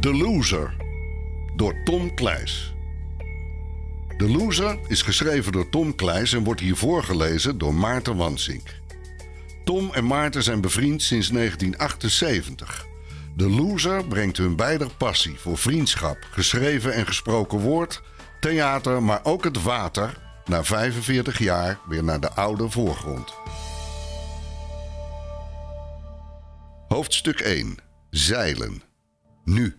The Loser door Tom Clijs. The Loser is geschreven door Tom Clijs en wordt hier voorgelezen door Maarten Wansink. Tom en Maarten zijn bevriend sinds 1978. The Loser brengt hun beider passie voor vriendschap, geschreven en gesproken woord, theater, maar ook het water, na 45 jaar weer naar de oude voorgrond. Hoofdstuk 1. Zeilen. Nu.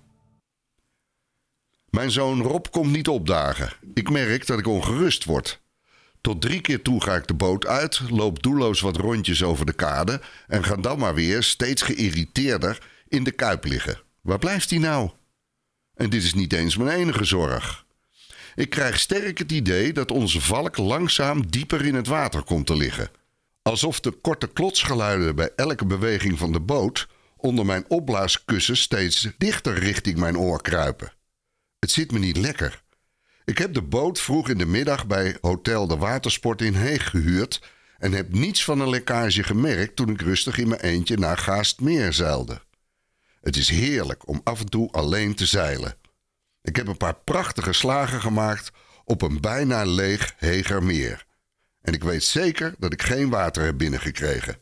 Mijn zoon Rob komt niet opdagen. Ik merk dat ik ongerust word. Tot 3 keer toe ga ik de boot uit, loop doelloos wat rondjes over de kade en ga dan maar weer, steeds geïrriteerder, in de kuip liggen. Waar blijft hij nou? En dit is niet eens mijn enige zorg. Ik krijg sterk het idee dat onze valk langzaam dieper in het water komt te liggen. Alsof de korte klotsgeluiden bij elke beweging van de boot onder mijn opblaaskussen steeds dichter richting mijn oor kruipen. Het zit me niet lekker. Ik heb de boot vroeg in de middag bij Hotel de Watersport in Heeg gehuurd en heb niets van een lekkage gemerkt toen ik rustig in mijn eentje naar Gaastmeer zeilde. Het is heerlijk om af en toe alleen te zeilen. Ik heb een paar prachtige slagen gemaakt op een bijna leeg Heegermeer. En ik weet zeker dat ik geen water heb binnengekregen.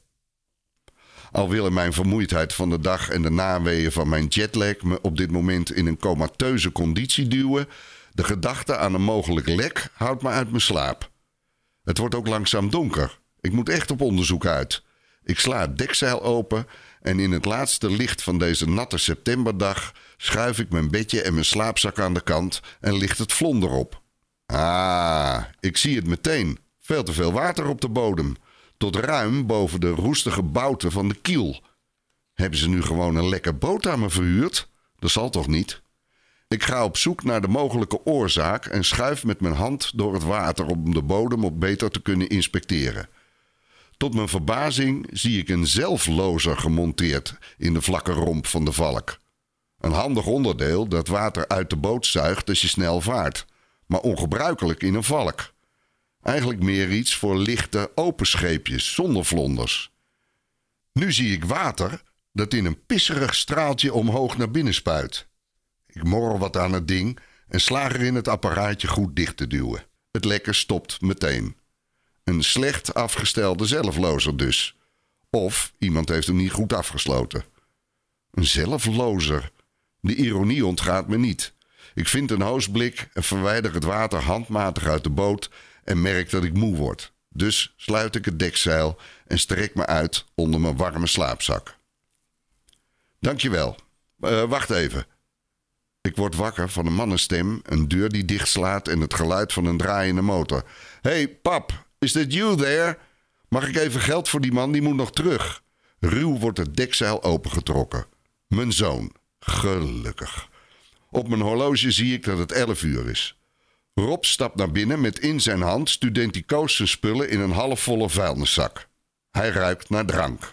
Al willen mijn vermoeidheid van de dag en de naweeën van mijn jetlag me op dit moment in een comateuze conditie duwen, de gedachte aan een mogelijk lek houdt me uit mijn slaap. Het wordt ook langzaam donker. Ik moet echt op onderzoek uit. Ik sla het dekzeil open en in het laatste licht van deze natte septemberdag schuif ik mijn bedje en mijn slaapzak aan de kant en licht het vlonder op. Ah, ik zie het meteen. Veel te veel water op de bodem. Tot ruim boven de roestige bouten van de kiel. Hebben ze nu gewoon een lekker boot aan me verhuurd? Dat zal toch niet? Ik ga op zoek naar de mogelijke oorzaak en schuif met mijn hand door het water om de bodem op beter te kunnen inspecteren. Tot mijn verbazing zie ik een zelflozer gemonteerd in de vlakke romp van de valk. Een handig onderdeel dat water uit de boot zuigt als je snel vaart, maar ongebruikelijk in een valk. Eigenlijk meer iets voor lichte open scheepjes zonder vlonders. Nu zie ik water dat in een pisserig straaltje omhoog naar binnen spuit. Ik morrel wat aan het ding en slaag erin het apparaatje goed dicht te duwen. Het lekker stopt meteen. Een slecht afgestelde zelflozer dus. Of iemand heeft hem niet goed afgesloten. Een zelflozer. De ironie ontgaat me niet. Ik vind een hoosblik en verwijder het water handmatig uit de boot en merk dat ik moe word. Dus sluit ik het dekzeil en strek me uit onder mijn warme slaapzak. Dankjewel. Wacht even. Ik word wakker van een mannenstem, een deur die dichtslaat en het geluid van een draaiende motor. Hey, pap, is that you there? Mag ik even geld voor die man, die moet nog terug. Ruw wordt het dekzeil opengetrokken. Mijn zoon. Gelukkig. Op mijn horloge zie ik dat het 11 uur is. Rob stapt naar binnen met in zijn hand studenticoos zijn spullen in een halfvolle vuilniszak. Hij ruikt naar drank.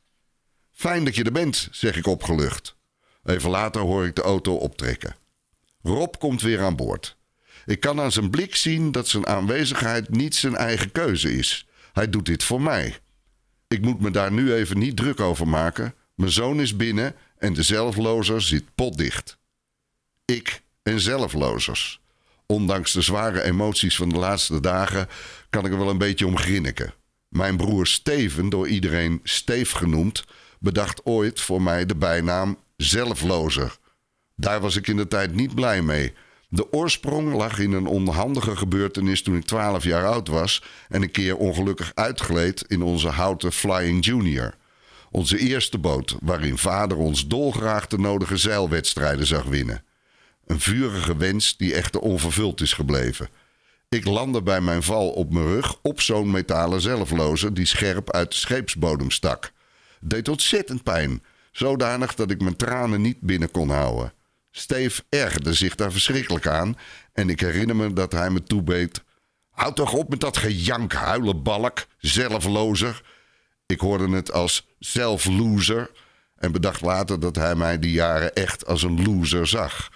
Fijn dat je er bent, zeg ik opgelucht. Even later hoor ik de auto optrekken. Rob komt weer aan boord. Ik kan aan zijn blik zien dat zijn aanwezigheid niet zijn eigen keuze is. Hij doet dit voor mij. Ik moet me daar nu even niet druk over maken. Mijn zoon is binnen en de zelflozer zit potdicht. Ik en zelflozers. Ondanks de zware emoties van de laatste dagen kan ik er wel een beetje om grinniken. Mijn broer Steven, door iedereen Steef genoemd, bedacht ooit voor mij de bijnaam zelflozer. Daar was ik in de tijd niet blij mee. De oorsprong lag in een onhandige gebeurtenis toen ik 12 jaar oud was en een keer ongelukkig uitgleed in onze houten Flying Junior. Onze eerste boot, waarin vader ons dolgraag de nodige zeilwedstrijden zag winnen. Een vurige wens die echter onvervuld is gebleven. Ik landde bij mijn val op mijn rug op zo'n metalen zelflozer die scherp uit de scheepsbodem stak. Het deed ontzettend pijn, zodanig dat ik mijn tranen niet binnen kon houden. Steve ergerde zich daar verschrikkelijk aan en ik herinner me dat hij me toebeet. Houd toch op met dat gejank, huilenbalk, zelflozer. Ik hoorde het als zelfloser en bedacht later dat hij mij die jaren echt als een loser zag.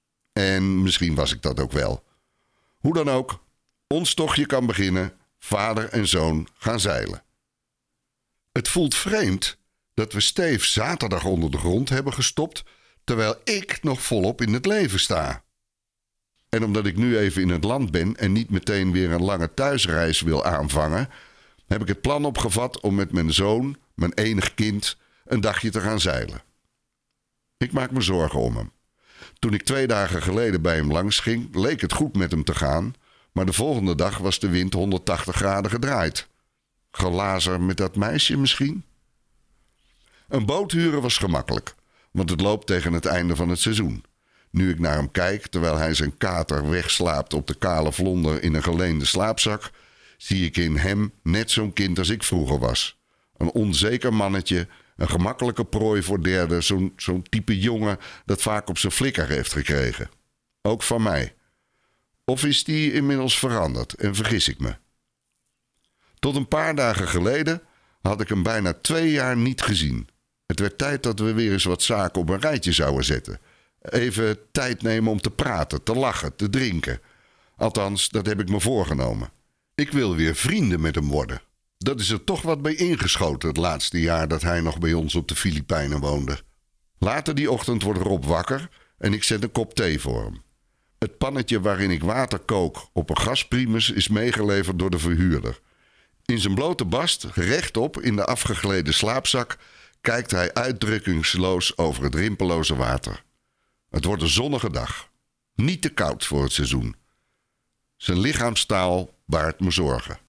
En misschien was ik dat ook wel. Hoe dan ook, ons tochtje kan beginnen. Vader en zoon gaan zeilen. Het voelt vreemd dat we Steve zaterdag onder de grond hebben gestopt, terwijl ik nog volop in het leven sta. En omdat ik nu even in het land ben en niet meteen weer een lange thuisreis wil aanvangen, heb ik het plan opgevat om met mijn zoon, mijn enig kind, een dagje te gaan zeilen. Ik maak me zorgen om hem. Toen ik 2 dagen geleden bij hem langs ging, leek het goed met hem te gaan, maar de volgende dag was de wind 180 graden gedraaid. Gelazer met dat meisje misschien? Een boot huren was gemakkelijk, want het loopt tegen het einde van het seizoen. Nu ik naar hem kijk, terwijl hij zijn kater wegslaapt op de kale vlonder in een geleende slaapzak, zie ik in hem net zo'n kind als ik vroeger was. Een onzeker mannetje, een gemakkelijke prooi voor derden, zo'n type jongen dat vaak op zijn flikker heeft gekregen. Ook van mij. Of is die inmiddels veranderd en vergis ik me? Tot een paar dagen geleden had ik hem bijna 2 jaar niet gezien. Het werd tijd dat we weer eens wat zaken op een rijtje zouden zetten. Even tijd nemen om te praten, te lachen, te drinken. Althans, dat heb ik me voorgenomen. Ik wil weer vrienden met hem worden. Dat is er toch wat bij ingeschoten het laatste jaar dat hij nog bij ons op de Filipijnen woonde. Later die ochtend wordt Rob wakker en ik zet een kop thee voor hem. Het pannetje waarin ik water kook op een gasprimus is meegeleverd door de verhuurder. In zijn blote bast, rechtop in de afgegleden slaapzak, kijkt hij uitdrukkingsloos over het rimpeloze water. Het wordt een zonnige dag. Niet te koud voor het seizoen. Zijn lichaamstaal baart me zorgen.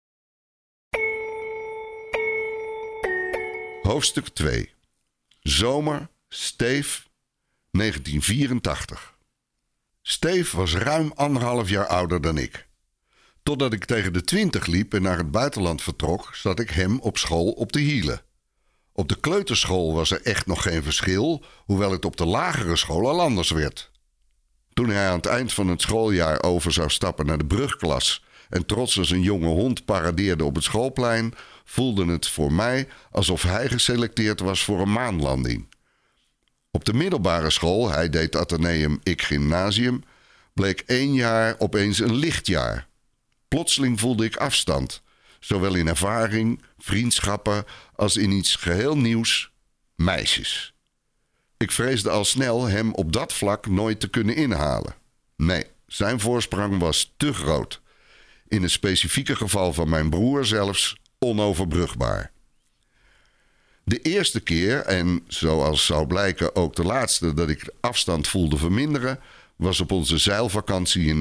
Hoofdstuk 2. Zomer, Steef, 1984. Steef was ruim 1,5 jaar ouder dan ik. Totdat ik tegen de 20 liep en naar het buitenland vertrok, zat ik hem op school op de hielen. Op de kleuterschool was er echt nog geen verschil, hoewel het op de lagere school al anders werd. Toen hij aan het eind van het schooljaar over zou stappen naar de brugklas en trots als een jonge hond paradeerde op het schoolplein, voelde het voor mij alsof hij geselecteerd was voor een maanlanding. Op de middelbare school, hij deed Atheneum, ik Gymnasium, bleek 1 jaar opeens een lichtjaar. Plotseling voelde ik afstand, zowel in ervaring, vriendschappen als in iets geheel nieuws, meisjes. Ik vreesde al snel hem op dat vlak nooit te kunnen inhalen. Nee, zijn voorsprong was te groot. In het specifieke geval van mijn broer zelfs onoverbrugbaar. De eerste keer, en zoals zou blijken ook de laatste dat ik de afstand voelde verminderen, was op onze zeilvakantie in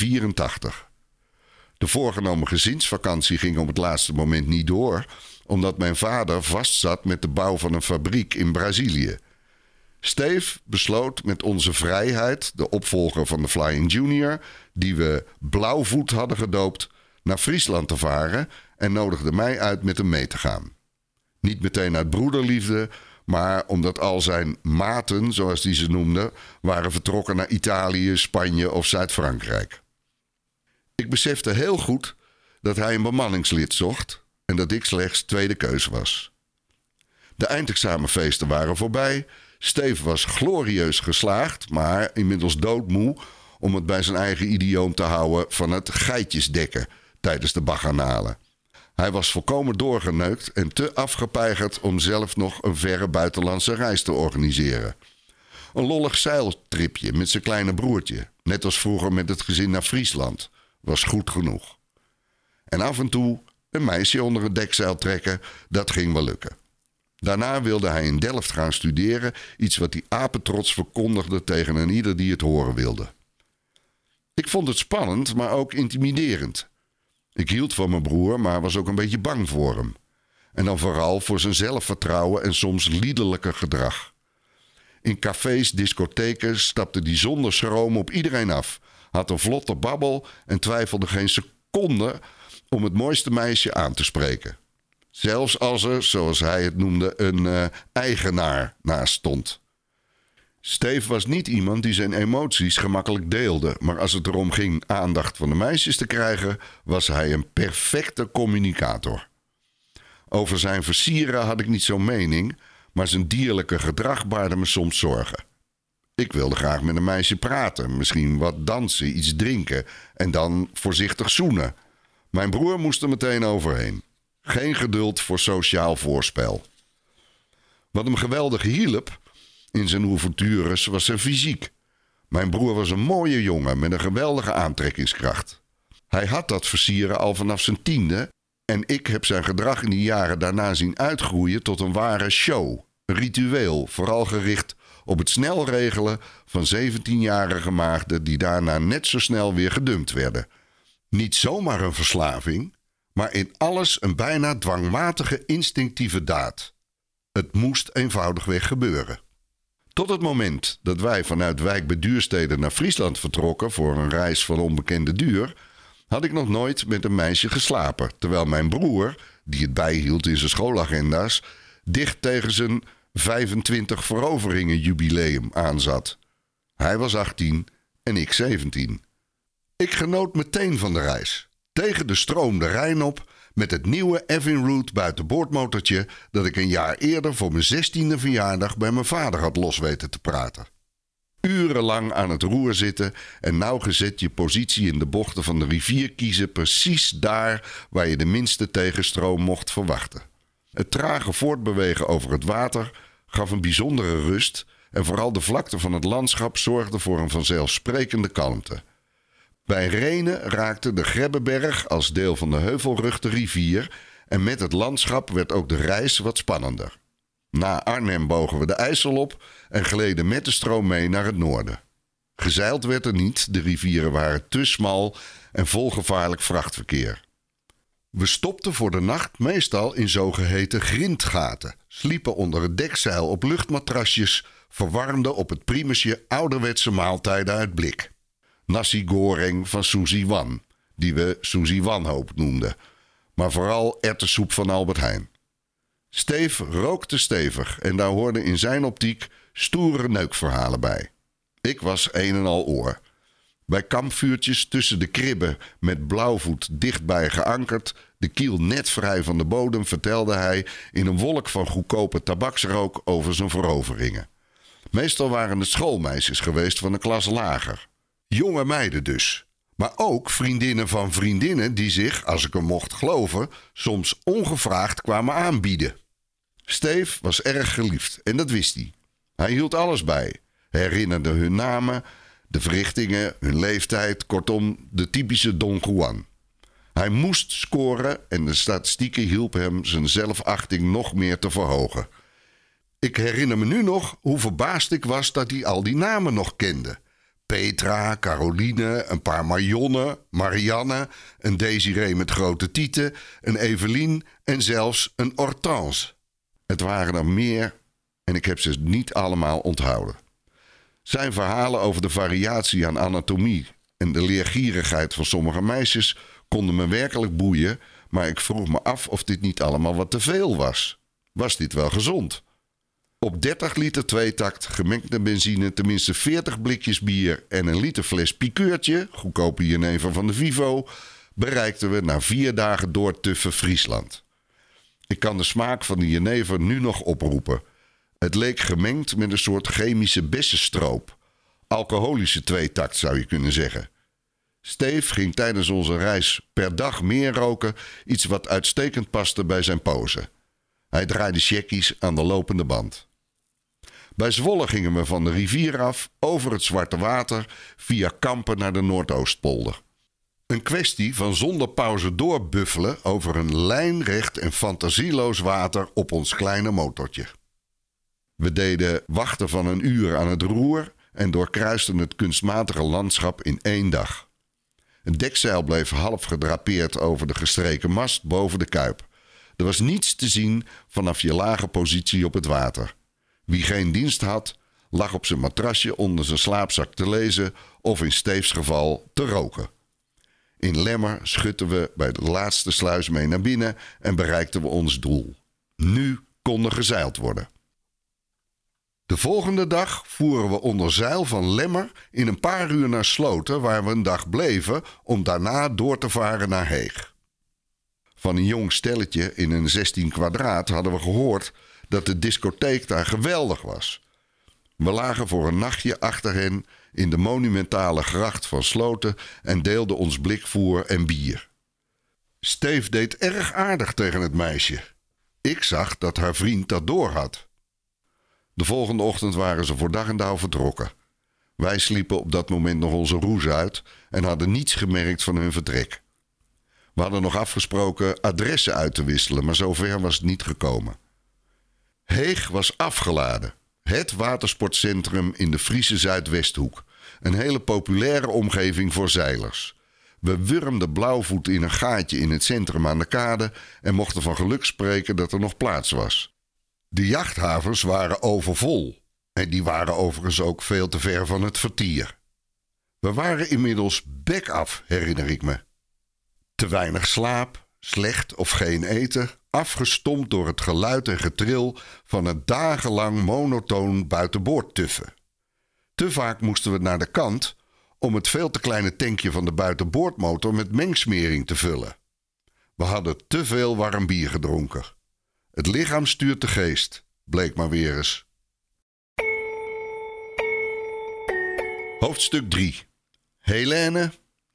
1984. De voorgenomen gezinsvakantie ging op het laatste moment niet door, omdat mijn vader vastzat met de bouw van een fabriek in Brazilië. Steef besloot met onze vrijheid, de opvolger van de Flying Junior, die we Blauwvoet hadden gedoopt, naar Friesland te varen en nodigde mij uit met hem mee te gaan. Niet meteen uit broederliefde, maar omdat al zijn maten, zoals hij ze noemde, waren vertrokken naar Italië, Spanje of Zuid-Frankrijk. Ik besefte heel goed dat hij een bemanningslid zocht en dat ik slechts tweede keus was. De eindexamenfeesten waren voorbij. Steef was glorieus geslaagd, maar inmiddels doodmoe om het bij zijn eigen idioom te houden van het geitjesdekken tijdens de bacchanalen. Hij was volkomen doorgeneukt en te afgepeigerd om zelf nog een verre buitenlandse reis te organiseren. Een lollig zeiltripje met zijn kleine broertje, net als vroeger met het gezin naar Friesland, was goed genoeg. En af en toe een meisje onder het dekzeil trekken, dat ging wel lukken. Daarna wilde hij in Delft gaan studeren, iets wat hij apetrots verkondigde tegen een ieder die het horen wilde. Ik vond het spannend, maar ook intimiderend. Ik hield van mijn broer, maar was ook een beetje bang voor hem. En dan vooral voor zijn zelfvertrouwen en soms liederlijke gedrag. In cafés, discotheken stapte hij zonder schroom op iedereen af, had een vlotte babbel en twijfelde geen seconde om het mooiste meisje aan te spreken. Zelfs als er, zoals hij het noemde, een eigenaar naast stond. Steef was niet iemand die zijn emoties gemakkelijk deelde, maar als het erom ging aandacht van de meisjes te krijgen, was hij een perfecte communicator. Over zijn versieren had ik niet zo'n mening, maar zijn dierlijke gedrag baarde me soms zorgen. Ik wilde graag met een meisje praten, misschien wat dansen, iets drinken en dan voorzichtig zoenen. Mijn broer moest er meteen overheen. Geen geduld voor sociaal voorspel. Wat hem geweldig hielp, in zijn ouvertures was zijn fysiek. Mijn broer was een mooie jongen met een geweldige aantrekkingskracht. Hij had dat versieren al vanaf zijn 10e en ik heb zijn gedrag in die jaren daarna zien uitgroeien tot een ware show. Een ritueel, vooral gericht op het snel regelen van 17-jarige maagden die daarna net zo snel weer gedumpt werden. Niet zomaar een verslaving, maar in alles een bijna dwangmatige instinctieve daad. Het moest eenvoudigweg gebeuren. Tot het moment dat wij vanuit Wijk bij Duurstede naar Friesland vertrokken voor een reis van onbekende duur, had ik nog nooit met een meisje geslapen, terwijl mijn broer, die het bijhield in zijn schoolagenda's, dicht tegen zijn 25 veroveringen jubileum aanzat. Hij was 18 en ik 17. Ik genoot meteen van de reis. Tegen de stroom de Rijn op met het nieuwe Evinrude buitenboordmotortje dat ik een jaar eerder voor mijn 16e verjaardag bij mijn vader had los weten te praten. Urenlang aan het roer zitten en nauwgezet je positie in de bochten van de rivier kiezen, precies daar waar je de minste tegenstroom mocht verwachten. Het trage voortbewegen over het water gaf een bijzondere rust en vooral de vlakte van het landschap zorgde voor een vanzelfsprekende kalmte. Bij Rhenen raakte de Grebbeberg als deel van de heuvelrug de rivier en met het landschap werd ook de reis wat spannender. Na Arnhem bogen we de IJssel op en gleden met de stroom mee naar het noorden. Gezeild werd er niet, de rivieren waren te smal en vol gevaarlijk vrachtverkeer. We stopten voor de nacht meestal in zogeheten grindgaten, sliepen onder het dekzeil op luchtmatrasjes, verwarmden op het primusje ouderwetse maaltijden uit blik. Nasi goreng van Suzy Wan, die we Suzy Wanhoop noemden, maar vooral erwtensoep van Albert Heijn. Steef rookte stevig en daar hoorden in zijn optiek stoere neukverhalen bij. Ik was een en al oor. Bij kampvuurtjes tussen de kribben met blauwvoet dichtbij geankerd, de kiel net vrij van de bodem, vertelde hij in een wolk van goedkope tabaksrook over zijn veroveringen. Meestal waren het schoolmeisjes geweest van een klas lager. Jonge meiden dus. Maar ook vriendinnen van vriendinnen die zich, als ik hem mocht geloven, soms ongevraagd kwamen aanbieden. Steef was erg geliefd en dat wist hij. Hij hield alles bij, herinnerde hun namen, de verrichtingen, hun leeftijd, kortom de typische Don Juan. Hij moest scoren en de statistieken hielpen hem zijn zelfachting nog meer te verhogen. Ik herinner me nu nog hoe verbaasd ik was dat hij al die namen nog kende. Petra, Caroline, een paar Marionne, Marianne, een Desiree met grote tieten, een Evelien en zelfs een Hortense. Het waren er meer en ik heb ze niet allemaal onthouden. Zijn verhalen over de variatie aan anatomie en de leergierigheid van sommige meisjes konden me werkelijk boeien, maar ik vroeg me af of dit niet allemaal wat te veel was. Was dit wel gezond? Op 30 liter tweetakt, gemengde benzine, tenminste 40 blikjes bier en een liter fles pikeurtje, goedkope jenever van de Vivo, bereikten we na 4 dagen doortuffen Friesland. Ik kan de smaak van de jenever nu nog oproepen. Het leek gemengd met een soort chemische bessenstroop. Alcoholische tweetakt zou je kunnen zeggen. Steef ging tijdens onze reis per dag meer roken, iets wat uitstekend paste bij zijn pose. Hij draaide checkies aan de lopende band. Bij Zwolle gingen we van de rivier af, over het Zwarte Water, via Kampen naar de Noordoostpolder. Een kwestie van zonder pauze doorbuffelen over een lijnrecht en fantasieloos water op ons kleine motortje. We deden wachten van een uur aan het roer en doorkruisten het kunstmatige landschap in 1 dag. Het dekzeil bleef half gedrapeerd over de gestreken mast boven de kuip. Er was niets te zien vanaf je lage positie op het water. Wie geen dienst had, lag op zijn matrasje onder zijn slaapzak te lezen of in Steefs geval te roken. In Lemmer schutten we bij de laatste sluis mee naar binnen en bereikten we ons doel. Nu kon er gezeild worden. De volgende dag voeren we onder zeil van Lemmer in een paar uur naar Sloten, waar we een dag bleven om daarna door te varen naar Heeg. Van een jong stelletje in een 16 kwadraat hadden we gehoord dat de discotheek daar geweldig was. We lagen voor een nachtje achter hen in de monumentale gracht van Sloten en deelden ons blikvoer en bier. Steef deed erg aardig tegen het meisje. Ik zag dat haar vriend dat doorhad. De volgende ochtend waren ze voor dag en dauw vertrokken. Wij sliepen op dat moment nog onze roes uit en hadden niets gemerkt van hun vertrek. We hadden nog afgesproken adressen uit te wisselen, maar zover was het niet gekomen. Heeg was afgeladen. Het watersportcentrum in de Friese Zuidwesthoek. Een hele populaire omgeving voor zeilers. We wurmden blauwvoet in een gaatje in het centrum aan de kade en mochten van geluk spreken dat er nog plaats was. De jachthavens waren overvol en die waren overigens ook veel te ver van het vertier. We waren inmiddels bek af, herinner ik me. Te weinig slaap, slecht of geen eten, afgestompt door het geluid en getril van het dagenlang monotoon buitenboord tuffen. Te vaak moesten we naar de kant om het veel te kleine tankje van de buitenboordmotor met mengsmering te vullen. We hadden te veel warm bier gedronken. Het lichaam stuurt de geest, bleek maar weer eens. Hoofdstuk 3. Helene,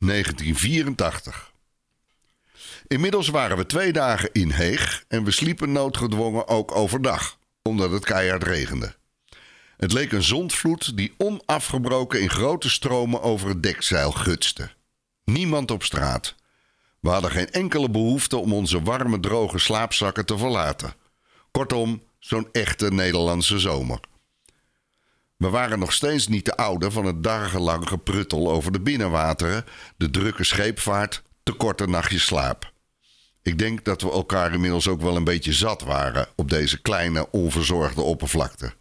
1984. Inmiddels waren we 2 dagen in Heeg en we sliepen noodgedwongen ook overdag, omdat het keihard regende. Het leek een zondvloed die onafgebroken in grote stromen over het dekzeil gutste. Niemand op straat. We hadden geen enkele behoefte om onze warme, droge slaapzakken te verlaten. Kortom, zo'n echte Nederlandse zomer. We waren nog steeds niet te oude van het dagenlang gepruttel over de binnenwateren, de drukke scheepvaart, te korte nachtjes slaap. Ik denk dat we elkaar inmiddels ook wel een beetje zat waren op deze kleine, onverzorgde oppervlakte.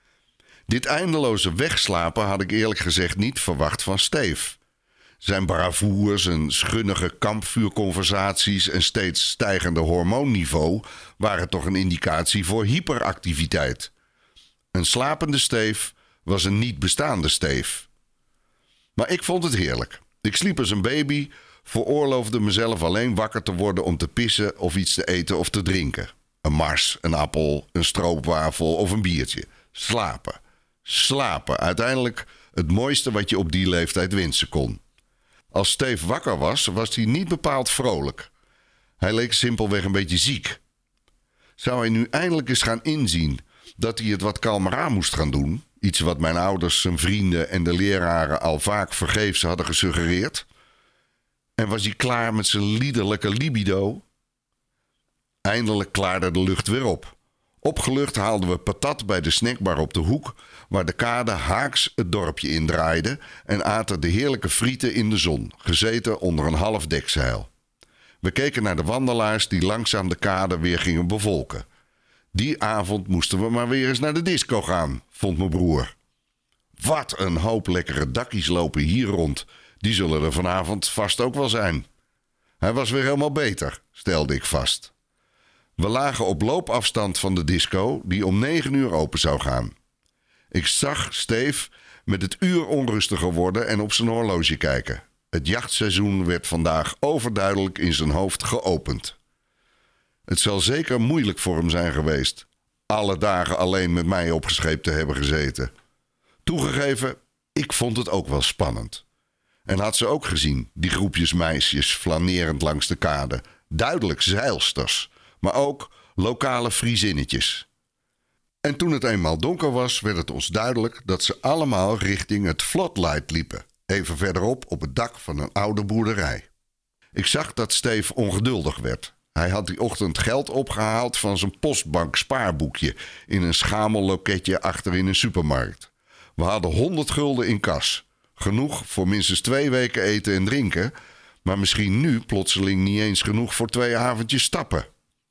Dit eindeloze wegslapen had ik eerlijk gezegd niet verwacht van Steef. Zijn bravoure, zijn schunnige kampvuurconversaties en steeds stijgende hormoonniveau waren toch een indicatie voor hyperactiviteit. Een slapende Steef was een niet bestaande Steef. Maar ik vond het heerlijk. Ik sliep als een baby, veroorloofde mezelf alleen wakker te worden om te pissen of iets te eten of te drinken. Een mars, een appel, een stroopwafel of een biertje. Slapen. Slapen. Uiteindelijk het mooiste wat je op die leeftijd wensen kon. Als Steef wakker was, was hij niet bepaald vrolijk. Hij leek simpelweg een beetje ziek. Zou hij nu eindelijk eens gaan inzien dat hij het wat kalmer aan moest gaan doen? Iets wat mijn ouders, zijn vrienden en de leraren al vaak vergeefs hadden gesuggereerd? En was hij klaar met zijn liederlijke libido? Eindelijk klaarde de lucht weer op. Opgelucht haalden we patat bij de snackbar op de hoek, waar de kade haaks het dorpje indraaide, en aten de heerlijke frieten in de zon, gezeten onder een half dekzeil. We keken naar de wandelaars die langzaam de kade weer gingen bevolken. Die avond moesten we maar weer eens naar de disco gaan, vond mijn broer. Wat een hoop lekkere dakkies lopen hier rond. Die zullen er vanavond vast ook wel zijn. Hij was weer helemaal beter, stelde ik vast. We lagen op loopafstand van de disco die om 9 uur open zou gaan. Ik zag Steef met het uur onrustiger worden en op zijn horloge kijken. Het jachtseizoen werd vandaag overduidelijk in zijn hoofd geopend. Het zal zeker moeilijk voor hem zijn geweest alle dagen alleen met mij opgescheept te hebben gezeten. Toegegeven, ik vond het ook wel spannend. En had ze ook gezien, die groepjes meisjes flanerend langs de kade. Duidelijk zeilsters, maar ook lokale Friezinnetjes. En toen het eenmaal donker was, werd het ons duidelijk dat ze allemaal richting het Floodlight liepen. Even verderop op het dak van een oude boerderij. Ik zag dat Steef ongeduldig werd. Hij had die ochtend geld opgehaald van zijn postbank spaarboekje in een schamelloketje achter in een supermarkt. We hadden 100 gulden in kas. Genoeg voor minstens 2 weken eten en drinken, maar misschien nu plotseling niet eens genoeg voor 2 avondjes stappen.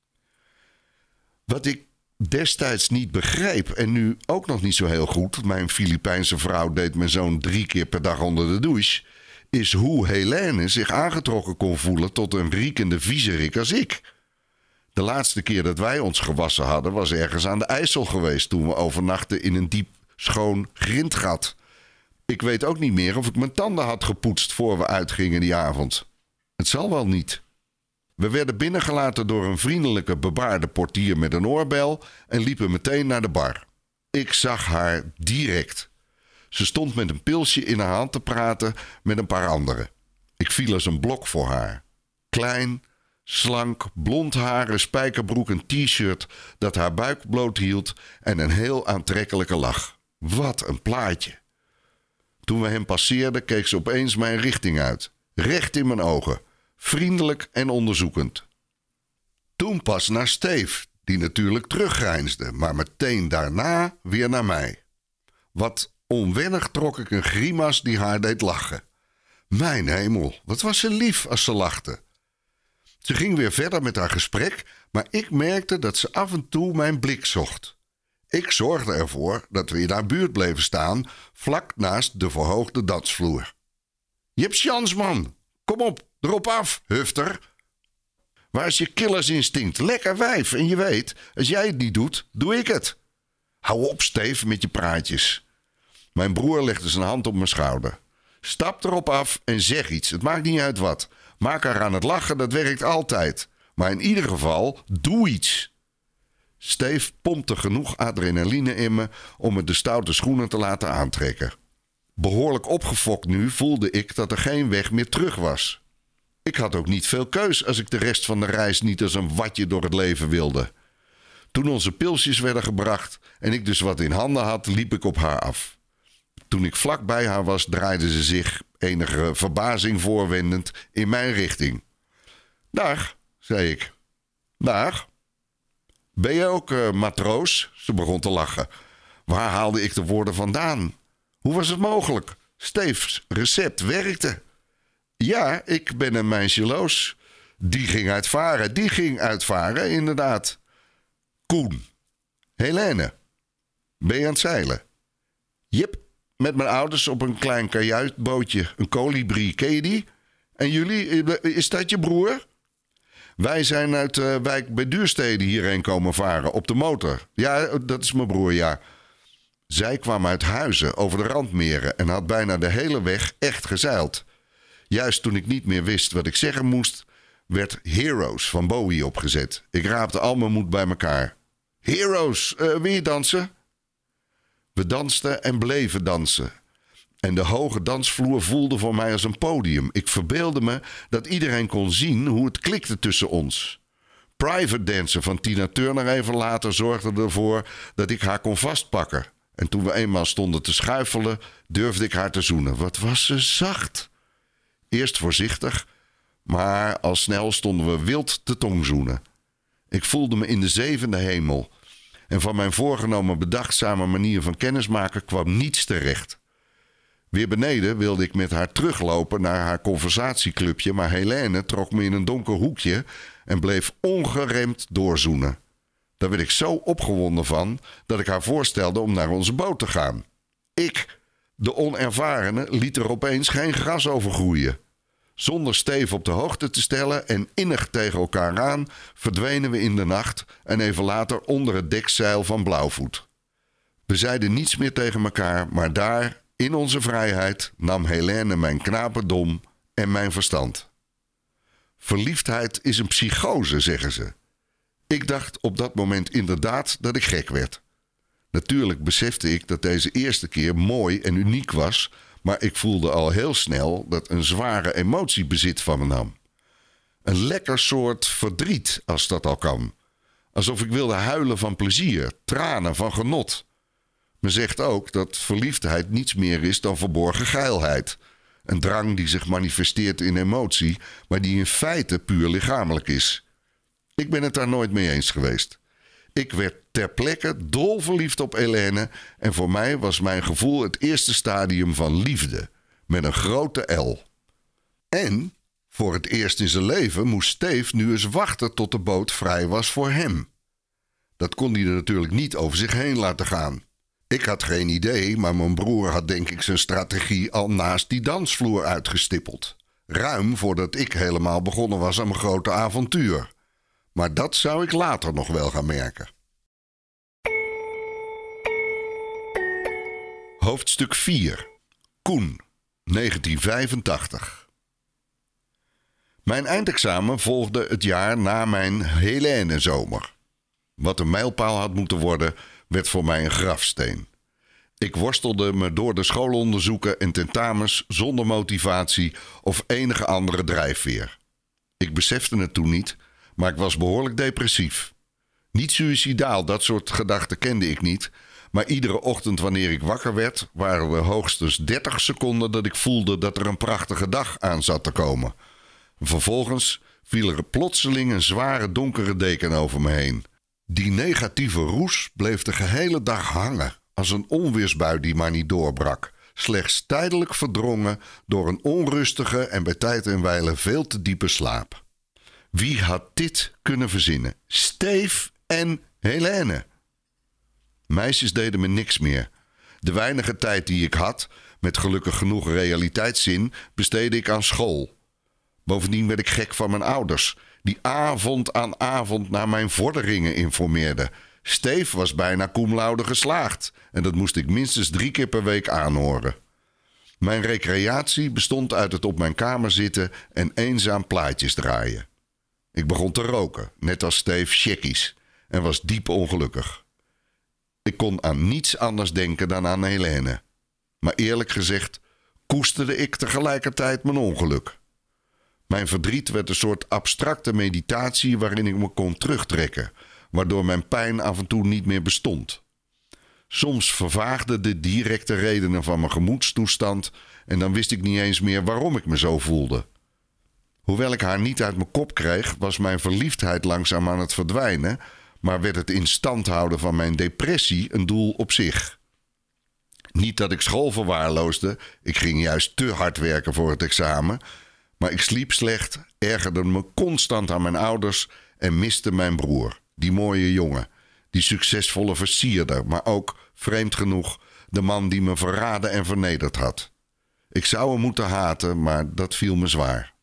Wat ik destijds niet begreep en nu ook nog niet zo heel goed, mijn Filipijnse vrouw deed me zo'n 3 keer per dag onder de douche, is hoe Helene zich aangetrokken kon voelen tot een riekende viezerik als ik. De laatste keer dat wij ons gewassen hadden was ergens aan de IJssel geweest toen we overnachten in een diep schoon grindgat. Ik weet ook niet meer of ik mijn tanden had gepoetst voor we uitgingen die avond. Het zal wel niet. We werden binnengelaten door een vriendelijke bebaarde portier met een oorbel en liepen meteen naar de bar. Ik zag haar direct. Ze stond met een pilsje in haar hand te praten met een paar anderen. Ik viel als een blok voor haar. Klein, Slank, blond haren, spijkerbroek, een t-shirt dat haar buik bloot hield en een heel aantrekkelijke lach. Wat een plaatje. Toen we hem passeerden keek ze opeens mijn richting uit. Recht in mijn ogen. Vriendelijk en onderzoekend. Toen pas naar Steve, die natuurlijk teruggrijnsde, maar meteen daarna weer naar mij. Wat onwennig trok ik een grimas die haar deed lachen. Mijn hemel, wat was ze lief als ze lachte. Ze ging weer verder met haar gesprek, maar ik merkte dat ze af en toe mijn blik zocht. Ik zorgde ervoor dat we in haar buurt bleven staan, vlak naast de verhoogde dansvloer. Je hebt chans, man. Kom op, erop af, hufter. Waar is je killersinstinct? Lekker wijf. En je weet, als jij het niet doet, doe ik het. Hou op, Steve, met je praatjes. Mijn broer legde zijn hand op mijn schouder. Stap erop af en zeg iets. Het maakt niet uit wat. Maak haar aan het lachen, dat werkt altijd. Maar in ieder geval, doe iets. Steve pompte genoeg adrenaline in me om me de stoute schoenen te laten aantrekken. Behoorlijk opgefokt nu voelde ik dat er geen weg meer terug was. Ik had ook niet veel keus als ik de rest van de reis niet als een watje door het leven wilde. Toen onze pilsjes werden gebracht en ik dus wat in handen had, liep ik op haar af. Toen ik vlak bij haar was, draaide ze zich, enige verbazing voorwendend, in mijn richting. Dag, zei ik. Dag. Ben je ook matroos? Ze begon te lachen. Waar haalde ik de woorden vandaan? Hoe was het mogelijk? Steve's recept werkte. Ja, ik ben een meisje Loos. Die ging uitvaren, inderdaad. Koen. Helene. Ben je aan het zeilen? Jip, met mijn ouders op een klein kajuitbootje. Een kolibrie, ken je die? En jullie, is dat je broer? Wij zijn uit de wijk bij Duurstede hierheen komen varen, op de motor. Ja, dat is mijn broer, ja. Zij kwam uit Huizen over de Randmeren en had bijna de hele weg echt gezeild. Juist toen ik niet meer wist wat ik zeggen moest, werd Heroes van Bowie opgezet. Ik raapte al mijn moed bij elkaar. Heroes, wil je dansen? We dansten en bleven dansen. En de hoge dansvloer voelde voor mij als een podium. Ik verbeeldde me dat iedereen kon zien hoe het klikte tussen ons. Private dansen van Tina Turner even later zorgde ervoor dat ik haar kon vastpakken. En toen we eenmaal stonden te schuifelen, durfde ik haar te zoenen. Wat was ze zacht. Eerst voorzichtig, maar al snel stonden we wild te tongzoenen. Ik voelde me in de 7e hemel. En van mijn voorgenomen bedachtzame manier van kennismaken kwam niets terecht. Weer beneden wilde ik met haar teruglopen naar haar conversatieclubje, maar Helene trok me in een donker hoekje en bleef ongeremd doorzoenen. Daar werd ik zo opgewonden van dat ik haar voorstelde om naar onze boot te gaan. Ik, de onervarene, liet er opeens geen gras over groeien. Zonder Steve op de hoogte te stellen en innig tegen elkaar aan, verdwenen we in de nacht en even later onder het dekzeil van Blauwvoet. We zeiden niets meer tegen elkaar, maar daar, in onze vrijheid, nam Helene mijn knapendom en mijn verstand. Verliefdheid is een psychose, zeggen ze. Ik dacht op dat moment inderdaad dat ik gek werd. Natuurlijk besefte ik dat deze eerste keer mooi en uniek was, maar ik voelde al heel snel dat een zware emotie bezit van me nam. Een lekker soort verdriet, als dat al kan. Alsof ik wilde huilen van plezier, tranen van genot. Men zegt ook dat verliefdheid niets meer is dan verborgen geilheid. Een drang die zich manifesteert in emotie, maar die in feite puur lichamelijk is. Ik ben het daar nooit mee eens geweest. Ik werd ter plekke dolverliefd op Helene en voor mij was mijn gevoel het eerste stadium van liefde, met een grote L. En voor het eerst in zijn leven moest Steve nu eens wachten tot de boot vrij was voor hem. Dat kon hij er natuurlijk niet over zich heen laten gaan. Ik had geen idee, maar mijn broer had denk ik zijn strategie al naast die dansvloer uitgestippeld. Ruim voordat ik helemaal begonnen was aan mijn grote avontuur. Maar dat zou ik later nog wel gaan merken. Hoofdstuk 4. Koen, 1985. Mijn eindexamen volgde het jaar na mijn Helene-zomer. Wat een mijlpaal had moeten worden, werd voor mij een grafsteen. Ik worstelde me door de schoolonderzoeken en tentamens zonder motivatie of enige andere drijfveer. Ik besefte het toen niet, maar ik was behoorlijk depressief. Niet suïcidaal, dat soort gedachten kende ik niet. Maar iedere ochtend wanneer ik wakker werd, waren er hoogstens 30 seconden dat ik voelde dat er een prachtige dag aan zat te komen. Vervolgens viel er plotseling een zware donkere deken over me heen. Die negatieve roes bleef de gehele dag hangen, als een onweersbui die maar niet doorbrak. Slechts tijdelijk verdrongen door een onrustige en bij tijd en wijle veel te diepe slaap. Wie had dit kunnen verzinnen? Steve en Helene. Meisjes deden me niks meer. De weinige tijd die ik had, met gelukkig genoeg realiteitszin, besteedde ik aan school. Bovendien werd ik gek van mijn ouders, die avond aan avond naar mijn vorderingen informeerden. Steve was bijna cum laude geslaagd en dat moest ik minstens 3 keer per week aanhoren. Mijn recreatie bestond uit het op mijn kamer zitten en eenzaam plaatjes draaien. Ik begon te roken, net als Steve checkies, en was diep ongelukkig. Ik kon aan niets anders denken dan aan Helene. Maar eerlijk gezegd koesterde ik tegelijkertijd mijn ongeluk. Mijn verdriet werd een soort abstracte meditatie waarin ik me kon terugtrekken, waardoor mijn pijn af en toe niet meer bestond. Soms vervaagden de directe redenen van mijn gemoedstoestand en dan wist ik niet eens meer waarom ik me zo voelde. Hoewel ik haar niet uit mijn kop kreeg, was mijn verliefdheid langzaam aan het verdwijnen, maar werd het in stand houden van mijn depressie een doel op zich. Niet dat ik school verwaarloosde, ik ging juist te hard werken voor het examen, maar ik sliep slecht, ergerde me constant aan mijn ouders en miste mijn broer, die mooie jongen, die succesvolle versierder, maar ook, vreemd genoeg, de man die me verraden en vernederd had. Ik zou hem moeten haten, maar dat viel me zwaar.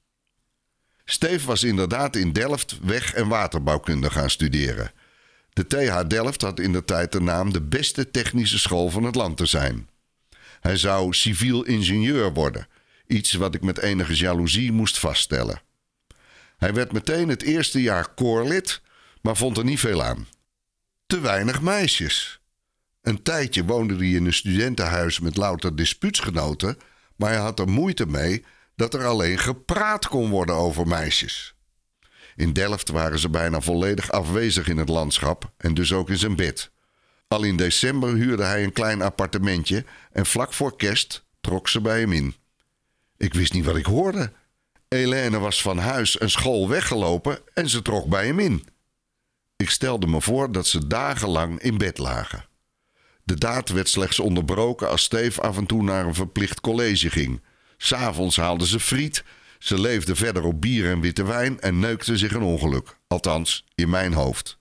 Steve was inderdaad in Delft weg- en waterbouwkunde gaan studeren. De TH Delft had indertijd de naam de beste technische school van het land te zijn. Hij zou civiel ingenieur worden, iets wat ik met enige jaloezie moest vaststellen. Hij werd meteen het eerste jaar koorlid, maar vond er niet veel aan. Te weinig meisjes. Een tijdje woonde hij in een studentenhuis met louter dispuutsgenoten, maar hij had er moeite mee dat er alleen gepraat kon worden over meisjes. In Delft waren ze bijna volledig afwezig in het landschap en dus ook in zijn bed. Al in december huurde hij een klein appartementje en vlak voor kerst trok ze bij hem in. Ik wist niet wat ik hoorde. Helene was van huis en school weggelopen en ze trok bij hem in. Ik stelde me voor dat ze dagenlang in bed lagen. De daad werd slechts onderbroken als Steve af en toe naar een verplicht college ging. 'S Avonds haalde ze friet, ze leefde verder op bier en witte wijn en neukte zich een ongeluk. Althans, in mijn hoofd.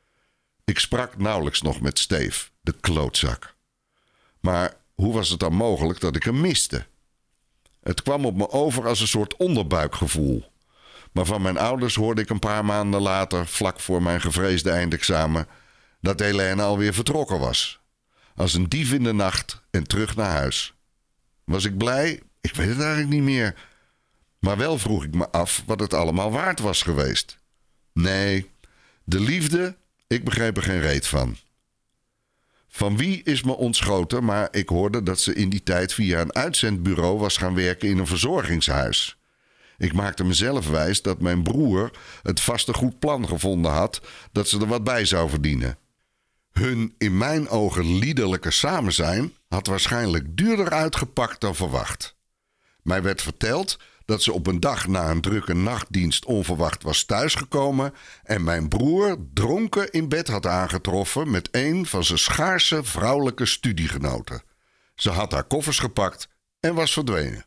Ik sprak nauwelijks nog met Steve, de klootzak. Maar hoe was het dan mogelijk dat ik hem miste? Het kwam op me over als een soort onderbuikgevoel. Maar van mijn ouders hoorde ik een paar maanden later, vlak voor mijn gevreesde eindexamen, dat Helene alweer vertrokken was. Als een dief in de nacht en terug naar huis. Was ik blij? Ik weet het eigenlijk niet meer. Maar wel vroeg ik me af wat het allemaal waard was geweest. Nee, de liefde, ik begreep er geen reet van. Van wie is me ontschoten, maar ik hoorde dat ze in die tijd via een uitzendbureau was gaan werken in een verzorgingshuis. Ik maakte mezelf wijs dat mijn broer het vast een goed plan gevonden had dat ze er wat bij zou verdienen. Hun in mijn ogen liederlijke samenzijn had waarschijnlijk duurder uitgepakt dan verwacht. Mij werd verteld dat ze op een dag na een drukke nachtdienst onverwacht was thuisgekomen en mijn broer dronken in bed had aangetroffen met een van zijn schaarse vrouwelijke studiegenoten. Ze had haar koffers gepakt en was verdwenen.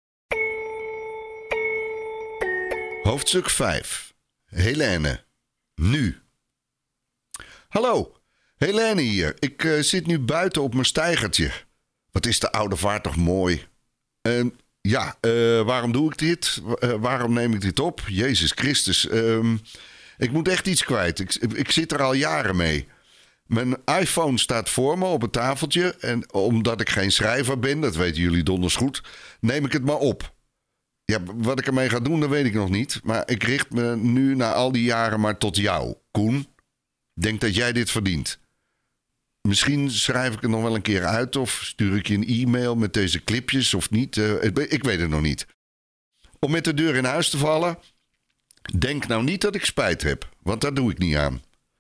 Hoofdstuk 5. Helene. Nu. Hallo, Helene hier. Ik zit nu buiten op mijn steigertje. Wat is de oude vaart toch mooi. Waarom doe ik dit? Waarom neem ik dit op? Jezus Christus. Ik moet echt iets kwijt. Ik zit er al jaren mee. Mijn iPhone staat voor me op het tafeltje. En omdat ik geen schrijver ben, dat weten jullie donders goed, neem ik het maar op. Ja, wat ik ermee ga doen, dat weet ik nog niet. Maar ik richt me nu na al die jaren maar tot jou, Koen. Denk dat jij dit verdient. Misschien schrijf ik het nog wel een keer uit of stuur ik je een e-mail met deze clipjes of niet. Ik weet het nog niet. Om met de deur in huis te vallen. Denk nou niet dat ik spijt heb, want daar doe ik niet aan.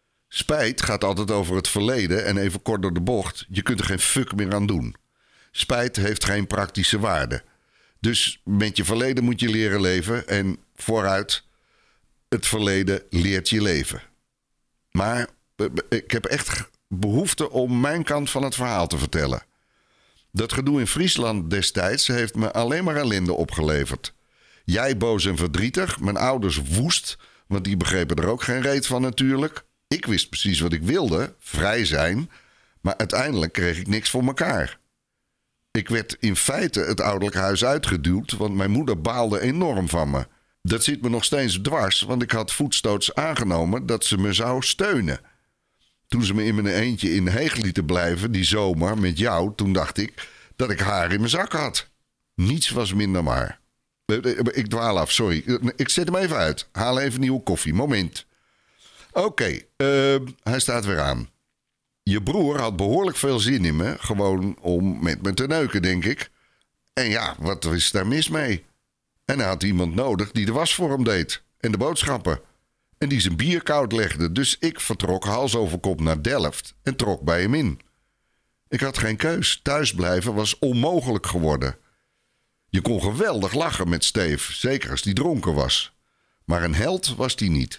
Spijt gaat altijd over het verleden en even kort door de bocht. Je kunt er geen fuck meer aan doen. Spijt heeft geen praktische waarde. Dus met je verleden moet je leren leven en vooruit, het verleden leert je leven. Maar ik heb echt behoefte om mijn kant van het verhaal te vertellen. Dat gedoe in Friesland destijds heeft me alleen maar ellende opgeleverd. Jij boos en verdrietig, mijn ouders woest, want die begrepen er ook geen reet van natuurlijk. Ik wist precies wat ik wilde, vrij zijn, maar uiteindelijk kreeg ik niks voor mekaar. Ik werd in feite het ouderlijk huis uitgeduwd, want mijn moeder baalde enorm van me. Dat zit me nog steeds dwars, want ik had voetstoots aangenomen dat ze me zou steunen. Toen ze me in mijn eentje in Heeg lieten blijven, die zomer met jou, toen dacht ik dat ik haar in mijn zak had. Niets was minder waar. Ik dwaal af, sorry. Ik zet hem even uit. Haal even nieuwe koffie. Moment. Oké, hij staat weer aan. Je broer had behoorlijk veel zin in me, gewoon om met me te neuken, denk ik. En ja, wat is daar mis mee? En hij had iemand nodig die de was voor hem deed. En de boodschappen. En die zijn bier koud legde. Dus ik vertrok hals over kop naar Delft en trok bij hem in. Ik had geen keus. Thuisblijven was onmogelijk geworden. Je kon geweldig lachen met Steve, zeker als die dronken was. Maar een held was die niet.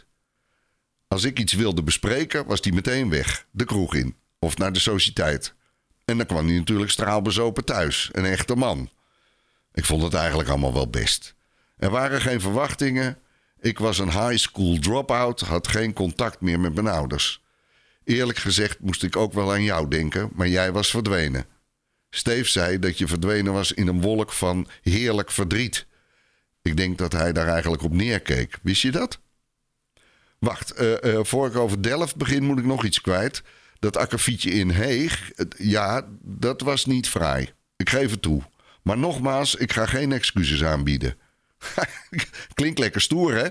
Als ik iets wilde bespreken, was die meteen weg, de kroeg in. Of naar de sociëteit. En dan kwam hij natuurlijk straalbezopen thuis, een echte man. Ik vond het eigenlijk allemaal wel best. Er waren geen verwachtingen. Ik was een high school drop-out, had geen contact meer met mijn ouders. Eerlijk gezegd moest ik ook wel aan jou denken, maar jij was verdwenen. Steve zei dat je verdwenen was in een wolk van heerlijk verdriet. Ik denk dat hij daar eigenlijk op neerkeek. Wist je dat? Wacht, voor ik over Delft begin moet ik nog iets kwijt. Dat akkefietje in Heeg, ja, dat was niet fraai. Ik geef het toe. Maar nogmaals, ik ga geen excuses aanbieden. Klinkt lekker stoer, hè?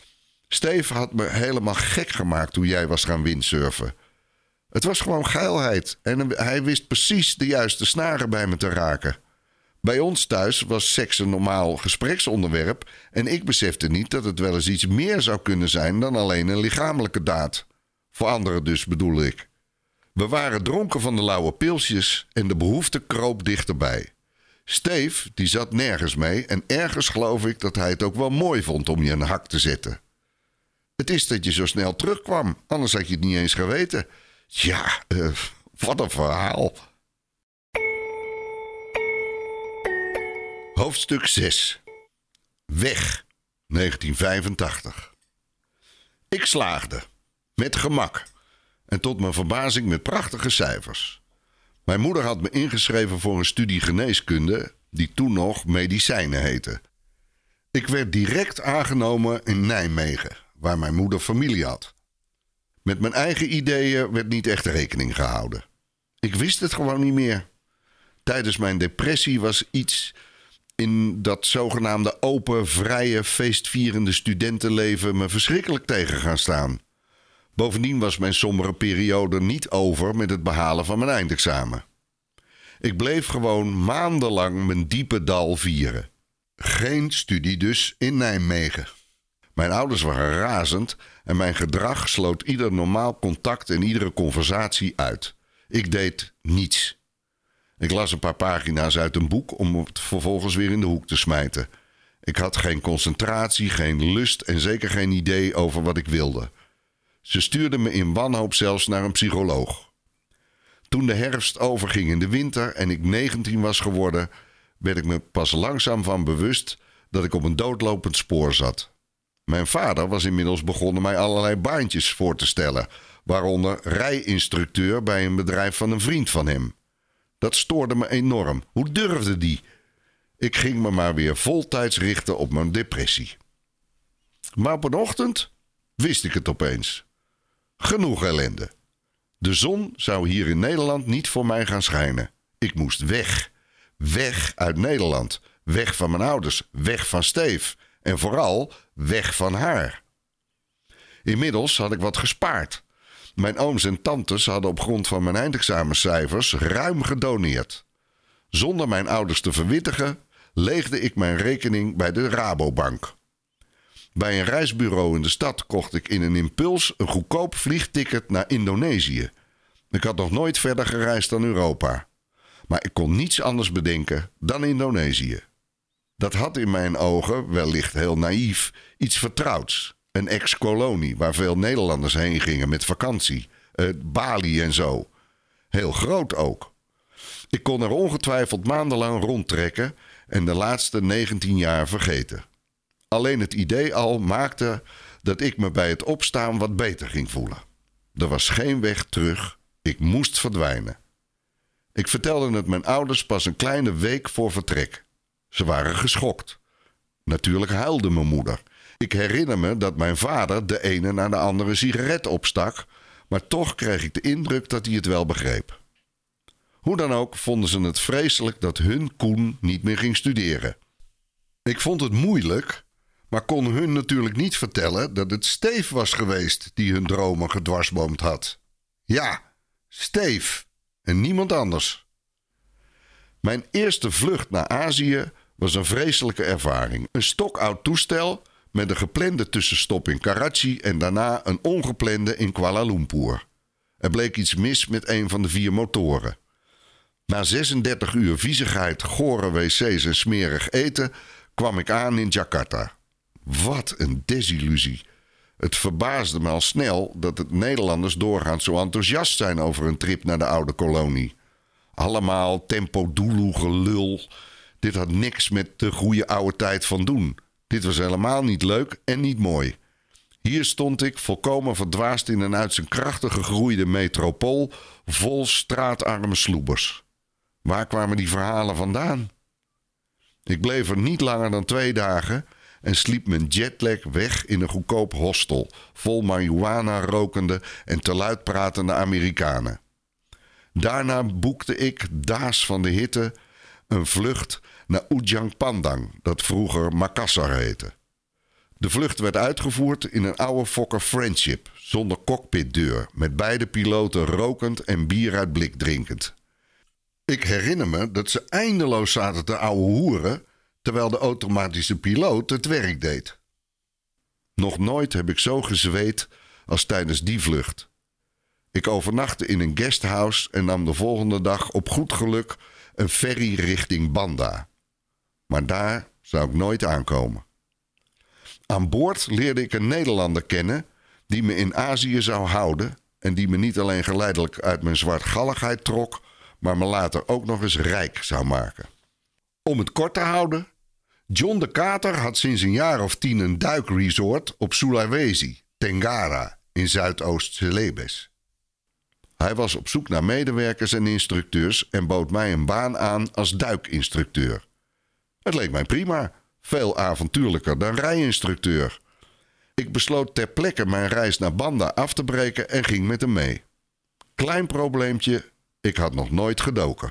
Steve had me helemaal gek gemaakt toen jij was gaan windsurfen. Het was gewoon geilheid. En hij wist precies de juiste snaren bij me te raken. Bij ons thuis was seks een normaal gespreksonderwerp. En ik besefte niet dat het wel eens iets meer zou kunnen zijn dan alleen een lichamelijke daad. Voor anderen dus, bedoel ik. We waren dronken van de lauwe pilsjes en de behoefte kroop dichterbij. Steve, die zat nergens mee en ergens geloof ik dat hij het ook wel mooi vond om je een hak te zetten. Het is dat je zo snel terugkwam, anders had je het niet eens geweten. Ja, wat een verhaal. Hoofdstuk 6. Weg, 1985. Ik slaagde. Met gemak. En tot mijn verbazing met prachtige cijfers. Mijn moeder had me ingeschreven voor een studie geneeskunde, die toen nog medicijnen heette. Ik werd direct aangenomen in Nijmegen, waar mijn moeder familie had. Met mijn eigen ideeën werd niet echt rekening gehouden. Ik wist het gewoon niet meer. Tijdens mijn depressie was iets in dat zogenaamde open, vrije, feestvierende studentenleven me verschrikkelijk tegen gaan staan. Bovendien was mijn sombere periode niet over met het behalen van mijn eindexamen. Ik bleef gewoon maandenlang mijn diepe dal vieren. Geen studie dus in Nijmegen. Mijn ouders waren razend en mijn gedrag sloot ieder normaal contact en iedere conversatie uit. Ik deed niets. Ik las een paar pagina's uit een boek om het vervolgens weer in de hoek te smijten. Ik had geen concentratie, geen lust en zeker geen idee over wat ik wilde. Ze stuurden me in wanhoop zelfs naar een psycholoog. Toen de herfst overging in de winter en ik 19 was geworden, werd ik me pas langzaam van bewust dat ik op een doodlopend spoor zat. Mijn vader was inmiddels begonnen mij allerlei baantjes voor te stellen, waaronder rijinstructeur bij een bedrijf van een vriend van hem. Dat stoorde me enorm. Hoe durfde die? Ik ging me maar weer voltijds richten op mijn depressie. Maar op een ochtend wist ik het opeens. Genoeg ellende. De zon zou hier in Nederland niet voor mij gaan schijnen. Ik moest weg. Weg uit Nederland. Weg van mijn ouders. Weg van Steve. En vooral weg van haar. Inmiddels had ik wat gespaard. Mijn ooms en tantes hadden op grond van mijn eindexamencijfers ruim gedoneerd. Zonder mijn ouders te verwittigen, leegde ik mijn rekening bij de Rabobank. Bij een reisbureau in de stad kocht ik in een impuls een goedkoop vliegticket naar Indonesië. Ik had nog nooit verder gereisd dan Europa. Maar ik kon niets anders bedenken dan Indonesië. Dat had in mijn ogen, wellicht heel naïef, iets vertrouwds. Een ex-kolonie waar veel Nederlanders heen gingen met vakantie. Bali en zo. Heel groot ook. Ik kon er ongetwijfeld maandenlang rondtrekken en de laatste 19 jaar vergeten. Alleen het idee al maakte dat ik me bij het opstaan wat beter ging voelen. Er was geen weg terug. Ik moest verdwijnen. Ik vertelde het mijn ouders pas een kleine week voor vertrek. Ze waren geschokt. Natuurlijk huilde mijn moeder. Ik herinner me dat mijn vader de ene na de andere sigaret opstak, maar toch kreeg ik de indruk dat hij het wel begreep. Hoe dan ook vonden ze het vreselijk dat hun Koen niet meer ging studeren. Ik vond het moeilijk, maar kon hun natuurlijk niet vertellen dat het Steef was geweest die hun dromen gedwarsboomd had. Ja, Steef en niemand anders. Mijn eerste vlucht naar Azië was een vreselijke ervaring. Een stokoud toestel met een geplande tussenstop in Karachi en daarna een ongeplande in Kuala Lumpur. Er bleek iets mis met een van de 4 motoren. Na 36 uur viezigheid, gore wc's en smerig eten kwam ik aan in Jakarta. Wat een desillusie. Het verbaasde me al snel dat de Nederlanders doorgaans zo enthousiast zijn over een trip naar de oude kolonie. Allemaal tempo doeloe gelul. Dit had niks met de goede oude tijd van doen. Dit was helemaal niet leuk en niet mooi. Hier stond ik volkomen verdwaasd in een uit zijn krachten gegroeide metropool vol straatarme sloebers. Waar kwamen die verhalen vandaan? Ik bleef er niet langer dan 2 dagen en sliep mijn jetlag weg in een goedkoop hostel vol marihuana rokende en te luid pratende Amerikanen. Daarna boekte ik, daas van de hitte, een vlucht naar Ujang Pandang, dat vroeger Makassar heette. De vlucht werd uitgevoerd in een oude Fokker Friendship, zonder cockpitdeur, met beide piloten rokend en bier uit blik drinkend. Ik herinner me dat ze eindeloos zaten te ouwe hoeren, terwijl de automatische piloot het werk deed. Nog nooit heb ik zo gezweet als tijdens die vlucht. Ik overnachtte in een guesthouse en nam de volgende dag op goed geluk een ferry richting Banda. Maar daar zou ik nooit aankomen. Aan boord leerde ik een Nederlander kennen die me in Azië zou houden en die me niet alleen geleidelijk uit mijn zwartgalligheid trok, maar me later ook nog eens rijk zou maken. Om het kort te houden, John de Kater had sinds een jaar of 10 een duikresort op Sulawesi, Tenggara, in Zuidoost-Celebes. Hij was op zoek naar medewerkers en instructeurs en bood mij een baan aan als duikinstructeur. Het leek mij prima, veel avontuurlijker dan rijinstructeur. Ik besloot ter plekke mijn reis naar Banda af te breken en ging met hem mee. Klein probleempje, ik had nog nooit gedoken.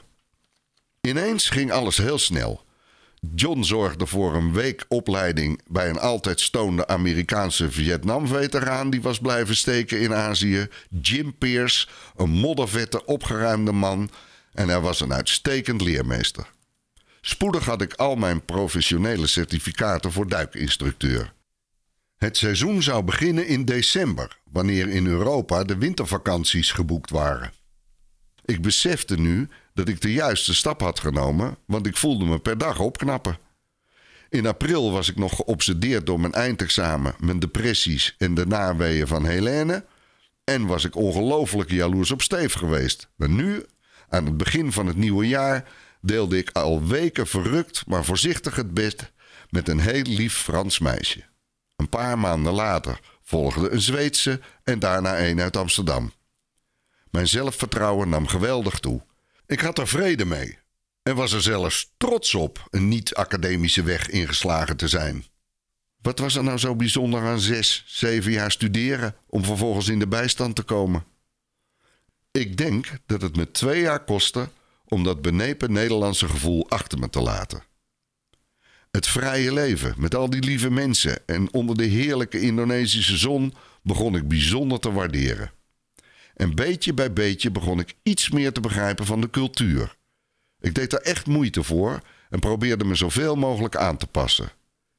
Ineens ging alles heel snel. John zorgde voor een week opleiding bij een altijd stoonde Amerikaanse Vietnam-veteraan die was blijven steken in Azië. Jim Pierce, een moddervette, opgeruimde man, en hij was een uitstekend leermeester. Spoedig had ik al mijn professionele certificaten voor duikinstructeur. Het seizoen zou beginnen in december, wanneer in Europa de wintervakanties geboekt waren. Ik besefte nu dat ik de juiste stap had genomen, want ik voelde me per dag opknappen. In april was ik nog geobsedeerd door mijn eindexamen, mijn depressies en de naweeën van Helene. En was ik ongelooflijk jaloers op Steef geweest. Maar nu, aan het begin van het nieuwe jaar, deelde ik al weken verrukt, maar voorzichtig het bed met een heel lief Frans meisje. Een paar maanden later volgde een Zweedse en daarna een uit Amsterdam. Mijn zelfvertrouwen nam geweldig toe. Ik had er vrede mee en was er zelfs trots op een niet-academische weg ingeslagen te zijn. Wat was er nou zo bijzonder aan 6, 7 jaar studeren om vervolgens in de bijstand te komen? Ik denk dat het me 2 jaar kostte om dat benepen Nederlandse gevoel achter me te laten. Het vrije leven met al die lieve mensen en onder de heerlijke Indonesische zon begon ik bijzonder te waarderen. En beetje bij beetje begon ik iets meer te begrijpen van de cultuur. Ik deed er echt moeite voor en probeerde me zoveel mogelijk aan te passen.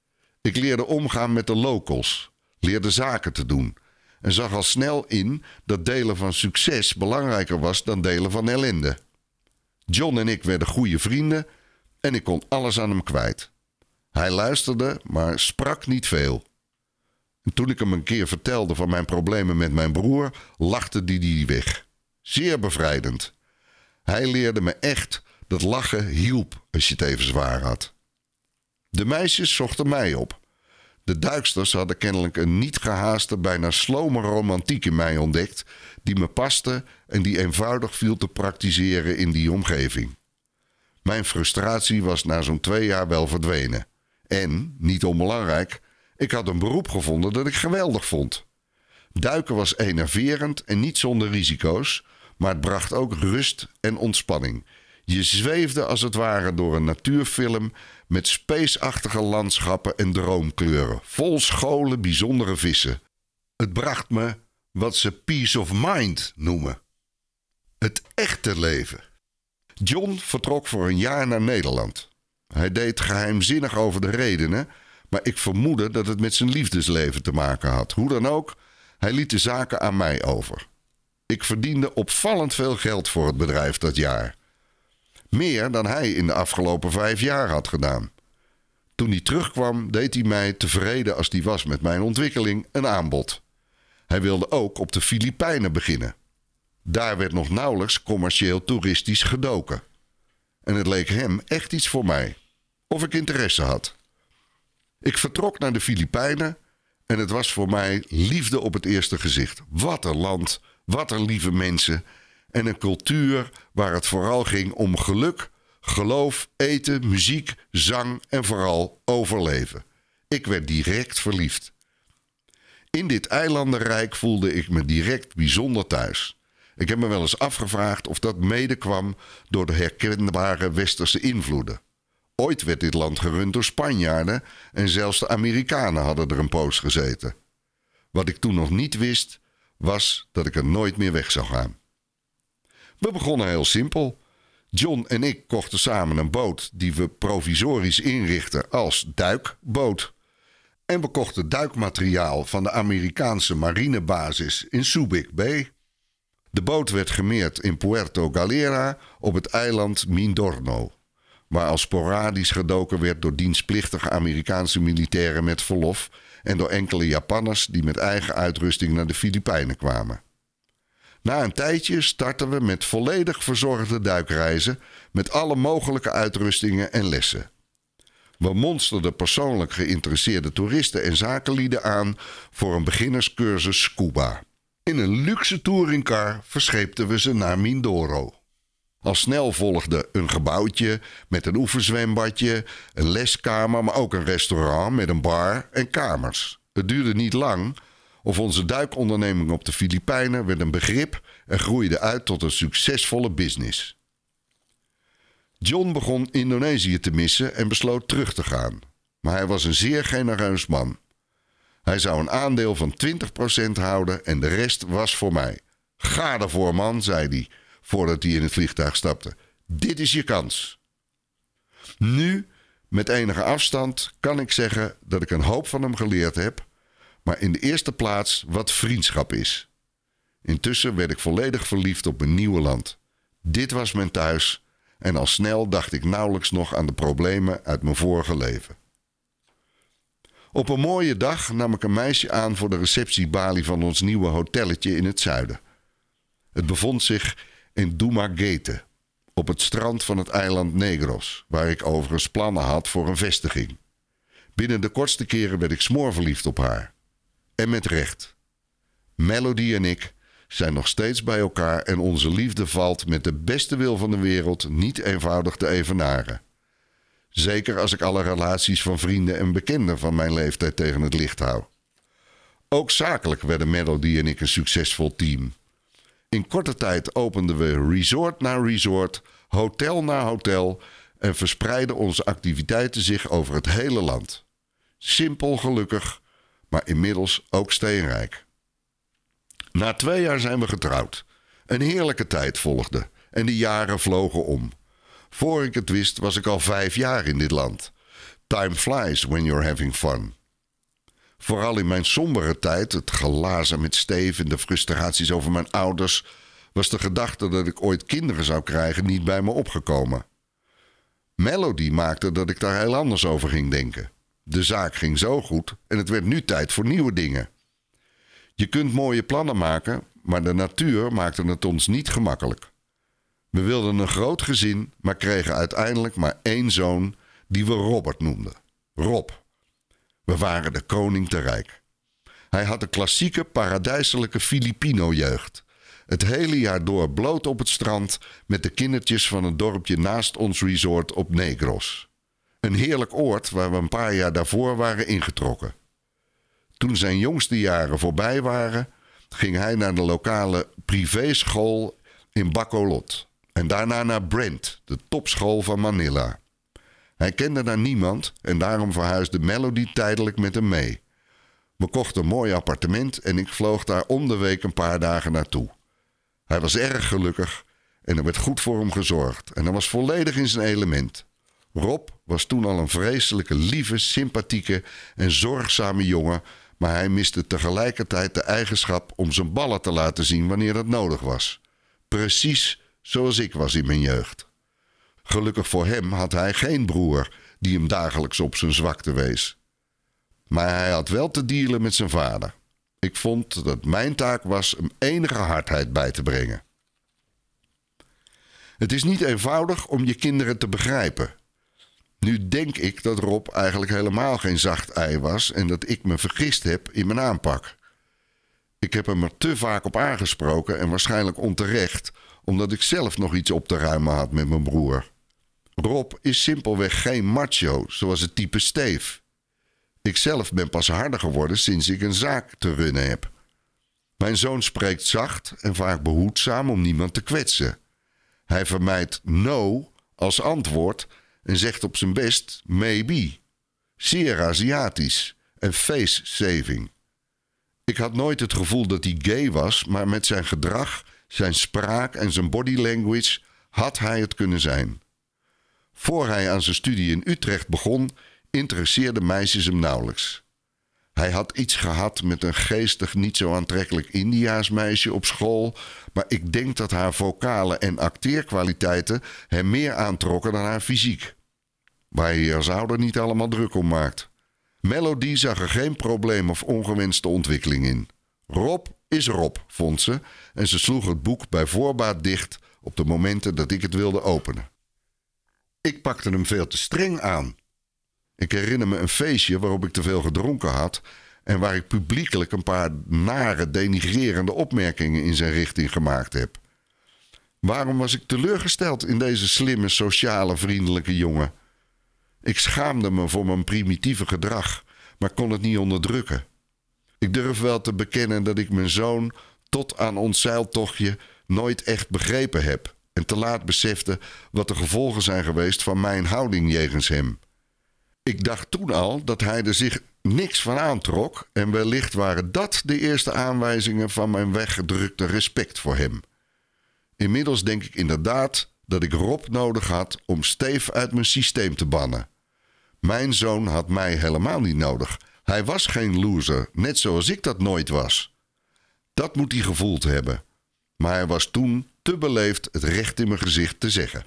Ik leerde omgaan met de locals, leerde zaken te doen en zag al snel in dat delen van succes belangrijker was dan delen van ellende. John en ik werden goede vrienden en ik kon alles aan hem kwijt. Hij luisterde, maar sprak niet veel. En toen ik hem een keer vertelde van mijn problemen met mijn broer, lachte die weg. Zeer bevrijdend. Hij leerde me echt dat lachen hielp als je het even zwaar had. De meisjes zochten mij op. De duiksters hadden kennelijk een niet gehaaste, bijna slome romantiek in mij ontdekt, die me paste en die eenvoudig viel te praktiseren in die omgeving. Mijn frustratie was na zo'n 2 jaar wel verdwenen. En, niet onbelangrijk, ik had een beroep gevonden dat ik geweldig vond. Duiken was enerverend en niet zonder risico's, maar het bracht ook rust en ontspanning. Je zweefde als het ware door een natuurfilm met spaceachtige landschappen en droomkleuren, vol scholen bijzondere vissen. Het bracht me wat ze peace of mind noemen. Het echte leven. John vertrok voor een jaar naar Nederland. Hij deed geheimzinnig over de redenen, maar ik vermoedde dat het met zijn liefdesleven te maken had. Hoe dan ook, hij liet de zaken aan mij over. Ik verdiende opvallend veel geld voor het bedrijf dat jaar. Meer dan hij in de afgelopen 5 jaar had gedaan. Toen hij terugkwam, deed hij mij, tevreden als hij was met mijn ontwikkeling, een aanbod. Hij wilde ook op de Filipijnen beginnen. Daar werd nog nauwelijks commercieel toeristisch gedoken. En het leek hem echt iets voor mij. Of ik interesse had. Ik vertrok naar de Filipijnen en het was voor mij liefde op het eerste gezicht. Wat een land, wat een lieve mensen en een cultuur waar het vooral ging om geluk, geloof, eten, muziek, zang en vooral overleven. Ik werd direct verliefd. In dit eilandenrijk voelde ik me direct bijzonder thuis. Ik heb me wel eens afgevraagd of dat mede kwam door de herkenbare westerse invloeden. Ooit werd dit land gerund door Spanjaarden en zelfs de Amerikanen hadden er een poos gezeten. Wat ik toen nog niet wist, was dat ik er nooit meer weg zou gaan. We begonnen heel simpel. John en ik kochten samen een boot die we provisorisch inrichtten als duikboot. En we kochten duikmateriaal van de Amerikaanse marinebasis in Subic Bay. De boot werd gemeerd in Puerto Galera op het eiland Mindorno, waar al sporadisch gedoken werd door dienstplichtige Amerikaanse militairen met verlof en door enkele Japanners die met eigen uitrusting naar de Filipijnen kwamen. Na een tijdje startten we met volledig verzorgde duikreizen met alle mogelijke uitrustingen en lessen. We monsterden persoonlijk geïnteresseerde toeristen en zakenlieden aan voor een beginnerscursus scuba. In een luxe touringcar verscheepten we ze naar Mindoro. Al snel volgde een gebouwtje met een oefenzwembadje, een leskamer, maar ook een restaurant met een bar en kamers. Het duurde niet lang of onze duikonderneming op de Filipijnen werd een begrip en groeide uit tot een succesvolle business. John begon Indonesië te missen en besloot terug te gaan. Maar hij was een zeer genereus man. Hij zou een aandeel van 20% houden en de rest was voor mij. Ga ervoor, man, zei hij, voordat hij in het vliegtuig stapte. Dit is je kans. Nu, met enige afstand, kan ik zeggen dat ik een hoop van hem geleerd heb, maar in de eerste plaats wat vriendschap is. Intussen werd ik volledig verliefd op mijn nieuwe land. Dit was mijn thuis en al snel dacht ik nauwelijks nog aan de problemen uit mijn vorige leven. Op een mooie dag nam ik een meisje aan voor de receptiebalie van ons nieuwe hotelletje in het zuiden. Het bevond zich in Dumaguete, op het strand van het eiland Negros, waar ik overigens plannen had voor een vestiging. Binnen de kortste keren werd ik smoorverliefd op haar. En met recht. Melody en ik zijn nog steeds bij elkaar en onze liefde valt met de beste wil van de wereld niet eenvoudig te evenaren. Zeker als ik alle relaties van vrienden en bekenden van mijn leeftijd tegen het licht hou. Ook zakelijk werden Melody en ik een succesvol team. In korte tijd openden we resort na resort, hotel na hotel en verspreidden onze activiteiten zich over het hele land. Simpel gelukkig, maar inmiddels ook steenrijk. Na 2 jaar zijn we getrouwd. Een heerlijke tijd volgde en de jaren vlogen om. Voor ik het wist was ik al 5 jaar in dit land. Time flies when you're having fun. Vooral in mijn sombere tijd, het gelazen met Steve en de frustraties over mijn ouders, was de gedachte dat ik ooit kinderen zou krijgen niet bij me opgekomen. Melody maakte dat ik daar heel anders over ging denken. De zaak ging zo goed en het werd nu tijd voor nieuwe dingen. Je kunt mooie plannen maken, maar de natuur maakte het ons niet gemakkelijk. We wilden een groot gezin, maar kregen uiteindelijk maar 1 zoon die we Robert noemden. Rob. We waren de koning te rijk. Hij had de klassieke paradijselijke Filipino-jeugd. Het hele jaar door bloot op het strand met de kindertjes van een dorpje naast ons resort op Negros. Een heerlijk oord waar we een paar jaar daarvoor waren ingetrokken. Toen zijn jongste jaren voorbij waren, ging hij naar de lokale privéschool in Bacolod. En daarna naar Brent, de topschool van Manila. Hij kende daar niemand en daarom verhuisde Melody tijdelijk met hem mee. We kochten een mooi appartement en ik vloog daar om de week een paar dagen naartoe. Hij was erg gelukkig en er werd goed voor hem gezorgd en hij was volledig in zijn element. Rob was toen al een vreselijke, lieve, sympathieke en zorgzame jongen, maar hij miste tegelijkertijd de eigenschap om zijn ballen te laten zien wanneer dat nodig was. Precies zoals ik was in mijn jeugd. Gelukkig voor hem had hij geen broer die hem dagelijks op zijn zwakte wees. Maar hij had wel te dealen met zijn vader. Ik vond dat mijn taak was hem enige hardheid bij te brengen. Het is niet eenvoudig om je kinderen te begrijpen. Nu denk ik dat Rob eigenlijk helemaal geen zacht ei was en dat ik me vergist heb in mijn aanpak. Ik heb hem er te vaak op aangesproken en waarschijnlijk onterecht, omdat ik zelf nog iets op te ruimen had met mijn broer. Rob is simpelweg geen macho, zoals het type Steve. Ikzelf ben pas harder geworden sinds ik een zaak te runnen heb. Mijn zoon spreekt zacht en vaak behoedzaam om niemand te kwetsen. Hij vermijdt no als antwoord en zegt op zijn best maybe. Zeer Aziatisch en face saving. Ik had nooit het gevoel dat hij gay was, maar met zijn gedrag, zijn spraak en zijn body language had hij het kunnen zijn. Voor hij aan zijn studie in Utrecht begon, interesseerden meisjes hem nauwelijks. Hij had iets gehad met een geestig, niet zo aantrekkelijk Indiaas meisje op school, maar ik denk dat haar vocale en acteerkwaliteiten hem meer aantrokken dan haar fysiek. Waar je als ouder niet allemaal druk om maakt. Melody zag er geen probleem of ongewenste ontwikkeling in. Rob is Rob, vond ze, en ze sloeg het boek bij voorbaat dicht op de momenten dat ik het wilde openen. Ik pakte hem veel te streng aan. Ik herinner me een feestje waarop ik te veel gedronken had en waar ik publiekelijk een paar nare, denigrerende opmerkingen in zijn richting gemaakt heb. Waarom was ik teleurgesteld in deze slimme, sociale, vriendelijke jongen? Ik schaamde me voor mijn primitieve gedrag, maar kon het niet onderdrukken. Ik durf wel te bekennen dat ik mijn zoon tot aan ons zeiltochtje nooit echt begrepen heb en te laat besefte wat de gevolgen zijn geweest van mijn houding jegens hem. Ik dacht toen al dat hij er zich niks van aantrok en wellicht waren dat de eerste aanwijzingen van mijn weggedrukte respect voor hem. Inmiddels denk ik inderdaad dat ik Rob nodig had om Steve uit mijn systeem te bannen. Mijn zoon had mij helemaal niet nodig. Hij was geen loser, net zoals ik dat nooit was. Dat moet hij gevoeld hebben. Maar hij was toen te beleefd het recht in mijn gezicht te zeggen.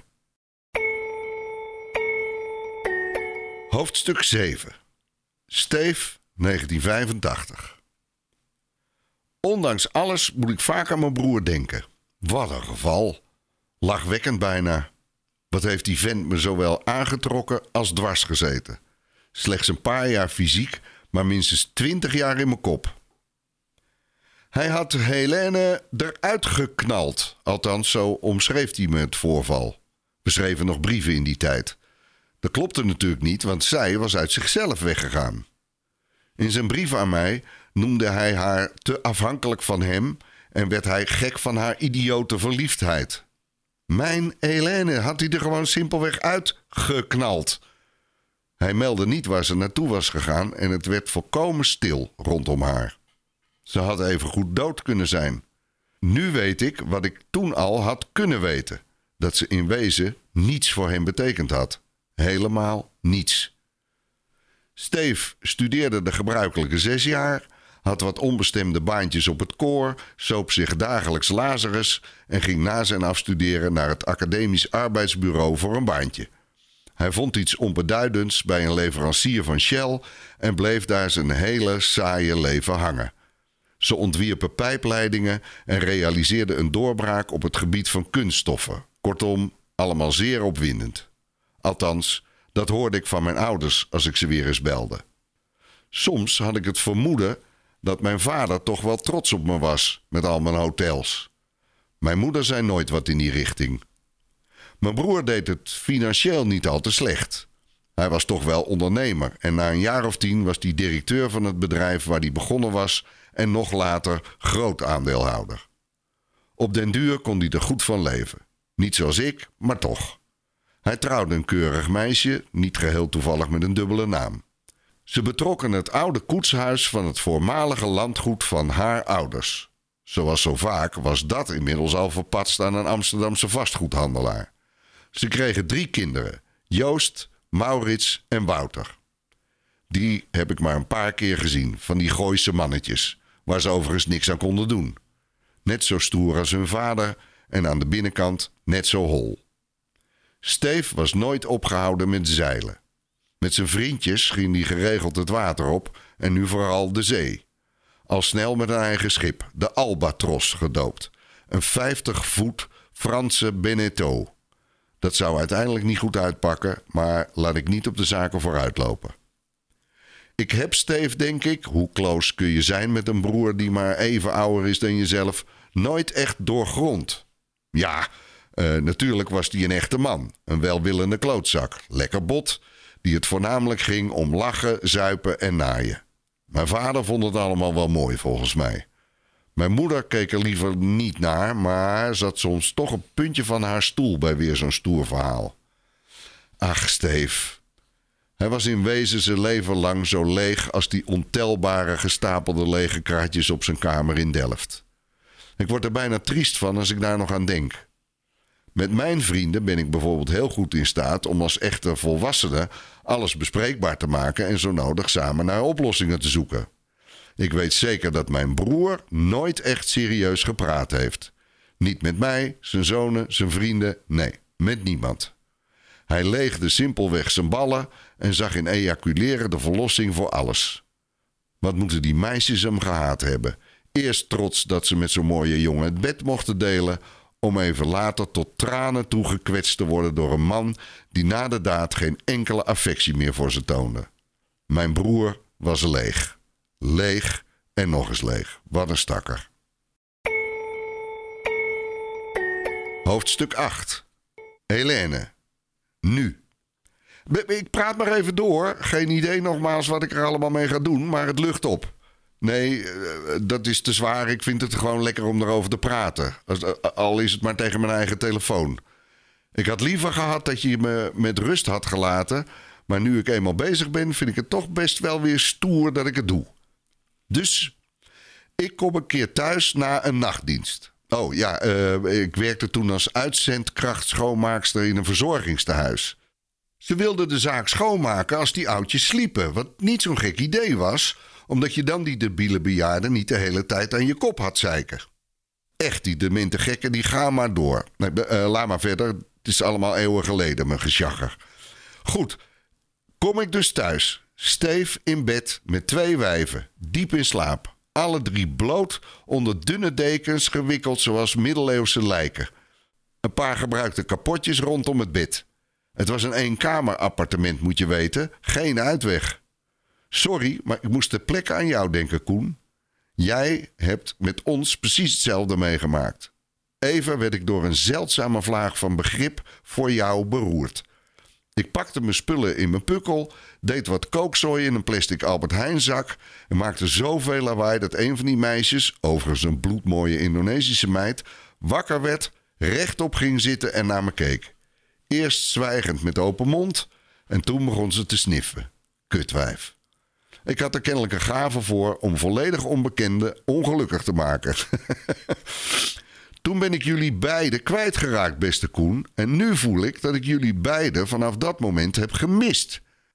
Hoofdstuk 7. Steve, 1985. Ondanks alles moet ik vaak aan mijn broer denken. Wat een geval. Lachwekkend bijna. Wat heeft die vent me zowel aangetrokken als dwars gezeten. Slechts een paar jaar fysiek, maar minstens 20 jaar in mijn kop. Hij had Helene eruit geknald. Althans, zo omschreef hij me het voorval. We schreven nog brieven in die tijd. Dat klopte natuurlijk niet, want zij was uit zichzelf weggegaan. In zijn brief aan mij noemde hij haar te afhankelijk van hem en werd hij gek van haar idiote verliefdheid. Mijn Helene had hij er gewoon simpelweg uitgeknald. Hij meldde niet waar ze naartoe was gegaan en het werd volkomen stil rondom haar. Ze had evengoed dood kunnen zijn. Nu weet ik wat ik toen al had kunnen weten. Dat ze in wezen niets voor hem betekend had. Helemaal niets. Steve studeerde de gebruikelijke 6 jaar, had wat onbestemde baantjes op het koor, soop zich dagelijks Lazarus en ging na zijn afstuderen naar het Academisch Arbeidsbureau voor een baantje. Hij vond iets onbeduidends bij een leverancier van Shell en bleef daar zijn hele saaie leven hangen. Ze ontwierpen pijpleidingen en realiseerden een doorbraak op het gebied van kunststoffen. Kortom, allemaal zeer opwindend. Althans, dat hoorde ik van mijn ouders als ik ze weer eens belde. Soms had ik het vermoeden dat mijn vader toch wel trots op me was met al mijn hotels. Mijn moeder zei nooit wat in die richting. Mijn broer deed het financieel niet al te slecht. Hij was toch wel ondernemer en na een jaar of 10 was hij directeur van het bedrijf waar hij begonnen was en nog later groot aandeelhouder. Op den duur kon hij er goed van leven. Niet zoals ik, maar toch. Hij trouwde een keurig meisje, niet geheel toevallig met een dubbele naam. Ze betrokken het oude koetshuis van het voormalige landgoed van haar ouders. Zoals zo vaak was dat inmiddels al verpatst aan een Amsterdamse vastgoedhandelaar. Ze kregen 3 kinderen, Joost, Maurits en Wouter. Die heb ik maar een paar keer gezien, van die Gooise mannetjes, waar ze overigens niks aan konden doen. Net zo stoer als hun vader en aan de binnenkant net zo hol. Steve was nooit opgehouden met zeilen. Met zijn vriendjes ging hij geregeld het water op en nu vooral de zee. Al snel met een eigen schip, de Albatros gedoopt. Een 50 voet Franse Beneteau. Dat zou uiteindelijk niet goed uitpakken, maar laat ik niet op de zaken vooruitlopen. Ik heb Steve, denk ik, hoe close kun je zijn met een broer die maar even ouder is dan jezelf, nooit echt doorgrond. Ja, natuurlijk was hij een echte man, een welwillende klootzak, lekker bot, die het voornamelijk ging om lachen, zuipen en naaien. Mijn vader vond het allemaal wel mooi volgens mij. Mijn moeder keek er liever niet naar, maar zat soms toch een puntje van haar stoel bij weer zo'n stoer verhaal. Ach, Steve. Hij was in wezen zijn leven lang zo leeg als die ontelbare gestapelde lege kratjes op zijn kamer in Delft. Ik word er bijna triest van als ik daar nog aan denk. Met mijn vrienden ben ik bijvoorbeeld heel goed in staat om als echte volwassenen alles bespreekbaar te maken en zo nodig samen naar oplossingen te zoeken. Ik weet zeker dat mijn broer nooit echt serieus gepraat heeft. Niet met mij, zijn zonen, zijn vrienden, nee, met niemand. Hij leegde simpelweg zijn ballen en zag in ejaculeren de verlossing voor alles. Wat moeten die meisjes hem gehaat hebben? Eerst trots dat ze met zo'n mooie jongen het bed mochten delen, om even later tot tranen toe gekwetst te worden door een man die na de daad geen enkele affectie meer voor ze toonde. Mijn broer was leeg. Leeg en nog eens leeg. Wat een stakker. Hoofdstuk 8. Helene. Nu. Ik praat maar even door. Geen idee nogmaals wat ik er allemaal mee ga doen, maar het lucht op. Nee, dat is te zwaar. Ik vind het gewoon lekker om erover te praten. Al is het maar tegen mijn eigen telefoon. Ik had liever gehad dat je me met rust had gelaten, maar nu ik eenmaal bezig ben, vind ik het toch best wel weer stoer dat ik het doe. Dus ik kom een keer thuis na een nachtdienst. Oh ja, ik werkte toen als uitzendkrachtschoonmaakster in een verzorgingstehuis. Ze wilden de zaak schoonmaken als die oudjes sliepen, wat niet zo'n gek idee was, omdat je dan die debiele bejaarden niet de hele tijd aan je kop had zeiken. Echt, die demente gekken, die gaan maar door. Nee, laat maar verder, het is allemaal eeuwen geleden, mijn gesjagger. Goed, kom ik dus thuis. Steve in bed met 2 wijven, diep in slaap. Alle 3 bloot onder dunne dekens gewikkeld zoals middeleeuwse lijken. Een paar gebruikte kapotjes rondom het bed. Het was een eenkamerappartement, moet je weten, geen uitweg. Sorry, maar ik moest ter plekke aan jou denken, Koen. Jij hebt met ons precies hetzelfde meegemaakt. Even werd ik door een zeldzame vlaag van begrip voor jou beroerd. Ik pakte mijn spullen in mijn pukkel, deed wat kookzooi in een plastic Albert Heijn zak en maakte zoveel lawaai dat een van die meisjes, overigens een bloedmooie Indonesische meid, wakker werd, rechtop ging zitten en naar me keek. Eerst zwijgend met open mond en toen begon ze te sniffen. Kutwijf. Ik had er kennelijk een gave voor om volledig onbekenden ongelukkig te maken. Toen ben ik jullie beiden kwijtgeraakt, beste Koen. En nu voel ik dat ik jullie beiden vanaf dat moment heb gemist.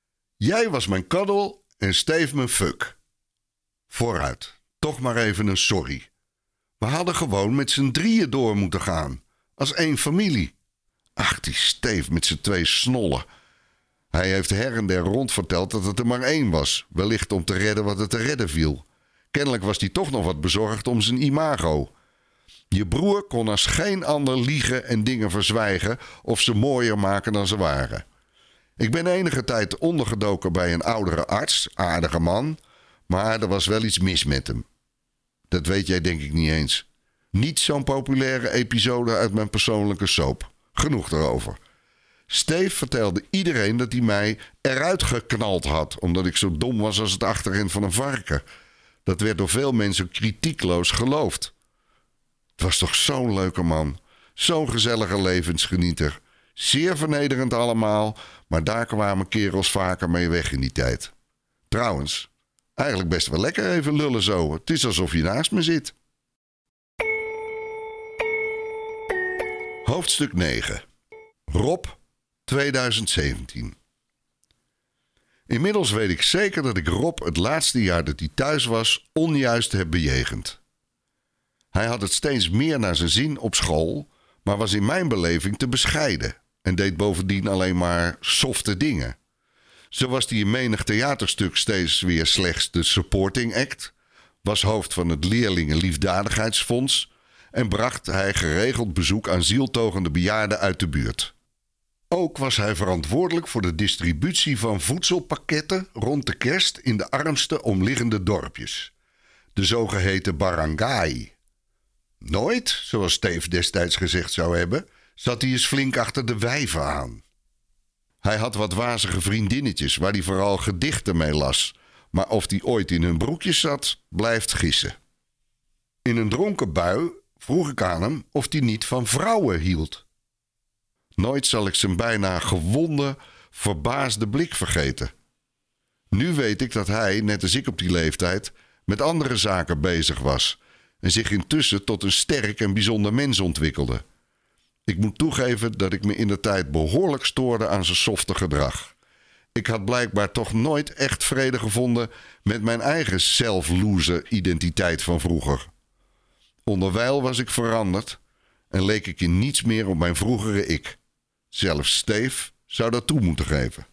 Jij was mijn kaddel en Steve mijn fuck. Vooruit, toch maar even een sorry. We hadden gewoon met z'n drieën door moeten gaan. Als één familie. Ach, die Steve met z'n 2 snollen. Hij heeft her en der rondverteld dat het er maar 1 was. Wellicht om te redden wat er te redden viel. Kennelijk was hij toch nog wat bezorgd om zijn imago. Je broer kon als geen ander liegen en dingen verzwijgen of ze mooier maken dan ze waren. Ik ben enige tijd ondergedoken bij een oudere arts, aardige man, maar er was wel iets mis met hem. Dat weet jij denk ik niet eens. Niet zo'n populaire episode uit mijn persoonlijke soap. Genoeg erover. Steve vertelde iedereen dat hij mij eruit geknald had, omdat ik zo dom was als het achterend van een varken. Dat werd door veel mensen kritiekloos geloofd. Het was toch zo'n leuke man. Zo'n gezellige levensgenieter. Zeer vernederend allemaal, maar daar kwamen kerels vaker mee weg in die tijd. Trouwens, eigenlijk best wel lekker even lullen zo. Het is alsof je naast me zit. Hoofdstuk 9. Rob, 2017. Inmiddels weet ik zeker dat ik Rob het laatste jaar dat hij thuis was onjuist heb bejegend. Hij had het steeds meer naar zijn zin op school, maar was in mijn beleving te bescheiden en deed bovendien alleen maar softe dingen. Zo was hij in menig theaterstuk steeds weer slechts de supporting act, was hoofd van het leerlingenliefdadigheidsfonds en bracht hij geregeld bezoek aan zieltogende bejaarden uit de buurt. Ook was hij verantwoordelijk voor de distributie van voedselpakketten rond de kerst in de armste omliggende dorpjes, de zogeheten barangay. Nooit, zoals Steve destijds gezegd zou hebben, zat hij eens flink achter de wijven aan. Hij had wat wazige vriendinnetjes waar hij vooral gedichten mee las, maar of die ooit in hun broekjes zat, blijft gissen. In een dronken bui vroeg ik aan hem of hij niet van vrouwen hield. Nooit zal ik zijn bijna gewonde, verbaasde blik vergeten. Nu weet ik dat hij, net als ik op die leeftijd, met andere zaken bezig was en zich intussen tot een sterk en bijzonder mens ontwikkelde. Ik moet toegeven dat ik me indertijd behoorlijk stoorde aan zijn softe gedrag. Ik had blijkbaar toch nooit echt vrede gevonden met mijn eigen zelfloze identiteit van vroeger. Onderwijl was ik veranderd en leek ik in niets meer op mijn vroegere ik. Zelfs Steve zou dat toe moeten geven.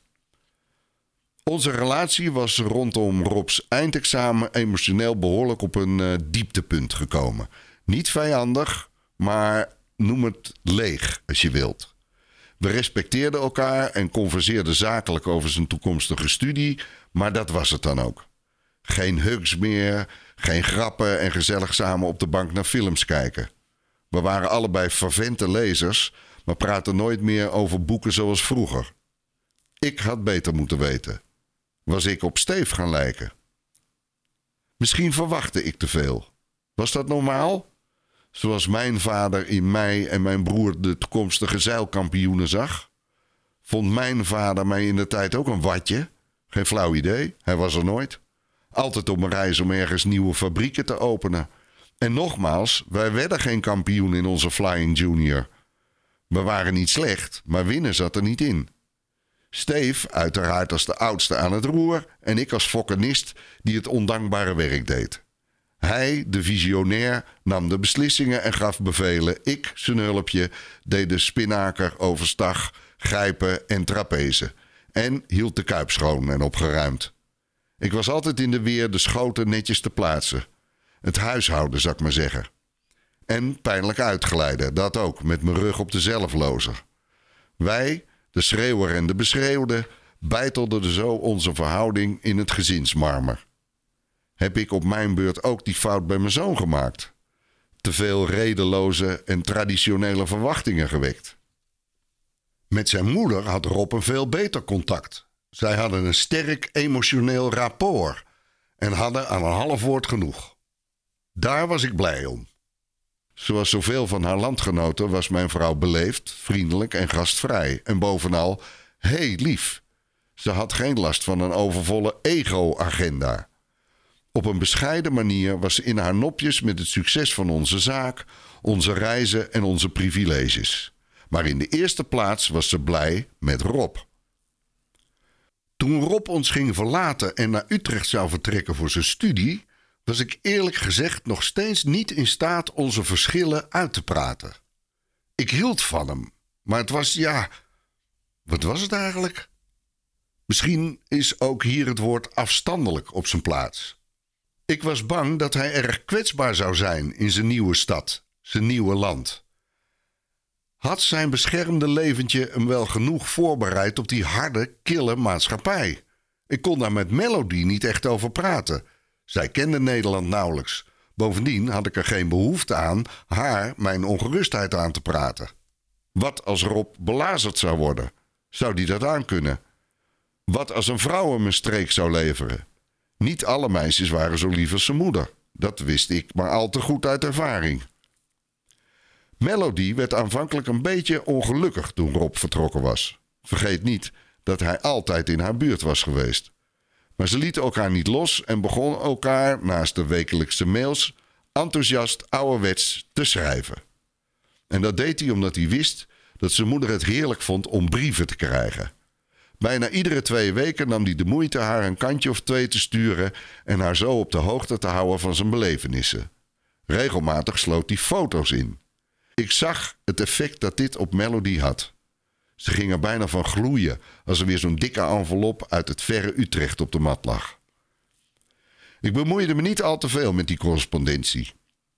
Onze relatie was rondom Rob's eindexamen emotioneel behoorlijk op een dieptepunt gekomen. Niet vijandig, maar noem het leeg als je wilt. We respecteerden elkaar en converseerden zakelijk over zijn toekomstige studie, maar dat was het dan ook. Geen hugs meer, geen grappen en gezellig samen op de bank naar films kijken. We waren allebei fervente lezers, maar praten nooit meer over boeken zoals vroeger. Ik had beter moeten weten. Was ik op Steve gaan lijken? Misschien verwachtte ik te veel. Was dat normaal? Zoals mijn vader in mij en mijn broer de toekomstige zeilkampioenen zag? Vond mijn vader mij in de tijd ook een watje? Geen flauw idee, hij was er nooit. Altijd op een reis om ergens nieuwe fabrieken te openen. En nogmaals, wij werden geen kampioen in onze Flying Junior. We waren niet slecht, maar winnen zat er niet in. Steve uiteraard als de oudste aan het roer en ik als fokkenist die het ondankbare werk deed. Hij, de visionair, nam de beslissingen en gaf bevelen. Ik, zijn hulpje, deed de spinnaker, overstag, grijpen en trapeze. En hield de kuip schoon en opgeruimd. Ik was altijd in de weer de schoten netjes te plaatsen. Het huishouden, zou ik maar zeggen. En pijnlijk uitglijden, dat ook, met mijn rug op de zelflozer. Wij, de schreeuwer en de beschreeuwde, beitelden zo onze verhouding in het gezinsmarmer. Heb ik op mijn beurt ook die fout bij mijn zoon gemaakt? Te veel redeloze en traditionele verwachtingen gewekt. Met zijn moeder had Rob een veel beter contact. Zij hadden een sterk emotioneel rapport en hadden aan een half woord genoeg. Daar was ik blij om. Zoals zoveel van haar landgenoten was mijn vrouw beleefd, vriendelijk en gastvrij. En bovenal heel lief. Ze had geen last van een overvolle ego-agenda. Op een bescheiden manier was ze in haar nopjes met het succes van onze zaak, onze reizen en onze privileges. Maar in de eerste plaats was ze blij met Rob. Toen Rob ons ging verlaten en naar Utrecht zou vertrekken voor zijn studie, was ik eerlijk gezegd nog steeds niet in staat onze verschillen uit te praten. Ik hield van hem, maar het was, wat was het eigenlijk? Misschien is ook hier het woord afstandelijk op zijn plaats. Ik was bang dat hij erg kwetsbaar zou zijn in zijn nieuwe stad, zijn nieuwe land. Had zijn beschermde leventje hem wel genoeg voorbereid op die harde, kille maatschappij? Ik kon daar met Melody niet echt over praten. Zij kende Nederland nauwelijks. Bovendien had ik er geen behoefte aan haar mijn ongerustheid aan te praten. Wat als Rob belazerd zou worden? Zou die dat aankunnen? Wat als een vrouw hem een streek zou leveren? Niet alle meisjes waren zo lief als zijn moeder. Dat wist ik maar al te goed uit ervaring. Melody werd aanvankelijk een beetje ongelukkig toen Rob vertrokken was. Vergeet niet dat hij altijd in haar buurt was geweest. Maar ze lieten elkaar niet los en begonnen elkaar, naast de wekelijkse mails, enthousiast ouderwets te schrijven. En dat deed hij omdat hij wist dat zijn moeder het heerlijk vond om brieven te krijgen. Bijna iedere 2 weken nam hij de moeite haar een kantje of 2 te sturen en haar zo op de hoogte te houden van zijn belevenissen. Regelmatig sloot hij foto's in. Ik zag het effect dat dit op Melody had. Ze ging er bijna van gloeien als er weer zo'n dikke envelop uit het verre Utrecht op de mat lag. Ik bemoeide me niet al te veel met die correspondentie.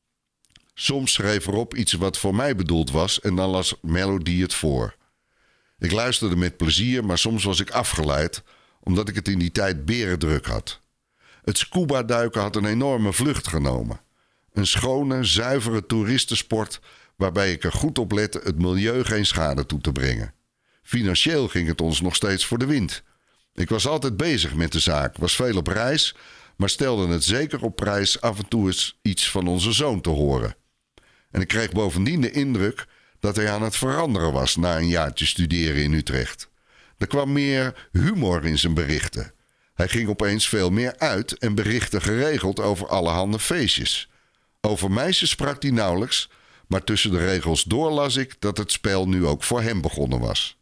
Soms schreef Rob iets wat voor mij bedoeld was en dan las Melody het voor. Ik luisterde met plezier, maar soms was ik afgeleid, omdat ik het in die tijd berendruk had. Het scuba-duiken had een enorme vlucht genomen. Een schone, zuivere toeristensport waarbij ik er goed op lette het milieu geen schade toe te brengen. Financieel ging het ons nog steeds voor de wind. Ik was altijd bezig met de zaak, was veel op reis, maar stelde het zeker op prijs af en toe eens iets van onze zoon te horen. En ik kreeg bovendien de indruk dat hij aan het veranderen was na een jaartje studeren in Utrecht. Er kwam meer humor in zijn berichten. Hij ging opeens veel meer uit en berichtte geregeld over allerhande feestjes. Over meisjes sprak hij nauwelijks, maar tussen de regels door las ik dat het spel nu ook voor hem begonnen was.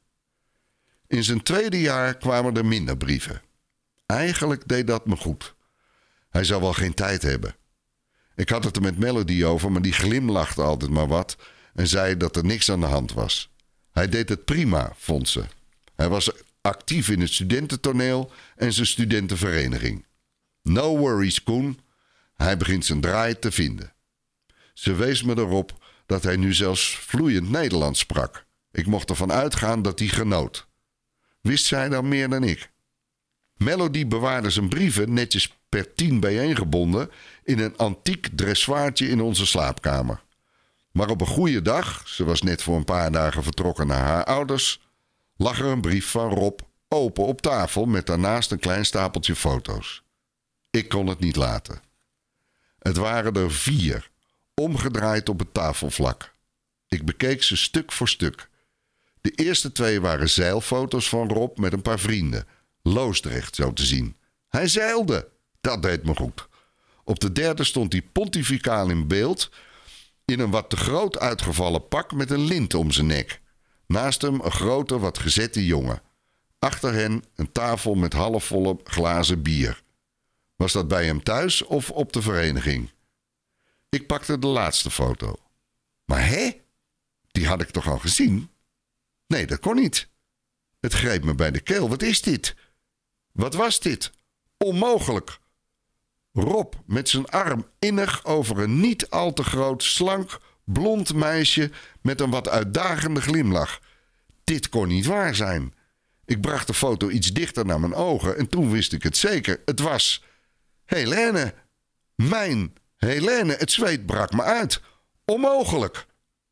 In zijn 2e jaar kwamen er minder brieven. Eigenlijk deed dat me goed. Hij zou wel geen tijd hebben. Ik had het er met Melody over, maar die glimlachte altijd maar wat en zei dat er niks aan de hand was. Hij deed het prima, vond ze. Hij was actief in het studententoneel en zijn studentenvereniging. No worries, Koen. Hij begint zijn draai te vinden. Ze wees me erop dat hij nu zelfs vloeiend Nederlands sprak. Ik mocht ervan uitgaan dat hij genoot. Wist zij dan meer dan ik? Melody bewaarde zijn brieven netjes per 10 bijeengebonden in een antiek dressoirtje in onze slaapkamer. Maar op een goede dag, ze was net voor een paar dagen vertrokken naar haar ouders, lag er een brief van Rob open op tafel met daarnaast een klein stapeltje foto's. Ik kon het niet laten. Het waren er 4, omgedraaid op het tafelvlak. Ik bekeek ze stuk voor stuk. De eerste 2 waren zeilfoto's van Rob met een paar vrienden. Loosdrecht, zo te zien. Hij zeilde. Dat deed me goed. Op de 3e stond hij pontificaal in beeld in een wat te groot uitgevallen pak met een lint om zijn nek. Naast hem een grote, wat gezette jongen. Achter hen een tafel met halfvolle glazen bier. Was dat bij hem thuis of op de vereniging? Ik pakte de laatste foto. Maar die had ik toch al gezien? Nee, dat kon niet. Het greep me bij de keel. Wat is dit? Wat was dit? Onmogelijk. Rob met zijn arm innig over een niet al te groot, slank, blond meisje met een wat uitdagende glimlach. Dit kon niet waar zijn. Ik bracht de foto iets dichter naar mijn ogen en toen wist ik het zeker. Het was Helene. Mijn Helene. Het zweet brak me uit. Onmogelijk.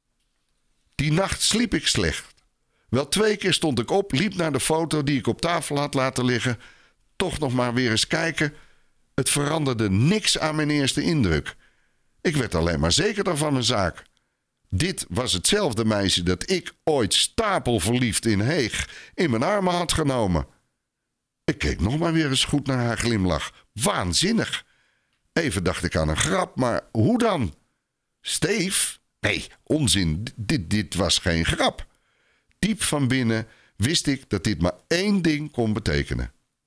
Die nacht sliep ik slecht. Wel 2 keer stond ik op, liep naar de foto die ik op tafel had laten liggen. Toch nog maar weer eens kijken. Het veranderde niks aan mijn eerste indruk. Ik werd alleen maar zekerder van mijn zaak. Dit was hetzelfde meisje dat ik ooit stapelverliefd in Heeg in mijn armen had genomen. Ik keek nog maar weer eens goed naar haar glimlach. Waanzinnig. Even dacht ik aan een grap, maar hoe dan? Steef? Nee, onzin. Dit was geen grap. Diep van binnen wist ik dat dit maar 1 ding kon betekenen.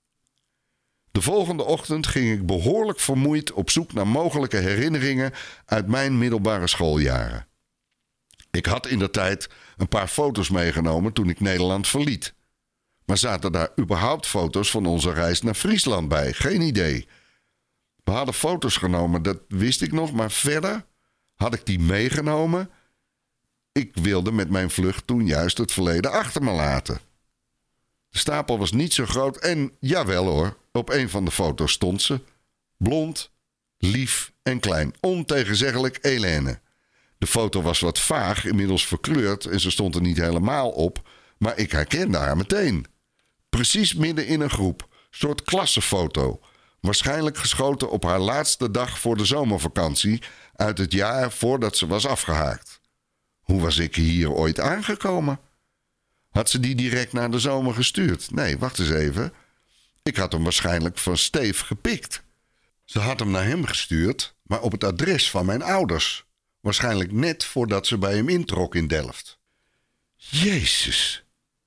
De volgende ochtend ging ik behoorlijk vermoeid op zoek naar mogelijke herinneringen uit mijn middelbare schooljaren. Ik had indertijd een paar foto's meegenomen toen ik Nederland verliet. Maar zaten daar überhaupt foto's van onze reis naar Friesland bij? Geen idee. We hadden foto's genomen, dat wist ik nog, maar verder had ik die meegenomen. Ik wilde met mijn vlucht toen juist het verleden achter me laten. De stapel was niet zo groot en jawel hoor, op een van de foto's stond ze. Blond, lief en klein, ontegenzeggelijk Helene. De foto was wat vaag, inmiddels verkleurd en ze stond er niet helemaal op, maar ik herkende haar meteen. Precies midden in een groep, soort klassenfoto. Waarschijnlijk geschoten op haar laatste dag voor de zomervakantie uit het jaar voordat ze was afgehaakt. Hoe was ik hier ooit aangekomen? Had ze die direct na de zomer gestuurd? Nee, wacht eens even. Ik had hem waarschijnlijk van Steef gepikt. Ze had hem naar hem gestuurd, maar op het adres van mijn ouders. Waarschijnlijk net voordat ze bij hem introk in Delft. Jezus.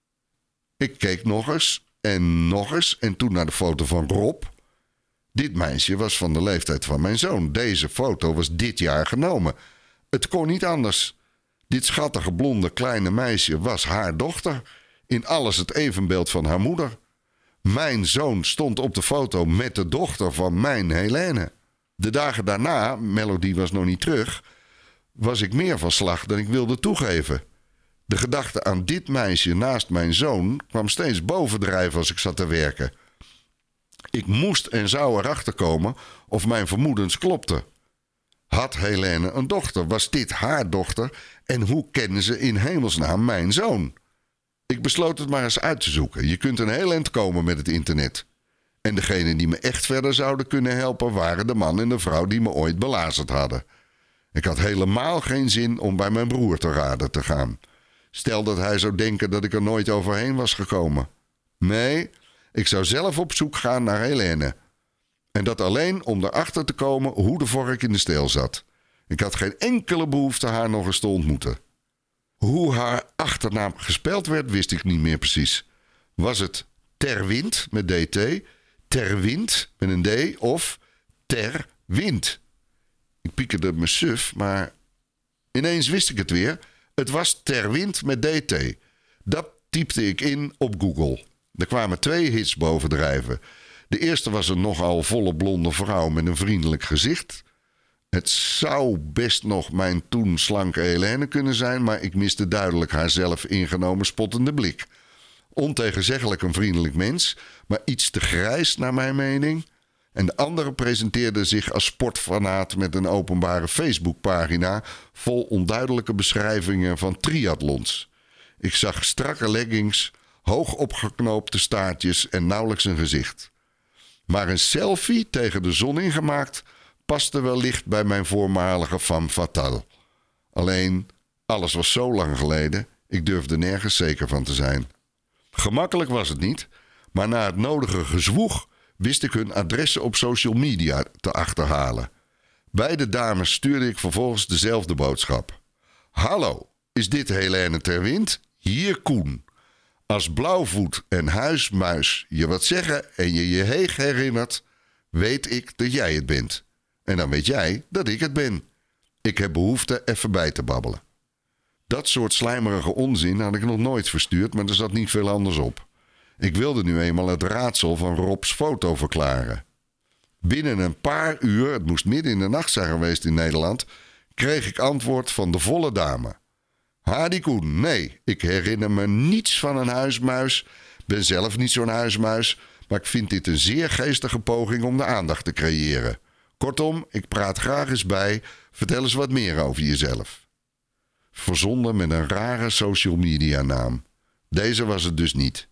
Ik keek nog eens en toen naar de foto van Rob. Dit meisje was van de leeftijd van mijn zoon. Deze foto was dit jaar genomen. Het kon niet anders. Dit schattige blonde kleine meisje was haar dochter. In alles het evenbeeld van haar moeder. Mijn zoon stond op de foto met de dochter van mijn Helene. De dagen daarna, Melody was nog niet terug, was ik meer van slag dan ik wilde toegeven. De gedachte aan dit meisje naast mijn zoon kwam steeds bovendrijven als ik zat te werken. Ik moest en zou erachter komen of mijn vermoedens klopten. Had Helene een dochter? Was dit haar dochter? En hoe kende ze in hemelsnaam mijn zoon? Ik besloot het maar eens uit te zoeken. Je kunt een heel eind komen met het internet. En degenen die me echt verder zouden kunnen helpen waren de man en de vrouw die me ooit belazerd hadden. Ik had helemaal geen zin om bij mijn broer te raden te gaan. Stel dat hij zou denken dat ik er nooit overheen was gekomen. Nee, ik zou zelf op zoek gaan naar Helene. En dat alleen om erachter te komen hoe de vork in de steel zat. Ik had geen enkele behoefte haar nog eens te ontmoeten. Hoe haar achternaam gespeld werd, wist ik niet meer precies. Was het Terwind met DT, Terwind met een D of Terwind? Ik piekerde me suf, maar ineens wist ik het weer. Het was Terwind met DT. Dat typte ik in op Google. Er kwamen 2 hits bovendrijven. De eerste was een nogal volle blonde vrouw met een vriendelijk gezicht. Het zou best nog mijn toen slanke Helene kunnen zijn, maar ik miste duidelijk haar zelf ingenomen spottende blik. Ontegenzeggelijk een vriendelijk mens, maar iets te grijs naar mijn mening. En de andere presenteerde zich als sportfanaat met een openbare Facebookpagina vol onduidelijke beschrijvingen van triathlons. Ik zag strakke leggings, hoog opgeknoopte staartjes en nauwelijks een gezicht. Maar een selfie tegen de zon ingemaakt paste wellicht bij mijn voormalige femme fatale. Alleen, alles was zo lang geleden, ik durfde nergens zeker van te zijn. Gemakkelijk was het niet, maar na het nodige gezwoeg wist ik hun adressen op social media te achterhalen. Beide dames stuurde ik vervolgens dezelfde boodschap. Hallo, is dit Helene Terwind? Hier Koen. Als Blauwvoet en Huismuis je wat zeggen en je heeg herinnert, weet ik dat jij het bent. En dan weet jij dat ik het ben. Ik heb behoefte even bij te babbelen. Dat soort slijmerige onzin had ik nog nooit verstuurd, maar er zat niet veel anders op. Ik wilde nu eenmaal het raadsel van Rob's foto verklaren. Binnen een paar uur, het moest midden in de nacht zijn geweest in Nederland, kreeg ik antwoord van de volle dame. Hadi Koen, nee, ik herinner me niets van een huismuis, ben zelf niet zo'n huismuis, maar ik vind dit een zeer geestige poging om de aandacht te creëren. Kortom, ik praat graag eens bij, vertel eens wat meer over jezelf. Verzonden met een rare social media naam. Deze was het dus niet.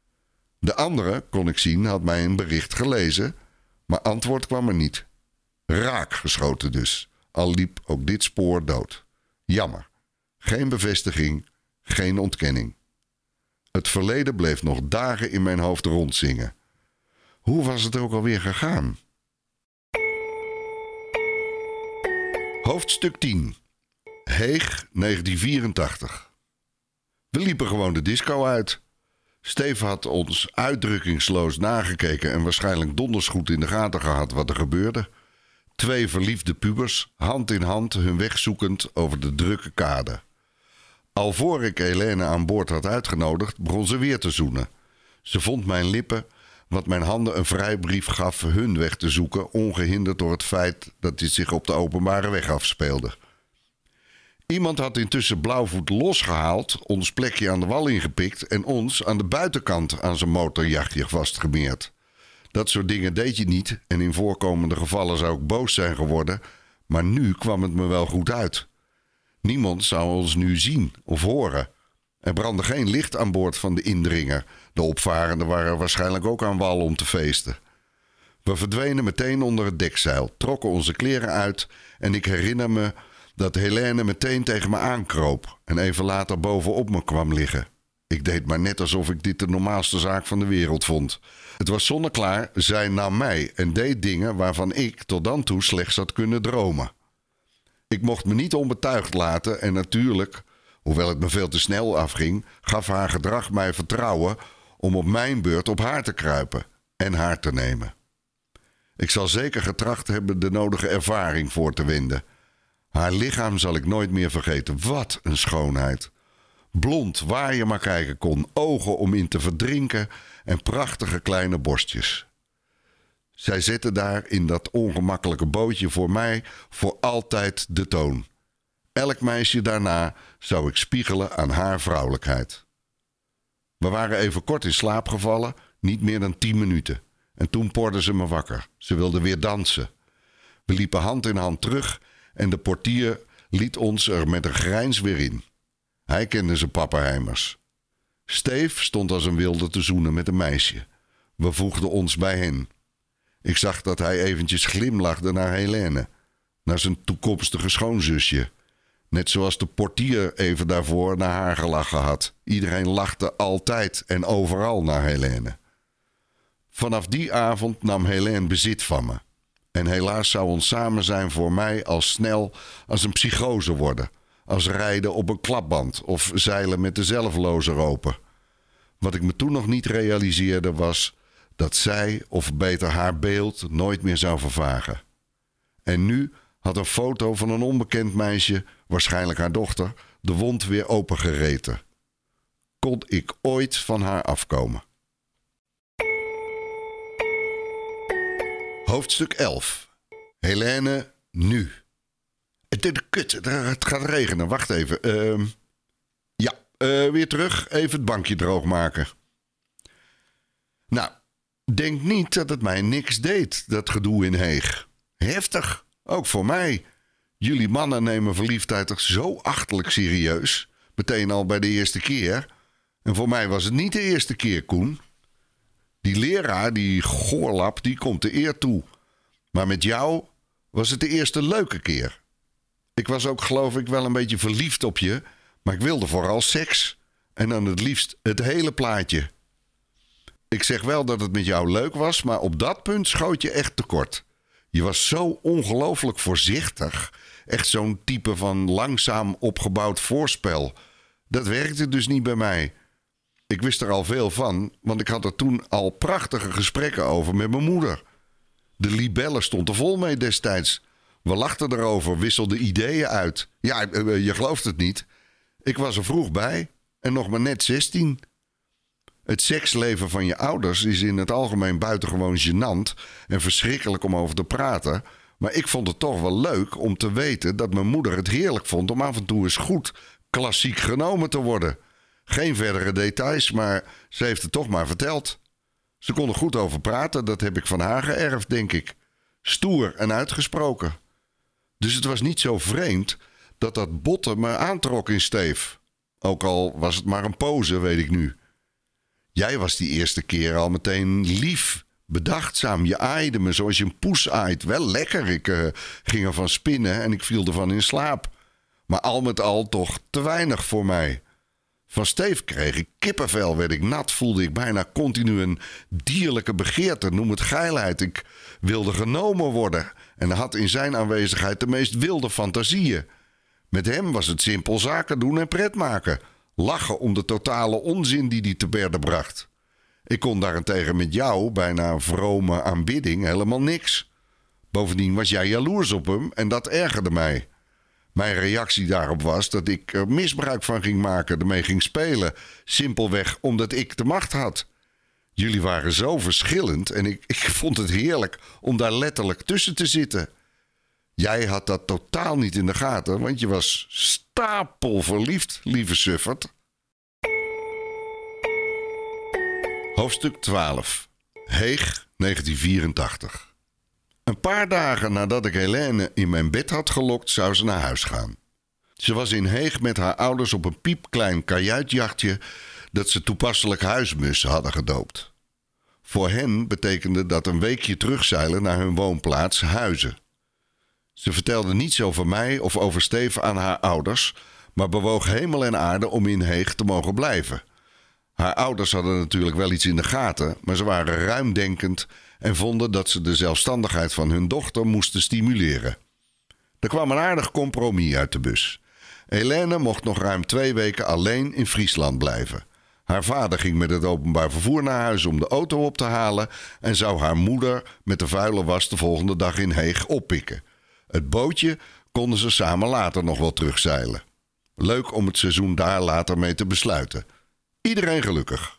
De andere, kon ik zien, had mij een bericht gelezen, maar antwoord kwam er niet. Raak geschoten dus, al liep ook dit spoor dood. Jammer. Geen bevestiging, geen ontkenning. Het verleden bleef nog dagen in mijn hoofd rondzingen. Hoe was het er ook alweer gegaan? Hoofdstuk 10. Heeg, 1984. We liepen gewoon de disco uit. Steve had ons uitdrukkingsloos nagekeken en waarschijnlijk donders goed in de gaten gehad wat er gebeurde. 2 verliefde pubers, hand in hand, hun weg zoekend over de drukke kade. Al voor ik Helene aan boord had uitgenodigd, begon ze weer te zoenen. Ze vond mijn lippen, wat mijn handen een vrijbrief gaf hun weg te zoeken, ongehinderd door het feit dat dit zich op de openbare weg afspeelde. Iemand had intussen Blauwvoet losgehaald, ons plekje aan de wal ingepikt en ons aan de buitenkant aan zijn motorjachtje vastgemeerd. Dat soort dingen deed je niet en in voorkomende gevallen zou ik boos zijn geworden, maar nu kwam het me wel goed uit. Niemand zou ons nu zien of horen. Er brandde geen licht aan boord van de indringer. De opvarenden waren waarschijnlijk ook aan wal om te feesten. We verdwenen meteen onder het dekzeil, trokken onze kleren uit en ik herinner me dat Helene meteen tegen me aankroop en even later bovenop me kwam liggen. Ik deed maar net alsof ik dit de normaalste zaak van de wereld vond. Het was zonneklaar, zij nam mij en deed dingen waarvan ik tot dan toe slechts had kunnen dromen. Ik mocht me niet onbetuigd laten en natuurlijk, hoewel het me veel te snel afging, gaf haar gedrag mij vertrouwen om op mijn beurt op haar te kruipen en haar te nemen. Ik zal zeker getracht hebben de nodige ervaring voor te winden. Haar lichaam zal ik nooit meer vergeten. Wat een schoonheid. Blond, waar je maar kijken kon, ogen om in te verdrinken en prachtige kleine borstjes. Zij zette daar in dat ongemakkelijke bootje voor mij voor altijd de toon. Elk meisje daarna zou ik spiegelen aan haar vrouwelijkheid. We waren even kort in slaap gevallen, niet meer dan 10 minuten. En toen porde ze me wakker. Ze wilde weer dansen. We liepen hand in hand terug en de portier liet ons er met een grijns weer in. Hij kende zijn pappenheimers. Steve stond als een wilde te zoenen met een meisje. We voegden ons bij hen. Ik zag dat hij eventjes glimlachte naar Helene, naar zijn toekomstige schoonzusje. Net zoals de portier even daarvoor naar haar gelachen had. Iedereen lachte altijd en overal naar Helene. Vanaf die avond nam Helene bezit van me. En helaas zou ons samen zijn voor mij al snel als een psychose worden. Als rijden op een klapband of zeilen met de zelfloze open. Wat ik me toen nog niet realiseerde was dat zij, of beter haar beeld, nooit meer zou vervagen. En nu had een foto van een onbekend meisje, waarschijnlijk haar dochter, de wond weer opengereten. Kon ik ooit van haar afkomen? Hoofdstuk 11. Helene, nu. Het gaat regenen. Wacht even. Weer terug. Even het bankje droog maken. Nou, denk niet dat het mij niks deed, dat gedoe in Heeg. Heftig. Ook voor mij. Jullie mannen nemen verliefdheid toch zo achterlijk serieus. Meteen al bij de eerste keer. En voor mij was het niet de eerste keer, Koen. Die leraar, die goorlap, die komt de eer toe. Maar met jou was het de eerste leuke keer. Ik was ook, geloof ik, wel een beetje verliefd op je. Maar ik wilde vooral seks. En dan het liefst het hele plaatje. Ik zeg wel dat het met jou leuk was, maar op dat punt schoot je echt tekort. Je was zo ongelooflijk voorzichtig. Echt zo'n type van langzaam opgebouwd voorspel. Dat werkte dus niet bij mij. Ik wist er al veel van, want ik had er toen al prachtige gesprekken over met mijn moeder. De libelle stond er vol mee destijds. We lachten erover, wisselden ideeën uit. Ja, je gelooft het niet. Ik was er vroeg bij en nog maar net 16. Het seksleven van je ouders is in het algemeen buitengewoon gênant en verschrikkelijk om over te praten. Maar ik vond het toch wel leuk om te weten dat mijn moeder het heerlijk vond om af en toe eens goed klassiek genomen te worden. Geen verdere details, maar ze heeft het toch maar verteld. Ze kon er goed over praten, dat heb ik van haar geërfd, denk ik. Stoer en uitgesproken. Dus het was niet zo vreemd dat botten me aantrok in Steef. Ook al was het maar een pose, weet ik nu. Jij was die eerste keer al meteen lief, bedachtzaam. Je aaide me zoals je een poes aait. Wel lekker, ik ging ervan spinnen en ik viel ervan in slaap. Maar al met al toch te weinig voor mij. Van Steef kreeg ik kippenvel, werd ik nat, voelde ik bijna continu een dierlijke begeerte, noem het geilheid. Ik wilde genomen worden en had in zijn aanwezigheid de meest wilde fantasieën. Met hem was het simpel zaken doen en pret maken. Lachen om de totale onzin die hij te berde bracht. Ik kon daarentegen met jou, bijna vrome aanbidding, helemaal niks. Bovendien was jij jaloers op hem en dat ergerde mij. Mijn reactie daarop was dat ik er misbruik van ging maken, ermee ging spelen. Simpelweg omdat ik de macht had. Jullie waren zo verschillend en ik vond het heerlijk om daar letterlijk tussen te zitten. Jij had dat totaal niet in de gaten, want je was stapelverliefd, lieve sufferd. Hoofdstuk 12. Heeg, 1984. Een paar dagen nadat ik Helene in mijn bed had gelokt, zou ze naar huis gaan. Ze was in Heeg met haar ouders op een piepklein kajuitjachtje dat ze toepasselijk Huismus hadden gedoopt. Voor hen betekende dat een weekje terugzeilen naar hun woonplaats Huizen. Ze vertelde niets over mij of over Steve aan haar ouders, maar bewoog hemel en aarde om in Heeg te mogen blijven. Haar ouders hadden natuurlijk wel iets in de gaten, maar ze waren ruimdenkend en vonden dat ze de zelfstandigheid van hun dochter moesten stimuleren. Er kwam een aardig compromis uit de bus. Helene mocht nog ruim 2 weken alleen in Friesland blijven. Haar vader ging met het openbaar vervoer naar huis om de auto op te halen en zou haar moeder met de vuile was de volgende dag in Heeg oppikken. Het bootje konden ze samen later nog wel terugzeilen. Leuk om het seizoen daar later mee te besluiten. Iedereen gelukkig.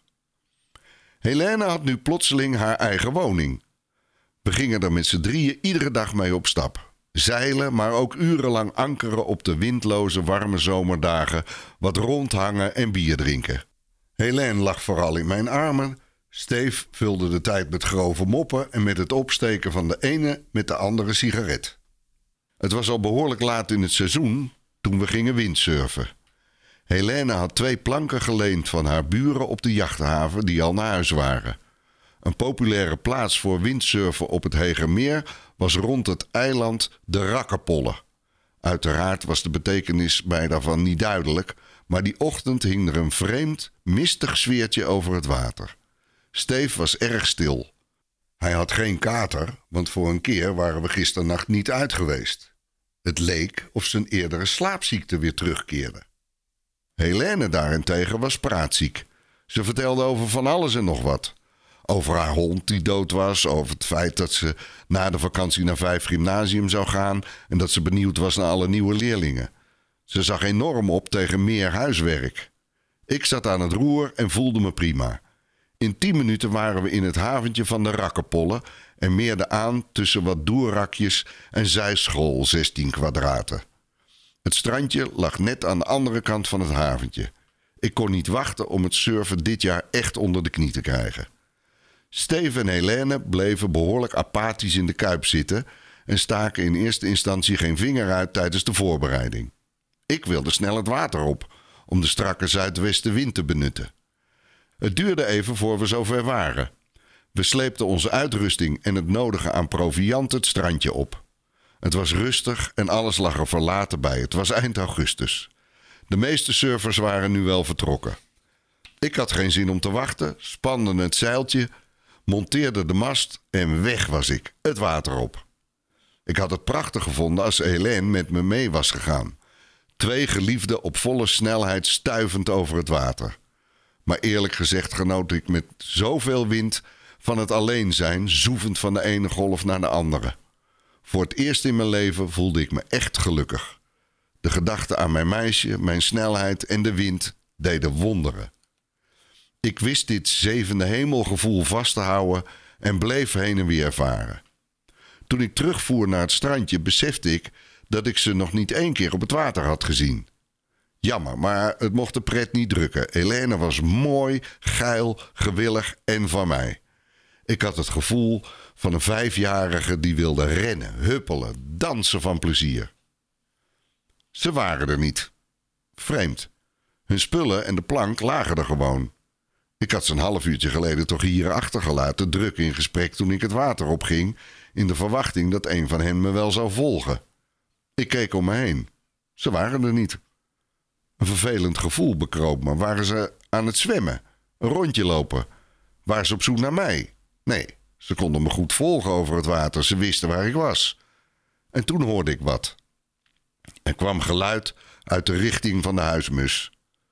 Helene had nu plotseling haar eigen woning. We gingen er met z'n drieën iedere dag mee op stap. Zeilen, maar ook urenlang ankeren op de windloze warme zomerdagen, wat rondhangen en bier drinken. Helene lag vooral in mijn armen. Steve vulde de tijd met grove moppen en met het opsteken van de ene met de andere sigaret. Het was al behoorlijk laat in het seizoen toen we gingen windsurfen. Helene had 2 planken geleend van haar buren op de jachthaven die al naar huis waren. Een populaire plaats voor windsurfen op het Hegermeer was rond het eiland de Rakkerpollen. Uiteraard was de betekenis bij daarvan niet duidelijk, maar die ochtend hing er een vreemd, mistig sfeertje over het water. Steve was erg stil. Hij had geen kater, want voor een keer waren we gisternacht niet uit geweest. Het leek of zijn eerdere slaapziekte weer terugkeerde. Helene daarentegen was praatziek. Ze vertelde over van alles en nog wat. Over haar hond die dood was, over het feit dat ze na de vakantie naar 5 gymnasium zou gaan en dat ze benieuwd was naar alle nieuwe leerlingen. Ze zag enorm op tegen meer huiswerk. Ik zat aan het roer en voelde me prima. In 10 minuten waren we in het haventje van de Rakkerpollen en meerden aan tussen wat doerrakjes en zijschool 16 kwadraten. Het strandje lag net aan de andere kant van het haventje. Ik kon niet wachten om het surfen dit jaar echt onder de knie te krijgen. Steve en Helene bleven behoorlijk apathisch in de kuip zitten en staken in eerste instantie geen vinger uit tijdens de voorbereiding. Ik wilde snel het water op om de strakke zuidwestenwind te benutten. Het duurde even voor we zover waren. We sleepten onze uitrusting en het nodige aan proviant het strandje op. Het was rustig en alles lag er verlaten bij. Het was eind augustus. De meeste surfers waren nu wel vertrokken. Ik had geen zin om te wachten, spande het zeiltje, monteerde de mast en weg was ik, het water op. Ik had het prachtig gevonden als Helene met me mee was gegaan. 2 geliefden op volle snelheid stuivend over het water. Maar eerlijk gezegd genoot ik met zoveel wind van het alleen zijn, zoevend van de ene golf naar de andere. Voor het eerst in mijn leven voelde ik me echt gelukkig. De gedachte aan mijn meisje, mijn snelheid en de wind deden wonderen. Ik wist dit 7e hemelgevoel vast te houden en bleef heen en weer varen. Toen ik terugvoer naar het strandje besefte ik dat ik ze nog niet 1 keer op het water had gezien. Jammer, maar het mocht de pret niet drukken. Helene was mooi, geil, gewillig en van mij. Ik had het gevoel van een 5-jarige die wilde rennen, huppelen, dansen van plezier. Ze waren er niet. Vreemd. Hun spullen en de plank lagen er gewoon. Ik had ze een half uurtje geleden toch hier achtergelaten, druk in gesprek toen ik het water opging, in de verwachting dat een van hen me wel zou volgen. Ik keek om me heen. Ze waren er niet. Een vervelend gevoel bekroop me. Waren ze aan het zwemmen? Een rondje lopen? Waren ze op zoek naar mij? Nee, ze konden me goed volgen over het water. Ze wisten waar ik was. En toen hoorde ik wat. Er kwam geluid uit de richting van de huismus.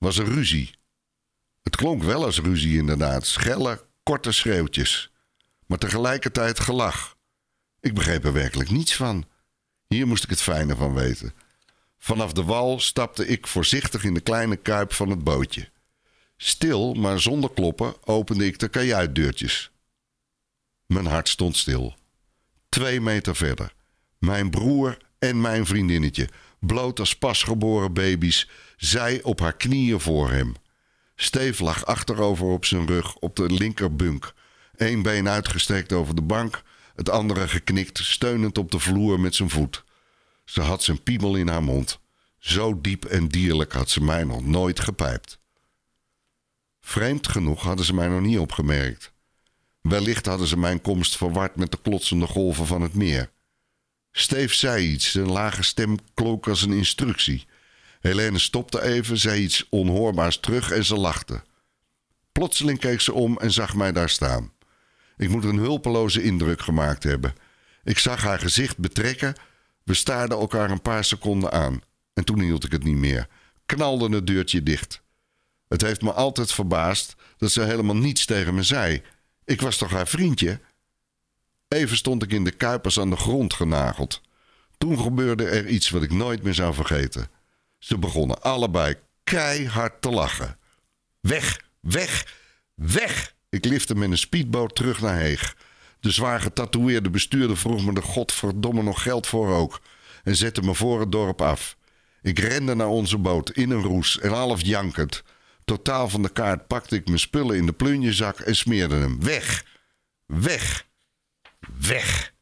was er ruzie. Het klonk wel als ruzie inderdaad. Schelle, korte schreeuwtjes. Maar tegelijkertijd gelach. Ik begreep er werkelijk niets van. Hier moest ik het fijne van weten. Vanaf de wal stapte ik voorzichtig in de kleine kuip van het bootje. Stil, maar zonder kloppen, opende ik de kajuitdeurtjes. Mijn hart stond stil. 2 meter verder. Mijn broer en mijn vriendinnetje, bloot als pasgeboren baby's, zij op haar knieën voor hem. Steve lag achterover op zijn rug op de linkerbunk. 1 been uitgestrekt over de bank, het andere geknikt, steunend op de vloer met zijn voet. Ze had zijn piemel in haar mond. Zo diep en dierlijk had ze mij nog nooit gepijpt. Vreemd genoeg hadden ze mij nog niet opgemerkt. Wellicht hadden ze mijn komst verward met de klotsende golven van het meer. Steve zei iets, zijn lage stem klonk als een instructie. Helene stopte even, zei iets onhoorbaars terug en ze lachte. Plotseling keek ze om en zag mij daar staan. Ik moet een hulpeloze indruk gemaakt hebben. Ik zag haar gezicht betrekken. We staarden elkaar een paar seconden aan. En toen hield ik het niet meer. Knalde het deurtje dicht. Het heeft me altijd verbaasd dat ze helemaal niets tegen me zei. Ik was toch haar vriendje? Even stond ik in de kuipers aan de grond genageld. Toen gebeurde er iets wat ik nooit meer zou vergeten. Ze begonnen allebei keihard te lachen. Weg, weg, weg! Ik lifte met een speedboot terug naar Heeg. De zwaar getatoeëerde bestuurder vroeg me er godverdomme nog geld voor ook. En zette me voor het dorp af. Ik rende naar onze boot in een roes en half jankend. Totaal van de kaart pakte ik mijn spullen in de plunjezak en smeerde hem. Weg! Weg! Weg!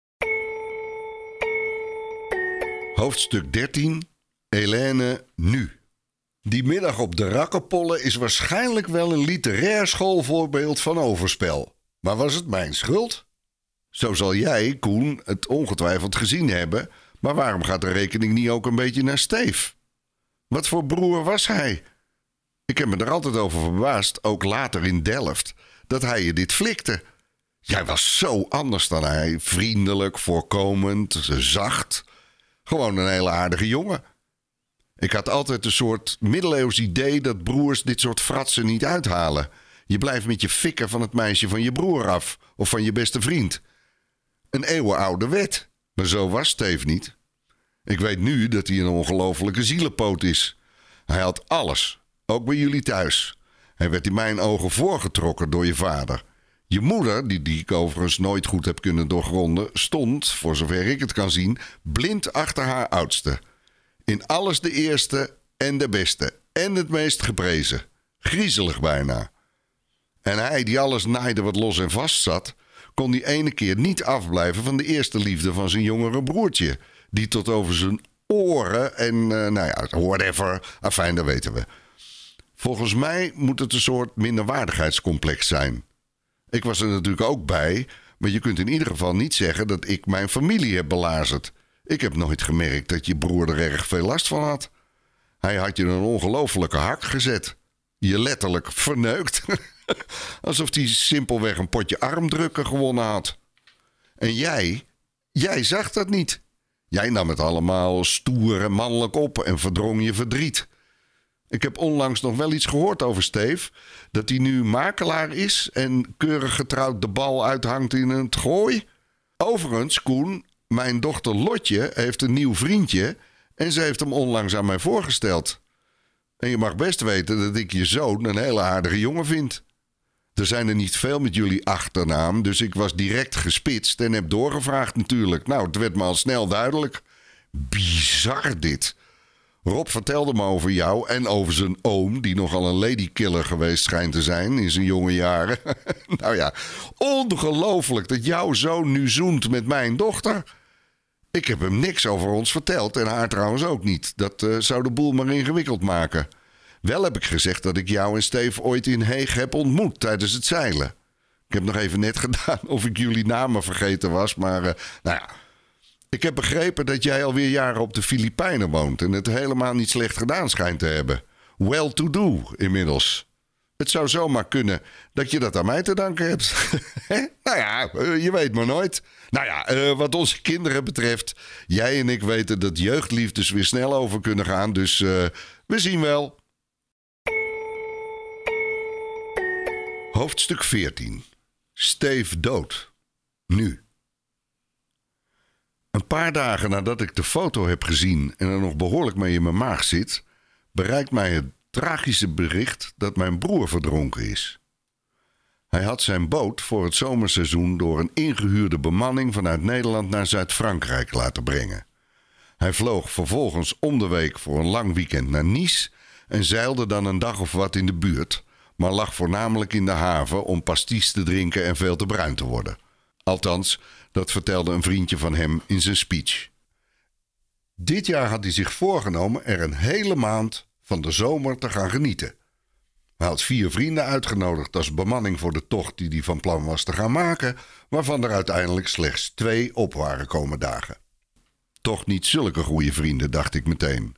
Hoofdstuk 13. Helene nu. Die middag op de Rakkerpollen is waarschijnlijk wel een literair schoolvoorbeeld van overspel. Maar was het mijn schuld? Zo zal jij, Koen, het ongetwijfeld gezien hebben. Maar waarom gaat de rekening niet ook een beetje naar Steve? Wat voor broer was hij? Ik heb me er altijd over verbaasd, ook later in Delft, dat hij je dit flikte. Jij was zo anders dan hij. Vriendelijk, voorkomend, zacht. Gewoon een hele aardige jongen. Ik had altijd een soort middeleeuws idee dat broers dit soort fratsen niet uithalen. Je blijft met je fikken van het meisje van je broer af of van je beste vriend. Een eeuwenoude wet. Maar zo was Steve niet. Ik weet nu dat hij een ongelofelijke zielepoot is. Hij had alles, ook bij jullie thuis. Hij werd in mijn ogen voorgetrokken door je vader. Je moeder, die ik overigens nooit goed heb kunnen doorgronden, stond, voor zover ik het kan zien, blind achter haar oudste. In alles de eerste en de beste en het meest geprezen. Griezelig bijna. En hij die alles naaide wat los en vast zat, kon die ene keer niet afblijven van de eerste liefde van zijn jongere broertje, die tot over zijn oren en whatever, afijn, dat weten we. Volgens mij moet het een soort minderwaardigheidscomplex zijn. Ik was er natuurlijk ook bij, maar je kunt in ieder geval niet zeggen dat ik mijn familie heb belazerd. Ik heb nooit gemerkt dat je broer er erg veel last van had. Hij had je een ongelofelijke hak gezet. Je letterlijk verneukt. Alsof hij simpelweg een potje armdrukken gewonnen had. En jij zag dat niet. Jij nam het allemaal stoer en mannelijk op en verdrong je verdriet. Ik heb onlangs nog wel iets gehoord over Steve. Dat hij nu makelaar is en keurig getrouwd de bal uithangt in het gooi. Overigens, Koen, mijn dochter Lotje heeft een nieuw vriendje en ze heeft hem onlangs aan mij voorgesteld. En je mag best weten dat ik je zoon een hele aardige jongen vind. Er zijn er niet veel met jullie achternaam, dus ik was direct gespitst en heb doorgevraagd natuurlijk. Nou, het werd me al snel duidelijk. Bizar dit. Rob vertelde me over jou en over zijn oom, die nogal een ladykiller geweest schijnt te zijn in zijn jonge jaren. Nou ja, ongelooflijk dat jouw zoon nu zoent met mijn dochter. Ik heb hem niks over ons verteld en haar trouwens ook niet. Dat zou de boel maar ingewikkeld maken. Wel heb ik gezegd dat ik jou en Steve ooit in Heeg heb ontmoet tijdens het zeilen. Ik heb nog even net gedaan of ik jullie namen vergeten was, maar nou ja. Ik heb begrepen dat jij alweer jaren op de Filipijnen woont en het helemaal niet slecht gedaan schijnt te hebben. Well to do inmiddels. Het zou zomaar kunnen dat je dat aan mij te danken hebt. Nou ja, je weet maar nooit. Nou ja, wat onze kinderen betreft, jij en ik weten dat jeugdliefdes weer snel over kunnen gaan, dus we zien wel. Hoofdstuk 14. Steve dood. Nu. Een paar dagen nadat ik de foto heb gezien en er nog behoorlijk mee in mijn maag zit, bereikt mij het tragische bericht dat mijn broer verdronken is. Hij had zijn boot voor het zomerseizoen door een ingehuurde bemanning vanuit Nederland naar Zuid-Frankrijk laten brengen. Hij vloog vervolgens om de week voor een lang weekend naar Nice en zeilde dan een dag of wat in de buurt, maar lag voornamelijk in de haven om pastis te drinken en veel te bruin te worden. Althans, dat vertelde een vriendje van hem in zijn speech. Dit jaar had hij zich voorgenomen er een hele maand van de zomer te gaan genieten. Hij had 4 vrienden uitgenodigd als bemanning voor de tocht die hij van plan was te gaan maken, waarvan er uiteindelijk slechts 2 op waren komen dagen. Toch niet zulke goede vrienden, dacht ik meteen.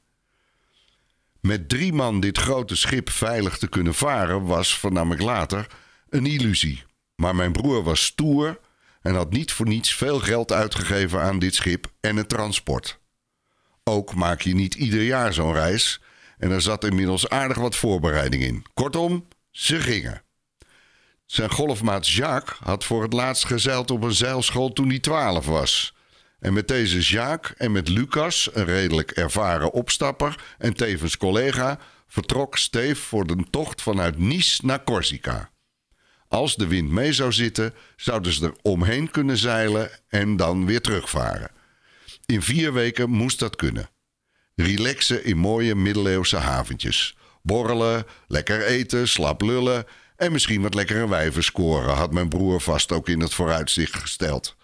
Met 3 man dit grote schip veilig te kunnen varen was, vernam ik later, een illusie. Maar mijn broer was stoer en had niet voor niets veel geld uitgegeven aan dit schip en het transport. Ook maak je niet ieder jaar zo'n reis en er zat inmiddels aardig wat voorbereiding in. Kortom, ze gingen. Zijn golfmaat Jacques had voor het laatst gezeild op een zeilschool toen hij 12 was. En met deze Jacques en met Lucas, een redelijk ervaren opstapper en tevens collega, vertrok Steve voor de tocht vanuit Nice naar Corsica. Als de wind mee zou zitten, zouden ze er omheen kunnen zeilen en dan weer terugvaren. In 4 weken moest dat kunnen. Relaxen in mooie middeleeuwse haventjes. Borrelen, lekker eten, slap lullen en misschien wat lekkere wijven scoren, had mijn broer vast ook in het vooruitzicht gesteld.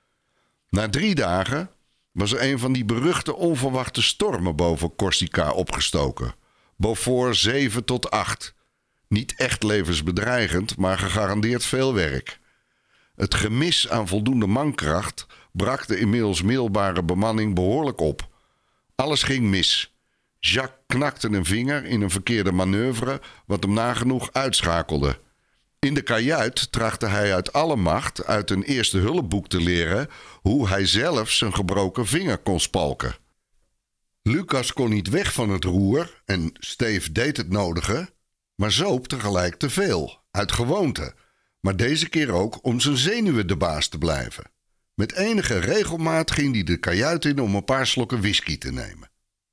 Na 3 dagen was er een van die beruchte onverwachte stormen boven Corsica opgestoken. Beaufort 7 tot 8. Niet echt levensbedreigend, maar gegarandeerd veel werk. Het gemis aan voldoende mankracht brak de inmiddels middelbare bemanning behoorlijk op. Alles ging mis. Jacques knakte een vinger in een verkeerde manoeuvre, wat hem nagenoeg uitschakelde. In de kajuit trachtte hij uit alle macht uit een eerste hulpboek te leren hoe hij zelf zijn gebroken vinger kon spalken. Lucas kon niet weg van het roer en Steve deed het nodige, maar zoop tegelijk te veel, uit gewoonte, maar deze keer ook om zijn zenuwen de baas te blijven. Met enige regelmaat ging hij de kajuit in om een paar slokken whisky te nemen.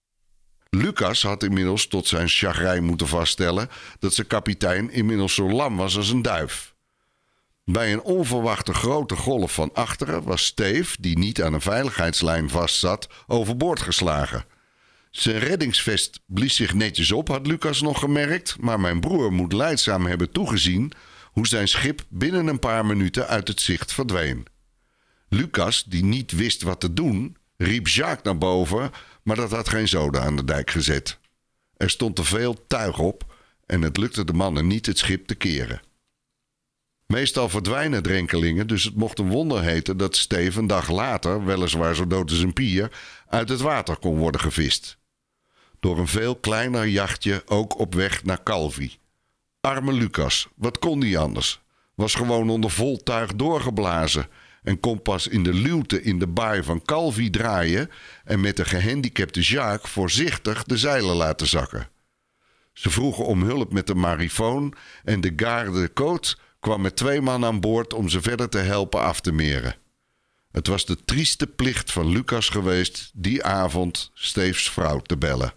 Lucas had inmiddels tot zijn chagrijn moeten vaststellen dat zijn kapitein inmiddels zo lam was als een duif. Bij een onverwachte grote golf van achteren was Steve, die niet aan een veiligheidslijn vastzat, overboord geslagen. Zijn reddingsvest blies zich netjes op, had Lucas nog gemerkt, maar mijn broer moet lijdzaam hebben toegezien hoe zijn schip binnen een paar minuten uit het zicht verdween. Lucas, die niet wist wat te doen, riep Jacques naar boven, maar dat had geen zoden aan de dijk gezet. Er stond te veel tuig op en het lukte de mannen niet het schip te keren. Meestal verdwijnen drenkelingen, dus het mocht een wonder heten dat Steve een dag later, weliswaar zo dood als een pier, uit het water kon worden gevist. Door een veel kleiner jachtje ook op weg naar Calvi. Arme Lucas, wat kon die anders? Was gewoon onder vol tuig doorgeblazen en kon pas in de luwte in de baai van Calvi draaien en met de gehandicapte Jacques voorzichtig de zeilen laten zakken. Ze vroegen om hulp met de marifoon en de garde-côte kwam met 2 man aan boord om ze verder te helpen af te meren. Het was de trieste plicht van Lucas geweest die avond Steves vrouw te bellen.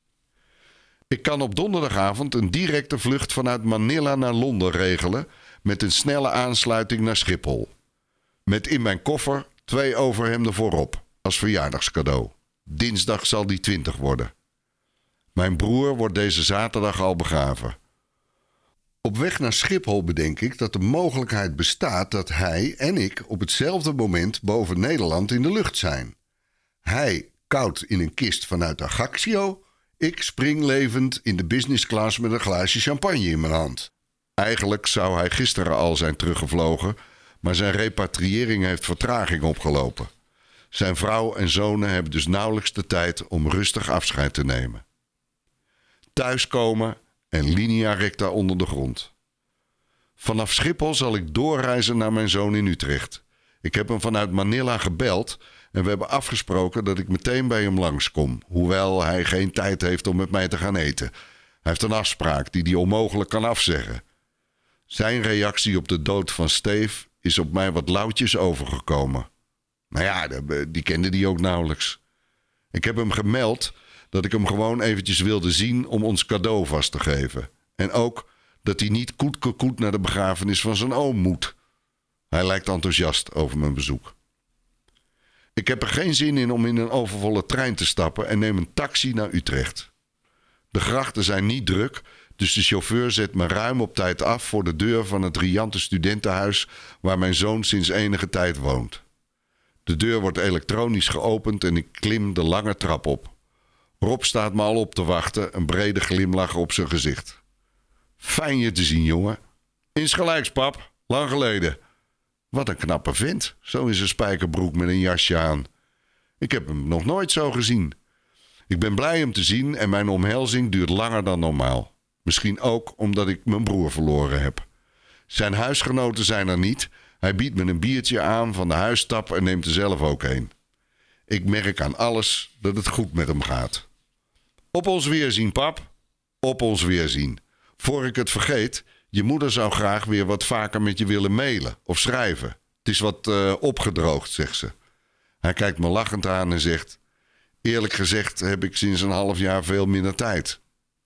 Ik kan op donderdagavond een directe vlucht vanuit Manila naar Londen regelen met een snelle aansluiting naar Schiphol. Met in mijn koffer 2 overhemden voorop, als verjaardagscadeau. Dinsdag zal die 20 worden. Mijn broer wordt deze zaterdag al begraven. Op weg naar Schiphol bedenk ik dat de mogelijkheid bestaat dat hij en ik op hetzelfde moment boven Nederland in de lucht zijn. Hij koud in een kist vanuit Ajaccio, ik springlevend in de business class met een glaasje champagne in mijn hand. Eigenlijk zou hij gisteren al zijn teruggevlogen, maar zijn repatriëring heeft vertraging opgelopen. Zijn vrouw en zonen hebben dus nauwelijks de tijd om rustig afscheid te nemen. Thuiskomen en linea recta onder de grond. Vanaf Schiphol zal ik doorreizen naar mijn zoon in Utrecht. Ik heb hem vanuit Manila gebeld en we hebben afgesproken dat ik meteen bij hem langskom, hoewel hij geen tijd heeft om met mij te gaan eten. Hij heeft een afspraak die hij onmogelijk kan afzeggen. Zijn reactie op de dood van Steve is op mij wat lauwtjes overgekomen. Nou ja, die kende die ook nauwelijks. Ik heb hem gemeld dat ik hem gewoon eventjes wilde zien om ons cadeau vast te geven. En ook dat hij niet koet naar de begrafenis van zijn oom moet. Hij lijkt enthousiast over mijn bezoek. Ik heb er geen zin in om in een overvolle trein te stappen en neem een taxi naar Utrecht. De grachten zijn niet druk, dus de chauffeur zet me ruim op tijd af voor de deur van het riante studentenhuis waar mijn zoon sinds enige tijd woont. De deur wordt elektronisch geopend en ik klim de lange trap op. Rob staat me al op te wachten, een brede glimlach op zijn gezicht. Fijn je te zien, jongen. Insgelijks, pap. Lang geleden. Wat een knappe vent, zo in zijn spijkerbroek met een jasje aan. Ik heb hem nog nooit zo gezien. Ik ben blij hem te zien en mijn omhelzing duurt langer dan normaal. Misschien ook omdat ik mijn broer verloren heb. Zijn huisgenoten zijn er niet. Hij biedt me een biertje aan van de huisstap en neemt er zelf ook een. Ik merk aan alles dat het goed met hem gaat. Op ons weerzien, pap. Op ons weerzien. Voor ik het vergeet, je moeder zou graag weer wat vaker met je willen mailen of schrijven. Het is wat opgedroogd, zegt ze. Hij kijkt me lachend aan en zegt: eerlijk gezegd heb ik sinds een half jaar veel minder tijd.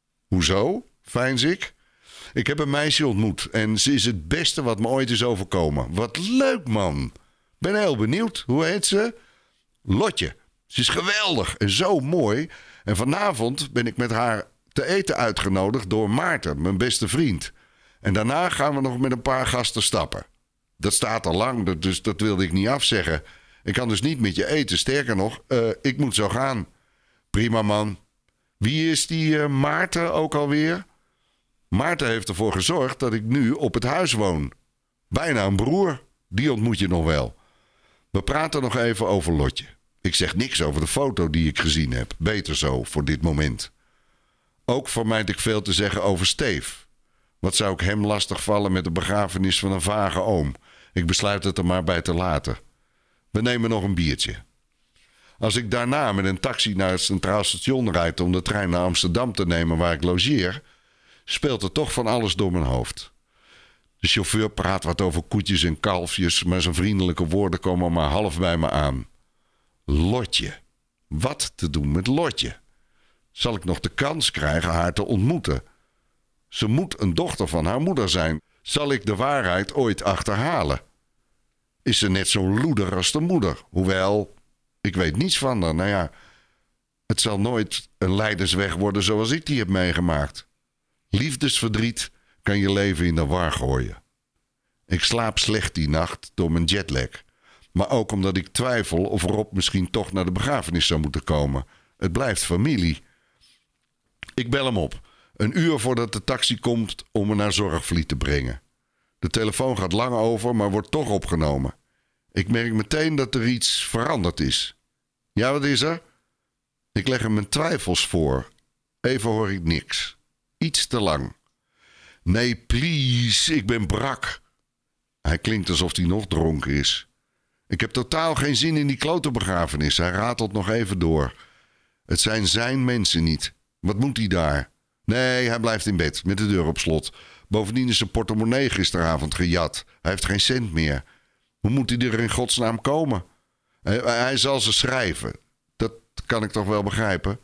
Hoezo? Veins ik. Ik heb een meisje ontmoet en ze is het beste wat me ooit is overkomen. Wat leuk, man. Ben heel benieuwd. Hoe heet ze? Lotje. Ze is geweldig en zo mooi. En vanavond ben ik met haar te eten uitgenodigd door Maarten, mijn beste vriend. En daarna gaan we nog met een paar gasten stappen. Dat staat al lang, dus dat wilde ik niet afzeggen. Ik kan dus niet met je eten. Sterker nog, ik moet zo gaan. Prima, man. Wie is die Maarten ook alweer? Maarten heeft ervoor gezorgd dat ik nu op het huis woon. Bijna een broer. Die ontmoet je nog wel. We praten nog even over Lotje. Ik zeg niks over de foto die ik gezien heb. Beter zo, voor dit moment. Ook vermijd ik veel te zeggen over Steve. Wat zou ik hem lastigvallen met de begrafenis van een vage oom? Ik besluit het er maar bij te laten. We nemen nog een biertje. Als ik daarna met een taxi naar het Centraal Station rijd om de trein naar Amsterdam te nemen waar ik logeer, speelt er toch van alles door mijn hoofd. De chauffeur praat wat over koetjes en kalfjes, maar zijn vriendelijke woorden komen maar half bij me aan. Lotje. Wat te doen met Lotje? Zal ik nog de kans krijgen haar te ontmoeten? Ze moet een dochter van haar moeder zijn. Zal ik de waarheid ooit achterhalen? Is ze net zo'n loeder als de moeder? Hoewel, ik weet niets van haar. Nou ja, het zal nooit een lijdensweg worden zoals ik die heb meegemaakt. Liefdesverdriet kan je leven in de war gooien. Ik slaap slecht die nacht door mijn jetlag. Maar ook omdat ik twijfel of Rob misschien toch naar de begrafenis zou moeten komen. Het blijft familie. Ik bel hem op. Een uur voordat de taxi komt om me naar Zorgvliet te brengen. De telefoon gaat lang over, maar wordt toch opgenomen. Ik merk meteen dat er iets veranderd is. Ja, wat is er? Ik leg hem mijn twijfels voor. Even hoor ik niks. Iets te lang. Nee, please, ik ben brak. Hij klinkt alsof hij nog dronken is. Ik heb totaal geen zin in die klote begrafenis. Hij ratelt nog even door. Het zijn zijn mensen niet. Wat moet hij daar? Nee, hij blijft in bed, met de deur op slot. Bovendien is zijn portemonnee gisteravond gejat. Hij heeft geen cent meer. Hoe moet hij er in godsnaam komen? Hij zal ze schrijven. Dat kan ik toch wel begrijpen?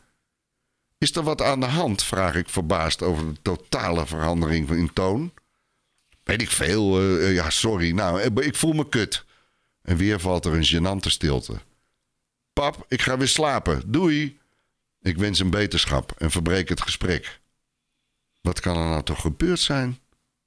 Is er wat aan de hand, vraag ik verbaasd over de totale verandering in toon. Weet ik veel. Ja, sorry. Nou, ik voel me kut. En weer valt er een gênante stilte. Pap, ik ga weer slapen. Doei. Ik wens hem beterschap en verbreek het gesprek. Wat kan er nou toch gebeurd zijn?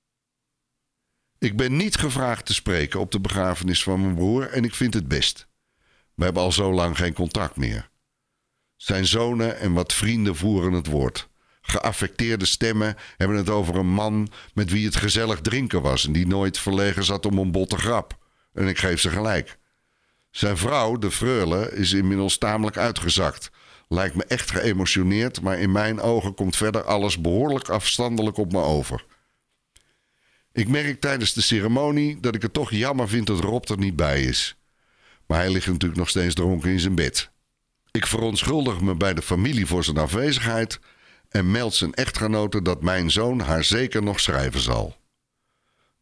Ik ben niet gevraagd te spreken op de begrafenis van mijn broer en ik vind het best. We hebben al zo lang geen contact meer. Zijn zonen en wat vrienden voeren het woord. Geaffecteerde stemmen hebben het over een man met wie het gezellig drinken was en die nooit verlegen zat om een botte grap. En ik geef ze gelijk. Zijn vrouw, de freule, is inmiddels tamelijk uitgezakt. Lijkt me echt geëmotioneerd, maar in mijn ogen komt verder alles behoorlijk afstandelijk op me over. Ik merk tijdens de ceremonie dat ik het toch jammer vind dat Rob er niet bij is. Maar hij ligt natuurlijk nog steeds dronken in zijn bed. Ik verontschuldig me bij de familie voor zijn afwezigheid en meld zijn echtgenote dat mijn zoon haar zeker nog schrijven zal.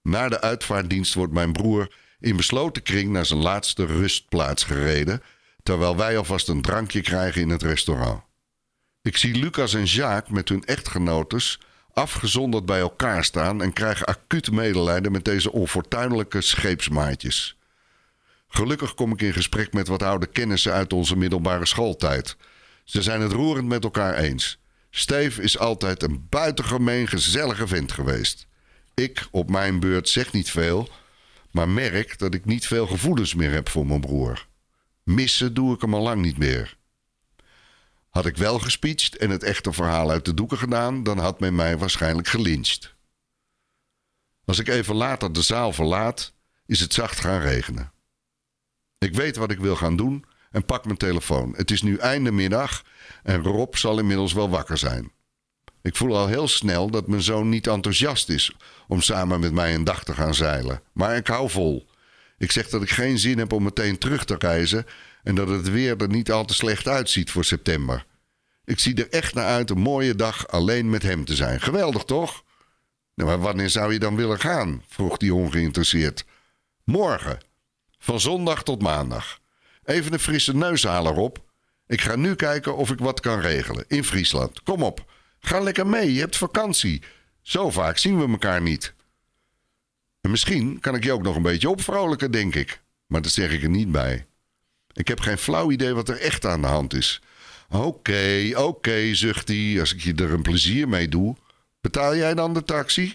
Na de uitvaartdienst wordt mijn broer in besloten kring naar zijn laatste rustplaats gereden, terwijl wij alvast een drankje krijgen in het restaurant. Ik zie Lucas en Jacques met hun echtgenotes afgezonderd bij elkaar staan en krijg acuut medelijden met deze onfortuinlijke scheepsmaatjes. Gelukkig kom ik in gesprek met wat oude kennissen uit onze middelbare schooltijd. Ze zijn het roerend met elkaar eens. Steve is altijd een buitengemeen gezellige vent geweest. Ik, op mijn beurt, zeg niet veel, maar merk dat ik niet veel gevoelens meer heb voor mijn broer. Missen doe ik hem al lang niet meer. Had ik wel gespeecht en het echte verhaal uit de doeken gedaan, dan had men mij waarschijnlijk gelyncht. Als ik even later de zaal verlaat, is het zacht gaan regenen. Ik weet wat ik wil gaan doen en pak mijn telefoon. Het is nu einde middag en Rob zal inmiddels wel wakker zijn. Ik voel al heel snel dat mijn zoon niet enthousiast is om samen met mij een dag te gaan zeilen. Maar ik hou vol. Ik zeg dat ik geen zin heb om meteen terug te reizen en dat het weer er niet al te slecht uitziet voor september. Ik zie er echt naar uit een mooie dag alleen met hem te zijn. Geweldig, toch? Nou, maar wanneer zou je dan willen gaan? Vroeg hij ongeïnteresseerd. Morgen. Van zondag tot maandag. Even een frisse neus halen, Rob. Ik ga nu kijken of ik wat kan regelen. In Friesland. Kom op. Ga lekker mee. Je hebt vakantie. Zo vaak zien we elkaar niet. En misschien kan ik je ook nog een beetje opvrolijken, denk ik. Maar dat zeg ik er niet bij. Ik heb geen flauw idee wat er echt aan de hand is. Oké, zucht hij, als ik je er een plezier mee doe. Betaal jij dan de taxi?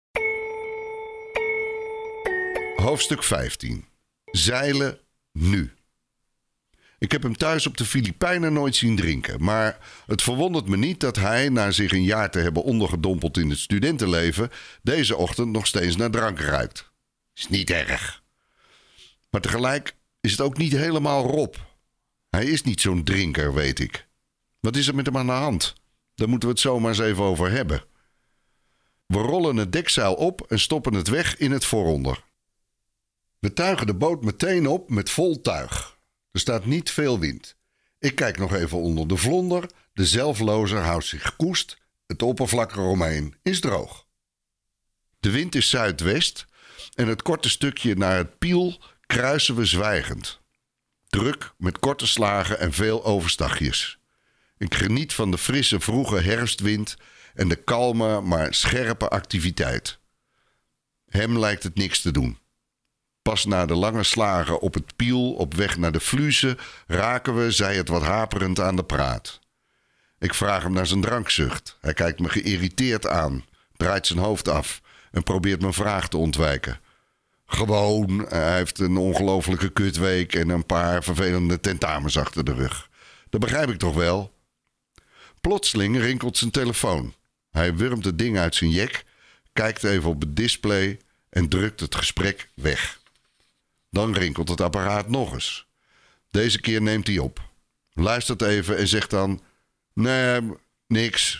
Hoofdstuk 15. Zeilen nu. Ik heb hem thuis op de Filipijnen nooit zien drinken. Maar het verwondert me niet dat hij, na zich een jaar te hebben ondergedompeld in het studentenleven, deze ochtend nog steeds naar drank ruikt. Is niet erg. Maar tegelijk is het ook niet helemaal Rob. Hij is niet zo'n drinker, weet ik. Wat is er met hem aan de hand? Daar moeten we het zomaar eens even over hebben. We rollen het dekzeil op en stoppen het weg in het vooronder. We tuigen de boot meteen op met vol tuig. Er staat niet veel wind. Ik kijk nog even onder de vlonder. De zelflozer houdt zich koest. Het oppervlak eromheen is droog. De wind is zuidwest en het korte stukje naar het Piel kruisen we zwijgend. Druk met korte slagen en veel overstagjes. Ik geniet van de frisse vroege herfstwind en de kalme maar scherpe activiteit. Hem lijkt het niks te doen. Pas na de lange slagen op het Piel op weg naar de Fluze raken we, zij het wat haperend, aan de praat. Ik vraag hem naar zijn drankzucht. Hij kijkt me geïrriteerd aan, draait zijn hoofd af en probeert mijn vraag te ontwijken. Gewoon, hij heeft een ongelofelijke kutweek en een paar vervelende tentamens achter de rug. Dat begrijp ik toch wel? Plotseling rinkelt zijn telefoon. Hij wurmt het ding uit zijn jek, kijkt even op het display en drukt het gesprek weg. Dan rinkelt het apparaat nog eens. Deze keer neemt hij op. Luistert even en zegt dan: nee, niks.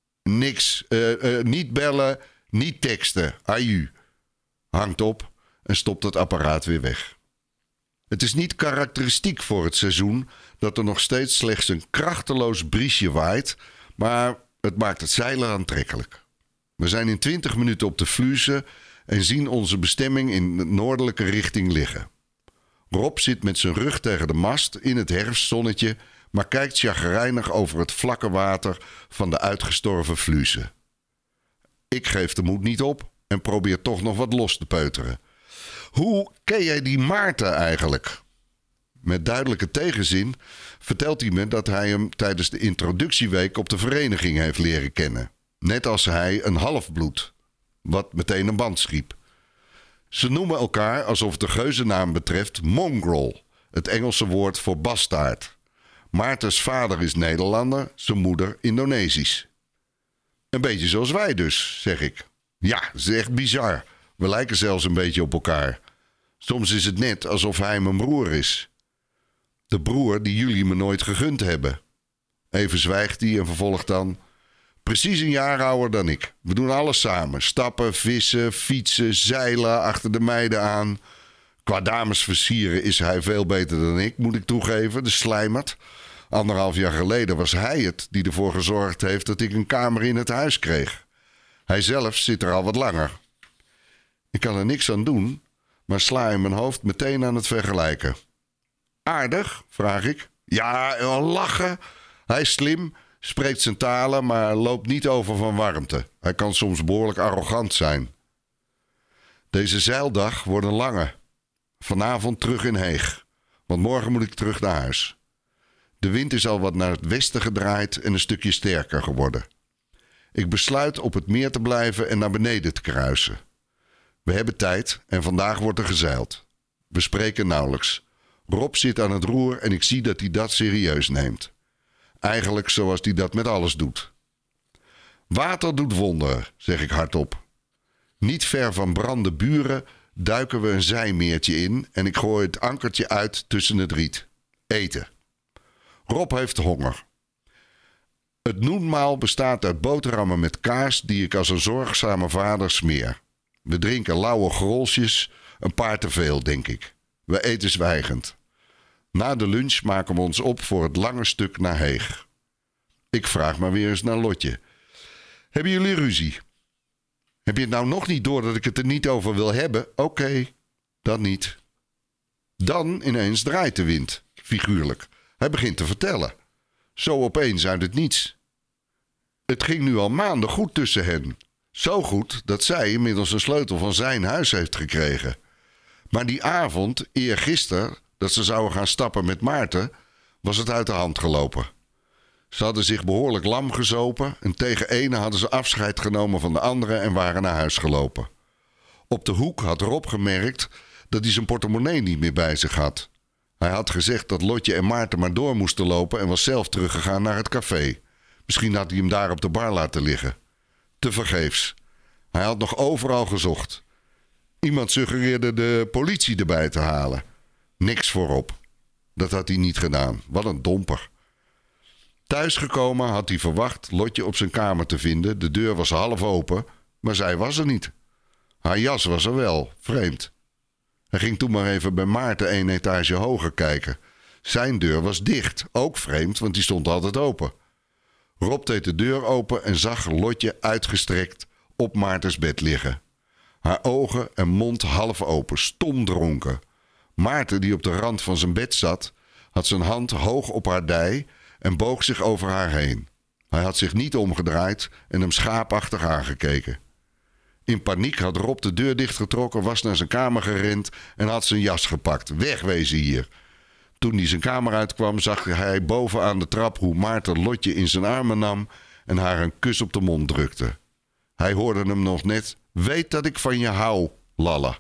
Niet bellen, niet teksten. Aju. Hangt op en stopt het apparaat weer weg. Het is niet karakteristiek voor het seizoen dat er nog steeds slechts een krachteloos briesje waait, maar het maakt het zeilen aantrekkelijk. We zijn in 20 minuten op de Fluze en zien onze bestemming in de noordelijke richting liggen. Rob zit met zijn rug tegen de mast in het herfstzonnetje, maar kijkt chagrijnig over het vlakke water van de uitgestorven Fluze. Ik geef de moed niet op en probeer toch nog wat los te peuteren. Hoe ken jij die Maarten eigenlijk? Met duidelijke tegenzin vertelt hij me dat hij hem tijdens de introductieweek op de vereniging heeft leren kennen. Net als hij een halfbloed, wat meteen een band schiep. Ze noemen elkaar, alsof het de geuzennaam betreft, mongrel, het Engelse woord voor bastaard. Maartens vader is Nederlander, zijn moeder Indonesisch. Een beetje zoals wij dus, zeg ik. Ja, dat is echt bizar. We lijken zelfs een beetje op elkaar. Soms is het net alsof hij mijn broer is. De broer die jullie me nooit gegund hebben. Even zwijgt hij en vervolgt dan: precies een jaar ouder dan ik. We doen alles samen. Stappen, vissen, fietsen, zeilen, achter de meiden aan. Qua dames versieren is hij veel beter dan ik, moet ik toegeven. De slijmert. 1,5 jaar geleden was hij het die ervoor gezorgd heeft dat ik een kamer in het huis kreeg. Hij zelf zit er al wat langer. Ik Ik kan er niks aan doen, maar sla in mijn hoofd meteen aan het vergelijken. Aardig, vraag ik. Ja, lachen. Hij is slim, spreekt zijn talen, maar loopt niet over van warmte. Hij kan soms behoorlijk arrogant zijn. Deze zeildag wordt een lange. Vanavond terug in Heeg, want morgen moet ik terug naar huis. De wind is al wat naar het westen gedraaid en een stukje sterker geworden. Ik besluit op het meer te blijven en naar beneden te kruisen. We hebben tijd en vandaag wordt er gezeild. We spreken nauwelijks. Rob zit aan het roer en ik zie dat hij dat serieus neemt. Eigenlijk zoals hij dat met alles doet. Water doet wonderen, zeg ik hardop. Niet ver van Brandenburen duiken we een zijmeertje in en ik gooi het ankertje uit tussen het riet. Eten. Rob heeft honger. Het noenmaal bestaat uit boterhammen met kaas die ik als een zorgzame vader smeer. We drinken lauwe grolsjes, een paar te veel, denk ik. We eten zwijgend. Na de lunch maken we ons op voor het lange stuk naar Heeg. Ik vraag maar weer eens naar Lotje. Hebben jullie ruzie? Heb je het nou nog niet door dat ik het er niet over wil hebben? Oké, dat niet. Dan ineens draait de wind, figuurlijk. Hij begint te vertellen. Zo opeens uit het niets. Het ging nu al maanden goed tussen hen. Zo goed dat zij inmiddels een sleutel van zijn huis heeft gekregen. Maar die avond, eergisteren, dat ze zouden gaan stappen met Maarten, was het uit de hand gelopen. Ze hadden zich behoorlijk lam gezopen en tegen ene hadden ze afscheid genomen van de andere en waren naar huis gelopen. Op de hoek had Rob gemerkt dat hij zijn portemonnee niet meer bij zich had. Hij had gezegd dat Lotje en Maarten maar door moesten lopen en was zelf teruggegaan naar het café. Misschien had hij hem daar op de bar laten liggen. Tevergeefs. Hij had nog overal gezocht. Iemand suggereerde de politie erbij te halen. Niks voorop. Dat had hij niet gedaan. Wat een domper. Thuisgekomen had hij verwacht Lotje op zijn kamer te vinden. De deur was half open, maar zij was er niet. Haar jas was er wel, vreemd. Hij ging toen maar even bij Maarten 1 etage hoger kijken. Zijn deur was dicht, ook vreemd, want die stond altijd open. Rob deed de deur open en zag Lotje uitgestrekt op Maartens bed liggen. Haar ogen en mond half open, stom dronken. Maarten, die op de rand van zijn bed zat, had zijn hand hoog op haar dij en boog zich over haar heen. Hij had zich niet omgedraaid en hem schaapachtig aangekeken. In paniek had Rob de deur dichtgetrokken, was naar zijn kamer gerend en had zijn jas gepakt. Wegwezen hier. Toen hij zijn kamer uitkwam, zag hij bovenaan de trap hoe Maarten Lotje in zijn armen nam en haar een kus op de mond drukte. Hij hoorde hem nog net: weet dat ik van je hou, lalla.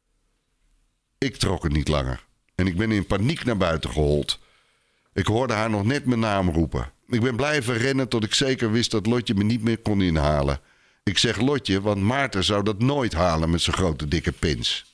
Ik trok het niet langer en ik ben in paniek naar buiten gehold. Ik hoorde haar nog net mijn naam roepen. Ik ben blijven rennen tot ik zeker wist dat Lotje me niet meer kon inhalen. Ik zeg Lotje, want Maarten zou dat nooit halen met zijn grote dikke pins.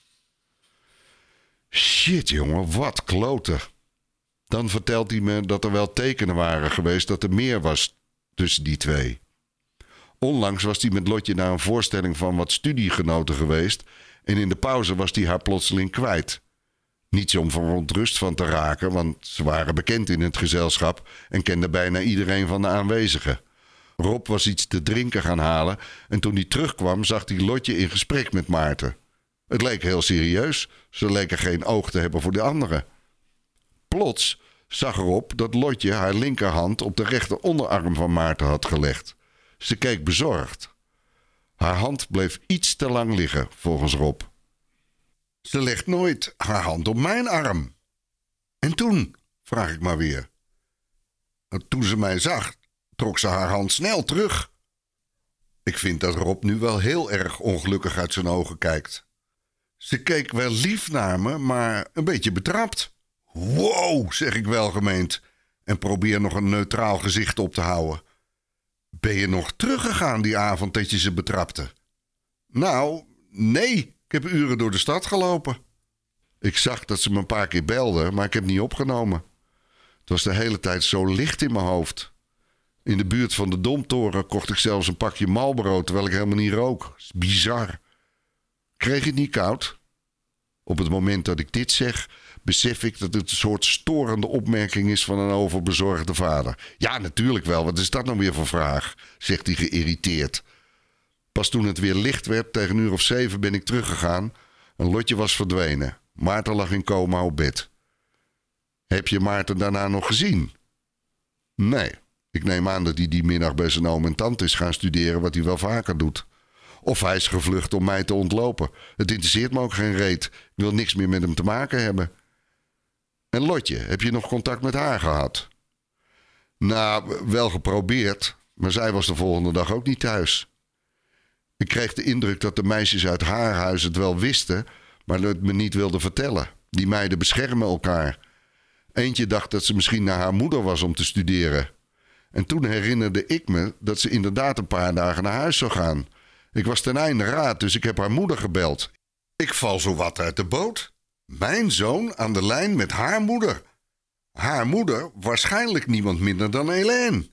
Shit, jongen, wat kloten. Dan vertelt hij me dat er wel tekenen waren geweest dat er meer was tussen die twee. Onlangs was hij met Lotje naar een voorstelling van wat studiegenoten geweest en in de pauze was hij haar plotseling kwijt. Niets om verontrust van te raken, want ze waren bekend in het gezelschap en kenden bijna iedereen van de aanwezigen. Rob was iets te drinken gaan halen en toen hij terugkwam zag hij Lotje in gesprek met Maarten. Het leek heel serieus, ze leken geen oog te hebben voor de anderen. Plots zag Rob dat Lotje haar linkerhand op de rechter onderarm van Maarten had gelegd. Ze keek bezorgd. Haar hand bleef iets te lang liggen, volgens Rob. Ze legt nooit haar hand op mijn arm. En toen, vraag ik maar weer. Toen ze mij zag, trok ze haar hand snel terug. Ik vind dat Rob nu wel heel erg ongelukkig uit zijn ogen kijkt. Ze keek wel lief naar me, maar een beetje betrapt. Wow, zeg ik welgemeend en probeer nog een neutraal gezicht op te houden. Ben je nog teruggegaan die avond dat je ze betrapte? Nou, nee, ik heb uren door de stad gelopen. Ik zag dat ze me een paar keer belde, maar ik heb niet opgenomen. Het was de hele tijd zo licht in mijn hoofd. In de buurt van de Domtoren kocht ik zelfs een pakje Marlboro terwijl ik helemaal niet rook. Dat is bizar. Kreeg je het niet koud? Op het moment dat ik dit zeg, besef ik dat het een soort storende opmerking is van een overbezorgde vader. Ja, natuurlijk wel. Wat is dat nou weer voor vraag? Zegt hij geïrriteerd. Pas toen het weer licht werd, tegen 7:00 ben ik teruggegaan en Lotje was verdwenen. Maarten lag in coma op bed. Heb je Maarten daarna nog gezien? Nee, ik neem aan dat hij die middag bij zijn oom en tante is gaan studeren, wat hij wel vaker doet. Of hij is gevlucht om mij te ontlopen. Het interesseert me ook geen reet. Ik wil niks meer met hem te maken hebben. En Lotje, heb je nog contact met haar gehad? Nou, wel geprobeerd, maar zij was de volgende dag ook niet thuis. Ik kreeg de indruk dat de meisjes uit haar huis het wel wisten, maar het me niet wilden vertellen. Die meiden beschermen elkaar. Eentje dacht dat ze misschien naar haar moeder was om te studeren. En toen herinnerde ik me dat ze inderdaad een paar dagen naar huis zou gaan. Ik was ten einde raad, dus ik heb haar moeder gebeld. Ik val zowat uit de boot. Mijn zoon aan de lijn met haar moeder. Haar moeder waarschijnlijk niemand minder dan Hélène.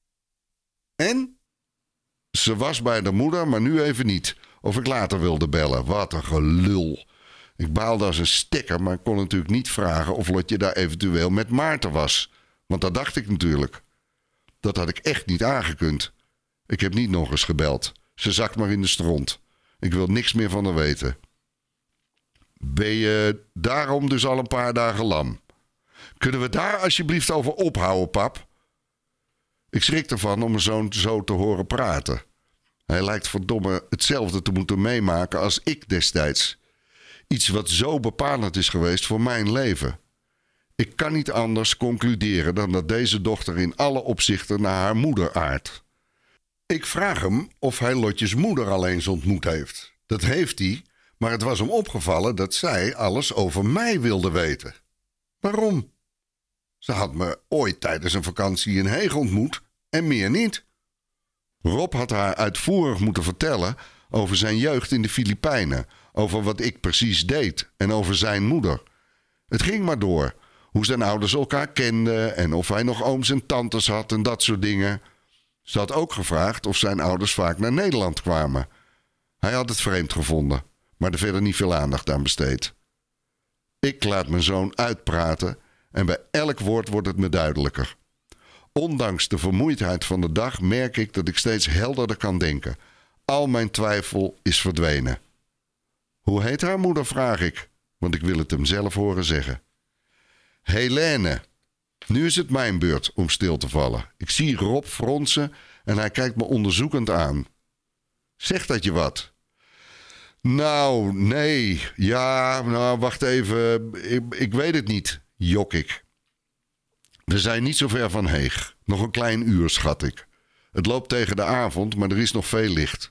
En? Ze was bij de moeder, maar nu even niet. Of ik later wilde bellen. Wat een gelul. Ik baalde als een stekker, maar ik kon natuurlijk niet vragen of Lotje daar eventueel met Maarten was. Want dat dacht ik natuurlijk. Dat had ik echt niet aangekund. Ik heb niet nog eens gebeld. Ze zakt maar in de stront. Ik wil niks meer van haar weten. Ben je daarom dus al een paar dagen lam? Kunnen we daar alsjeblieft over ophouden, pap? Ik schrik ervan om mijn zoon zo te horen praten. Hij lijkt verdomme hetzelfde te moeten meemaken als ik destijds. Iets wat zo bepalend is geweest voor mijn leven. Ik kan niet anders concluderen dan dat deze dochter in alle opzichten naar haar moeder aardt. Ik vraag hem of hij Lotjes moeder al eens ontmoet heeft. Dat heeft hij, maar het was hem opgevallen dat zij alles over mij wilde weten. Waarom? Ze had me ooit tijdens een vakantie in Heeg ontmoet en meer niet. Rob had haar uitvoerig moeten vertellen over zijn jeugd in de Filipijnen, over wat ik precies deed en over zijn moeder. Het ging maar door, hoe zijn ouders elkaar kenden en of hij nog ooms en tantes had en dat soort dingen. Ze had ook gevraagd of zijn ouders vaak naar Nederland kwamen. Hij had het vreemd gevonden, maar er verder niet veel aandacht aan besteed. Ik laat mijn zoon uitpraten en bij elk woord wordt het me duidelijker. Ondanks de vermoeidheid van de dag merk ik dat ik steeds helderder kan denken. Al mijn twijfel is verdwenen. Hoe heet haar moeder, vraag ik, want ik wil het hem zelf horen zeggen. Hélène. Nu is het mijn beurt om stil te vallen. Ik zie Rob fronsen en hij kijkt me onderzoekend aan. Zegt dat je wat? Nou, nee. Ja, nou, wacht even. Ik weet het niet, jok ik. We zijn niet zo ver van Heeg. Nog een klein uur, schat ik. Het loopt tegen de avond, maar er is nog veel licht.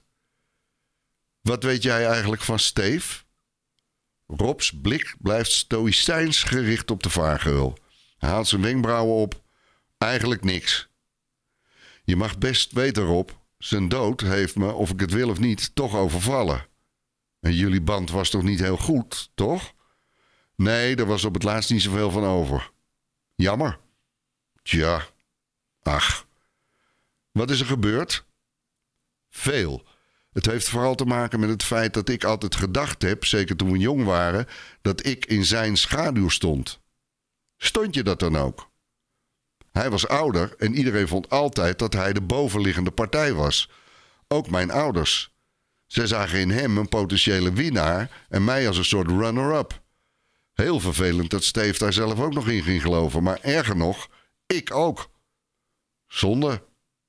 Wat weet jij eigenlijk van Steef? Robs blik blijft stoïcijns gericht op de vaargeul. Hij haalt zijn wenkbrauwen op. Eigenlijk niks. Je mag best weten, Rob. Zijn dood heeft me, of ik het wil of niet, toch overvallen. En jullie band was toch niet heel goed, toch? Nee, er was op het laatst niet zoveel van over. Jammer. Tja. Ach. Wat is er gebeurd? Veel. Het heeft vooral te maken met het feit dat ik altijd gedacht heb, zeker toen we jong waren, dat ik in zijn schaduw stond. Stond je dat dan ook? Hij was ouder en iedereen vond altijd dat hij de bovenliggende partij was. Ook mijn ouders. Zij zagen in hem een potentiële winnaar en mij als een soort runner-up. Heel vervelend dat Steve daar zelf ook nog in ging geloven, maar erger nog, ik ook. Zonde.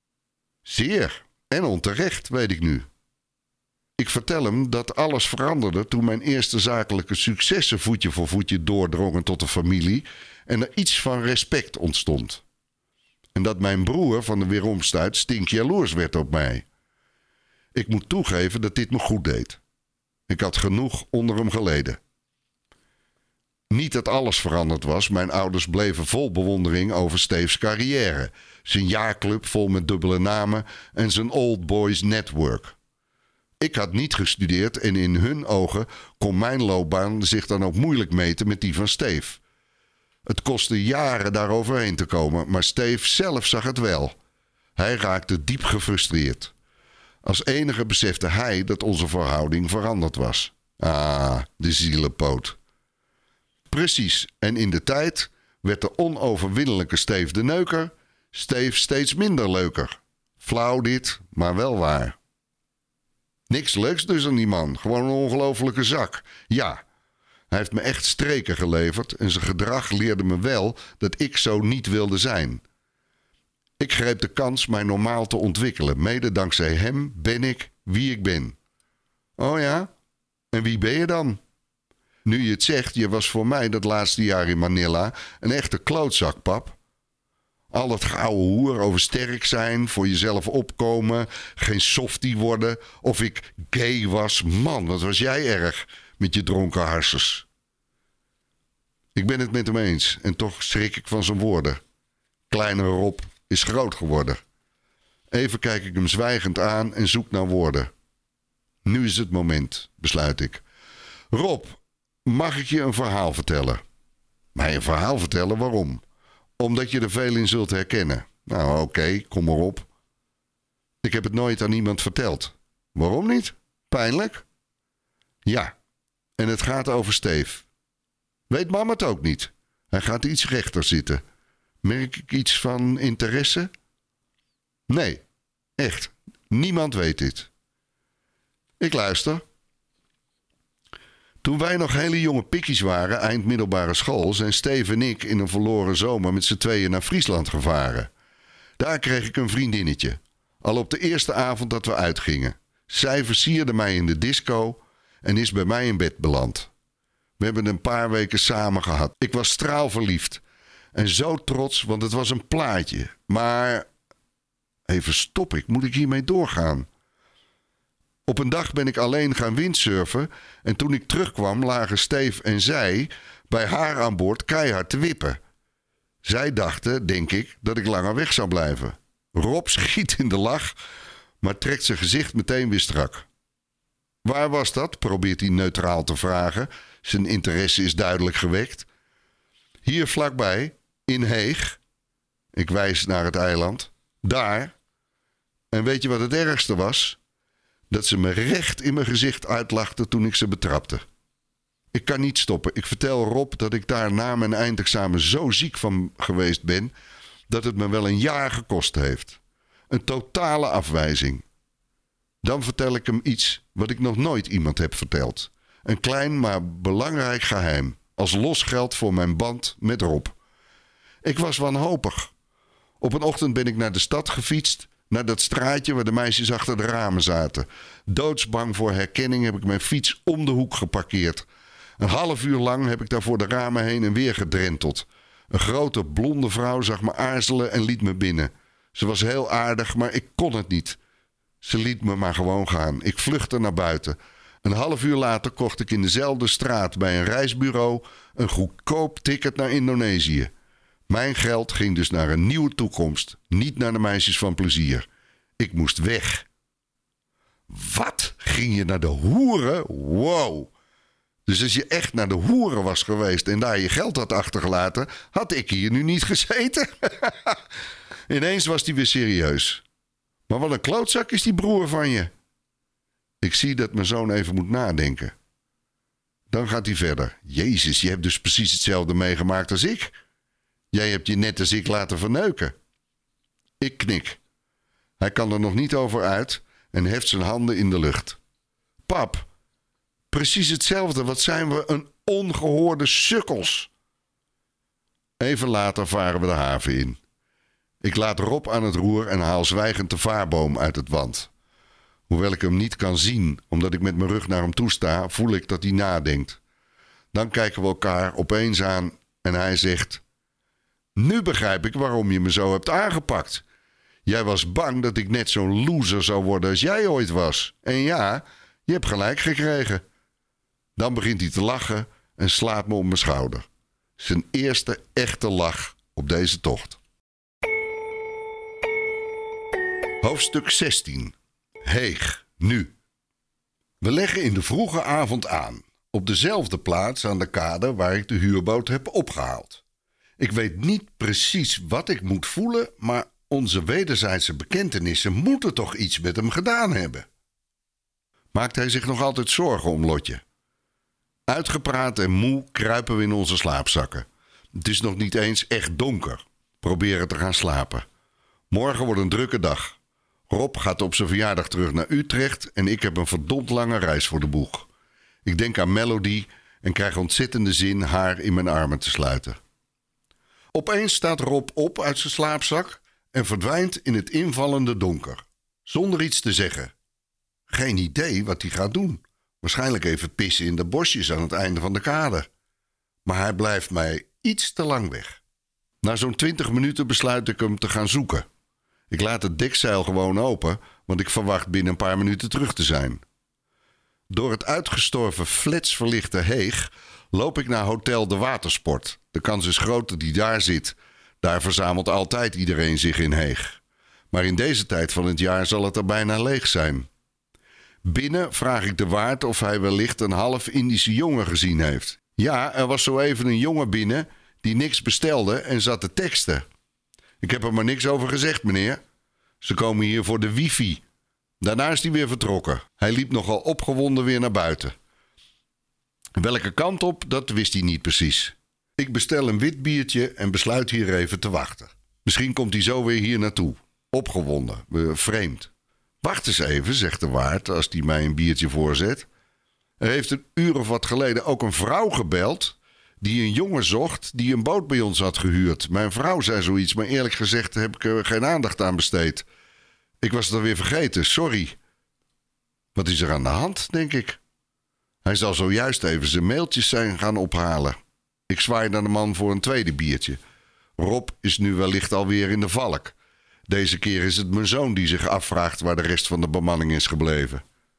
Zeer en onterecht, weet ik nu. Ik vertel hem dat alles veranderde toen mijn eerste zakelijke successen voetje voor voetje doordrongen tot de familie en er iets van respect ontstond. En dat mijn broer van de weeromstuit stinkjaloers werd op mij. Ik moet toegeven dat dit me goed deed. Ik had genoeg onder hem geleden. Niet dat alles veranderd was. Mijn ouders bleven vol bewondering over Steve's carrière. Zijn jaarclub vol met dubbele namen en zijn Old Boys Network. Ik had niet gestudeerd en in hun ogen kon mijn loopbaan zich dan ook moeilijk meten met die van Steve. Het kostte jaren daaroverheen te komen, maar Steve zelf zag het wel. Hij raakte diep gefrustreerd. Als enige besefte hij dat onze verhouding veranderd was. Ah, de zielenpoot. Precies, en in de tijd werd de onoverwinnelijke Steve de neuker, Steve steeds minder leuker. Flauw dit, maar wel waar. Niks leuks dus aan die man. Gewoon een ongelofelijke zak. Ja, hij heeft me echt streken geleverd en zijn gedrag leerde me wel dat ik zo niet wilde zijn. Ik greep de kans mij normaal te ontwikkelen. Mede dankzij hem ben ik wie ik ben. Oh ja? En wie ben je dan? Nu je het zegt, je was voor mij dat laatste jaar in Manila een echte klootzak, pap. Al dat gouden hoer over sterk zijn, voor jezelf opkomen, geen softie worden, of ik gay was. Man, wat was jij erg met je dronken harsers. Ik ben het met hem eens en toch schrik ik van zijn woorden. Kleine Rob is groot geworden. Even kijk ik hem zwijgend aan en zoek naar woorden. Nu is het moment, besluit ik. Rob, mag ik je een verhaal vertellen? Mij een verhaal vertellen? Waarom? Omdat je er veel in zult herkennen. Nou, oké, kom maar op. Ik heb het nooit aan iemand verteld. Waarom niet? Pijnlijk? Ja, en het gaat over Steef. Weet mama het ook niet? Hij gaat iets rechter zitten. Merk ik iets van interesse? Nee, echt. Niemand weet dit. Ik luister. Toen wij nog hele jonge pikkies waren, eind middelbare school, zijn Steve en ik in een verloren zomer met z'n tweeën naar Friesland gevaren. Daar kreeg ik een vriendinnetje. Al op de eerste avond dat we uitgingen. Zij versierde mij in de disco en is bij mij in bed beland. We hebben een paar weken samen gehad. Ik was straalverliefd. En zo trots, want het was een plaatje. Maar... Even stop, moet ik hiermee doorgaan? Op een dag ben ik alleen gaan windsurfen en toen ik terugkwam lagen Steve en zij bij haar aan boord keihard te wippen. Zij dachten, denk ik, dat ik langer weg zou blijven. Rob schiet in de lach, maar trekt zijn gezicht meteen weer strak. Waar was dat? Probeert hij neutraal te vragen. Zijn interesse is duidelijk gewekt. Hier vlakbij, in Heeg. Ik wijs naar het eiland. Daar. En weet je wat het ergste was? Dat ze me recht in mijn gezicht uitlachten toen ik ze betrapte. Ik kan niet stoppen. Ik vertel Rob dat ik daar na mijn eindexamen zo ziek van geweest ben dat het me wel een jaar gekost heeft. Een totale afwijzing. Dan vertel ik hem iets wat ik nog nooit iemand heb verteld. Een klein maar belangrijk geheim. Als losgeld voor mijn band met Rob. Ik was wanhopig. Op een ochtend ben ik naar de stad gefietst. Naar dat straatje waar de meisjes achter de ramen zaten. Doodsbang voor herkenning heb ik mijn fiets om de hoek geparkeerd. Een half uur lang heb ik daar voor de ramen heen en weer gedrenteld. Een grote blonde vrouw zag me aarzelen en liet me binnen. Ze was heel aardig, maar ik kon het niet. Ze liet me maar gewoon gaan. Ik vluchtte naar buiten. Een half uur later kocht ik in dezelfde straat bij een reisbureau een goedkoop ticket naar Indonesië. Mijn geld ging dus naar een nieuwe toekomst, niet naar de meisjes van plezier. Ik moest weg. Wat? Ging je naar de hoeren? Wow. Dus als je echt naar de hoeren was geweest en daar je geld had achtergelaten, had ik hier nu niet gezeten. Ineens was hij weer serieus. Maar wat een klootzak is die broer van je. Ik zie dat mijn zoon even moet nadenken. Dan gaat hij verder. Jezus, je hebt dus precies hetzelfde meegemaakt als ik. Jij hebt je net als ik laten verneuken. Ik knik. Hij kan er nog niet over uit en heft zijn handen in de lucht. Pap, precies hetzelfde. Wat zijn we een ongehoorde sukkels. Even later varen we de haven in. Ik laat Rob aan het roer en haal zwijgend de vaarboom uit het wand. Hoewel ik hem niet kan zien, omdat ik met mijn rug naar hem toe sta, voel ik dat hij nadenkt. Dan kijken we elkaar opeens aan en hij zegt... Nu begrijp ik waarom je me zo hebt aangepakt. Jij was bang dat ik net zo'n loser zou worden als jij ooit was. En ja, je hebt gelijk gekregen. Dan begint hij te lachen en slaat me op mijn schouder. Zijn eerste echte lach op deze tocht. Hoofdstuk 16. Heeg, nu. We leggen in de vroege avond aan. Op dezelfde plaats aan de kade waar ik de huurboot heb opgehaald. Ik weet niet precies wat ik moet voelen, maar onze wederzijdse bekentenissen moeten toch iets met hem gedaan hebben. Maakt hij zich nog altijd zorgen om Lotje? Uitgepraat en moe kruipen we in onze slaapzakken. Het is nog niet eens echt donker. Proberen te gaan slapen. Morgen wordt een drukke dag. Rob gaat op zijn verjaardag terug naar Utrecht en ik heb een verdomd lange reis voor de boeg. Ik denk aan Melody en krijg ontzettende zin haar in mijn armen te sluiten. Opeens staat Rob op uit zijn slaapzak en verdwijnt in het invallende donker. Zonder iets te zeggen. Geen idee wat hij gaat doen. Waarschijnlijk even pissen in de bosjes aan het einde van de kade. Maar hij blijft mij iets te lang weg. Na zo'n 20 minuten besluit ik hem te gaan zoeken. Ik laat het dekzeil gewoon open, want ik verwacht binnen een paar minuten terug te zijn. Door het uitgestorven fletsverlichte Heeg loop ik naar Hotel de Watersport. De kans is groot dat hij daar zit. Daar verzamelt altijd iedereen zich in Heeg. Maar in deze tijd van het jaar zal het er bijna leeg zijn. Binnen vraag ik de waard of hij wellicht een half Indische jongen gezien heeft. Ja, er was zo even een jongen binnen die niks bestelde en zat te teksten. Ik heb er maar niks over gezegd, meneer. Ze komen hier voor de wifi. Daarna is hij weer vertrokken. Hij liep nogal opgewonden weer naar buiten. Welke kant op, dat wist hij niet precies. Ik bestel een wit biertje en besluit hier even te wachten. Misschien komt hij zo weer hier naartoe. Opgewonden, vreemd. Wacht eens even, zegt de waard als hij mij een biertje voorzet. Er heeft een uur of wat geleden ook een vrouw gebeld die een jongen zocht die een boot bij ons had gehuurd. Mijn vrouw zei zoiets, maar eerlijk gezegd heb ik er geen aandacht aan besteed. Ik was het alweer vergeten, sorry. Wat is er aan de hand, denk ik? Hij zal zojuist even zijn mailtjes zijn gaan ophalen. Ik zwaai naar de man voor een tweede biertje. Rob is nu wellicht alweer in de valk. Deze keer is het mijn zoon die zich afvraagt waar de rest van de bemanning is gebleven.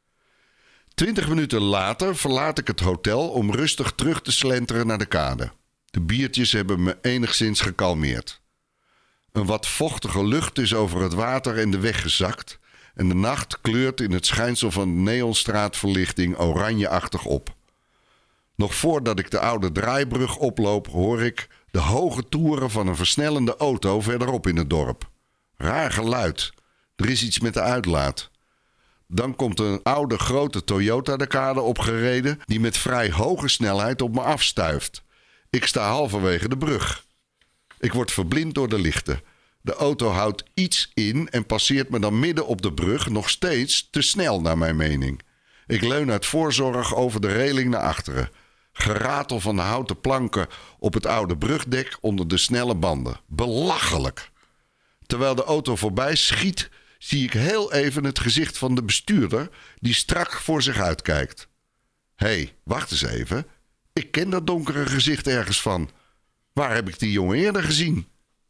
20 minuten later verlaat ik het hotel om rustig terug te slenteren naar de kade. De biertjes hebben me enigszins gekalmeerd. Een wat vochtige lucht is over het water en de weg gezakt en de nacht kleurt in het schijnsel van de neonstraatverlichting oranjeachtig op. Nog voordat ik de oude draaibrug oploop hoor ik de hoge toeren van een versnellende auto verderop in het dorp. Raar geluid. Er is iets met de uitlaat. Dan komt een oude grote Toyota de kade opgereden die met vrij hoge snelheid op me afstuift. Ik sta halverwege de brug. Ik word verblind door de lichten. De auto houdt iets in en passeert me dan midden op de brug, nog steeds te snel naar mijn mening. Ik leun uit voorzorg over de reling naar achteren. Geratel van de houten planken op het oude brugdek onder de snelle banden. Belachelijk! Terwijl de auto voorbij schiet, zie ik heel even het gezicht van de bestuurder die strak voor zich uitkijkt. Hé, wacht eens even. Ik ken dat donkere gezicht ergens van. Waar heb ik die jongen eerder gezien?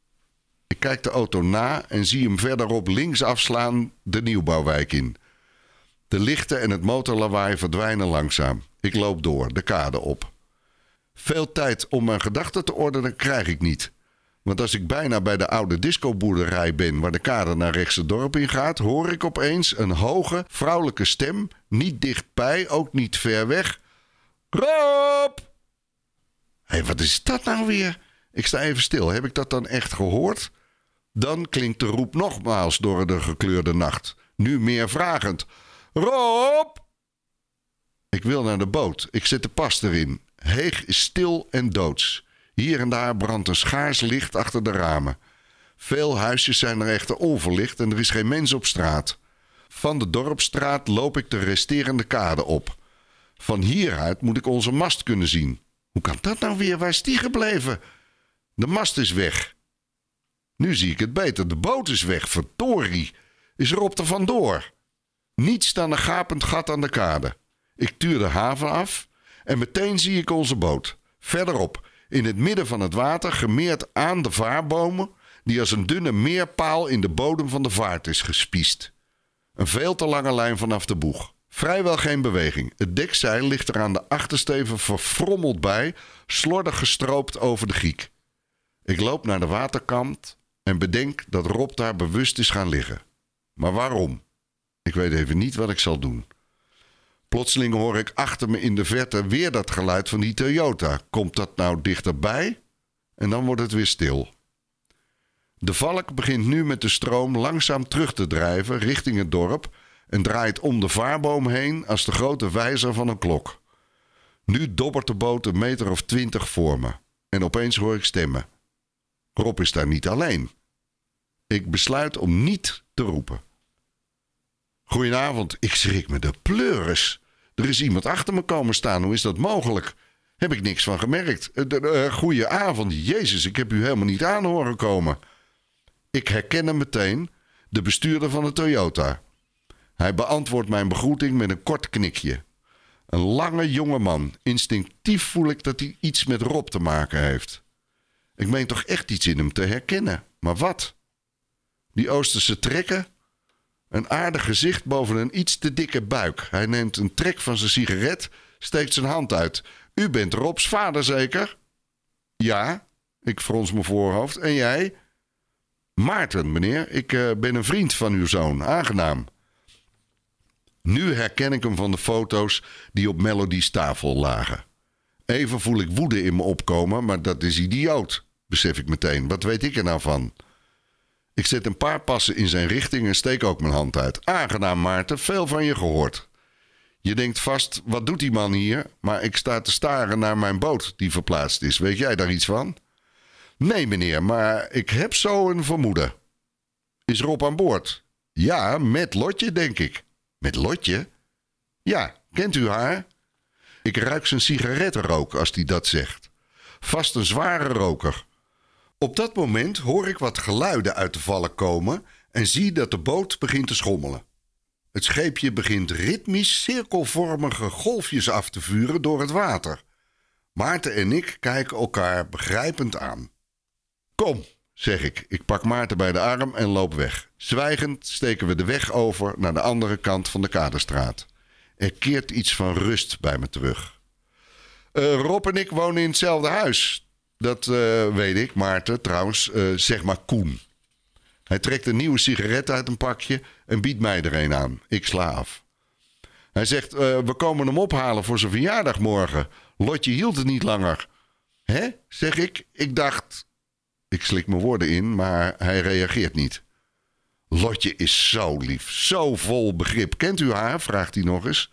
Ik kijk de auto na en zie hem verderop links afslaan de nieuwbouwwijk in. De lichten en het motorlawaai verdwijnen langzaam. Ik loop door, de kade op. Veel tijd om mijn gedachten te ordenen krijg ik niet. Want als ik bijna bij de oude discoboerderij ben waar de kade naar rechts het dorp in gaat, hoor ik opeens een hoge, vrouwelijke stem, niet dichtbij, ook niet ver weg. Rob! Hé, wat is dat nou weer? Ik sta even stil. Heb ik dat dan echt gehoord? Dan klinkt de roep nogmaals door de gekleurde nacht. Nu meer vragend. Rob! Ik wil naar de boot. Ik zet de pas erin. Heeg is stil en doods. Hier en daar brandt een schaars licht achter de ramen. Veel huisjes zijn er echter onverlicht en er is geen mens op straat. Van de dorpsstraat loop ik de resterende kade op. Van hieruit moet ik onze mast kunnen zien. Hoe kan dat nou weer? Waar is die gebleven? De mast is weg. Nu zie ik het beter. De boot is weg. Verdorie. Is Rob er vandoor? Niets dan een gapend gat aan de kade. Ik tuur de haven af en meteen zie ik onze boot. Verderop, in het midden van het water, gemeerd aan de vaarbomen, die als een dunne meerpaal in de bodem van de vaart is gespiest. Een veel te lange lijn vanaf de boeg. Vrijwel geen beweging. Het dekzeil ligt er aan de achtersteven verfrommeld bij, slordig gestroopt over de giek. Ik loop naar de waterkant en bedenk dat Rob daar bewust is gaan liggen. Maar waarom? Ik weet even niet wat ik zal doen. Plotseling hoor ik achter me in de verte weer dat geluid van die Toyota. Komt dat nou dichterbij? En dan wordt het weer stil. De valk begint nu met de stroom langzaam terug te drijven richting het dorp en draait om de vaarboom heen als de grote wijzer van een klok. Nu dobbert de boot een meter of 20 voor me en opeens hoor ik stemmen. Rob is daar niet alleen. Ik besluit om niet te roepen. Goedenavond, ik schrik me de pleuris. Er is iemand achter me komen staan, hoe is dat mogelijk? Heb ik niks van gemerkt. Goedenavond, Jezus, ik heb u helemaal niet aan horen komen. Ik herken hem meteen, de bestuurder van de Toyota. Hij beantwoordt mijn begroeting met een kort knikje. Een lange jonge man. Instinctief voel ik dat hij iets met Rob te maken heeft. Ik meen toch echt iets in hem te herkennen. Maar wat? Die Oosterse trekken? Een aardig gezicht boven een iets te dikke buik. Hij neemt een trek van zijn sigaret, steekt zijn hand uit. U bent Robs vader zeker? Ja, ik frons mijn voorhoofd. En jij? Maarten, meneer. Ik ben een vriend van uw zoon. Aangenaam. Nu herken ik hem van de foto's die op Melody's tafel lagen. Even voel ik woede in me opkomen, maar dat is idioot, besef ik meteen. Wat weet ik er nou van? Ik zet een paar passen in zijn richting en steek ook mijn hand uit. Aangenaam, Maarten, veel van je gehoord. Je denkt vast, wat doet die man hier? Maar ik sta te staren naar mijn boot die verplaatst is. Weet jij daar iets van? Nee, meneer, maar ik heb zo een vermoeden. Is Rob aan boord? Ja, met Lotje, denk ik. Met Lotje? Ja, kent u haar? Ik ruik zijn sigarettenrook als hij dat zegt. Vast een zware roker. Op dat moment hoor ik wat geluiden uit de vallen komen en zie dat de boot begint te schommelen. Het scheepje begint ritmisch cirkelvormige golfjes af te vuren door het water. Maarten en ik kijken elkaar begrijpend aan. Kom, zeg ik. Ik pak Maarten bij de arm en loop weg. Zwijgend steken we de weg over naar de andere kant van de Kaderstraat. Er keert iets van rust bij me terug. Rob en ik wonen in hetzelfde huis. Dat weet ik, Maarten, trouwens. Zeg maar Koen. Hij trekt een nieuwe sigaret uit een pakje en biedt mij er een aan. Ik sla af. Hij zegt, we komen hem ophalen voor zijn verjaardag morgen. Lotje hield het niet langer. Hè? Zeg ik. Ik dacht... Ik slik mijn woorden in, maar hij reageert niet. Lotje is zo lief, zo vol begrip. Kent u haar? Vraagt hij nog eens.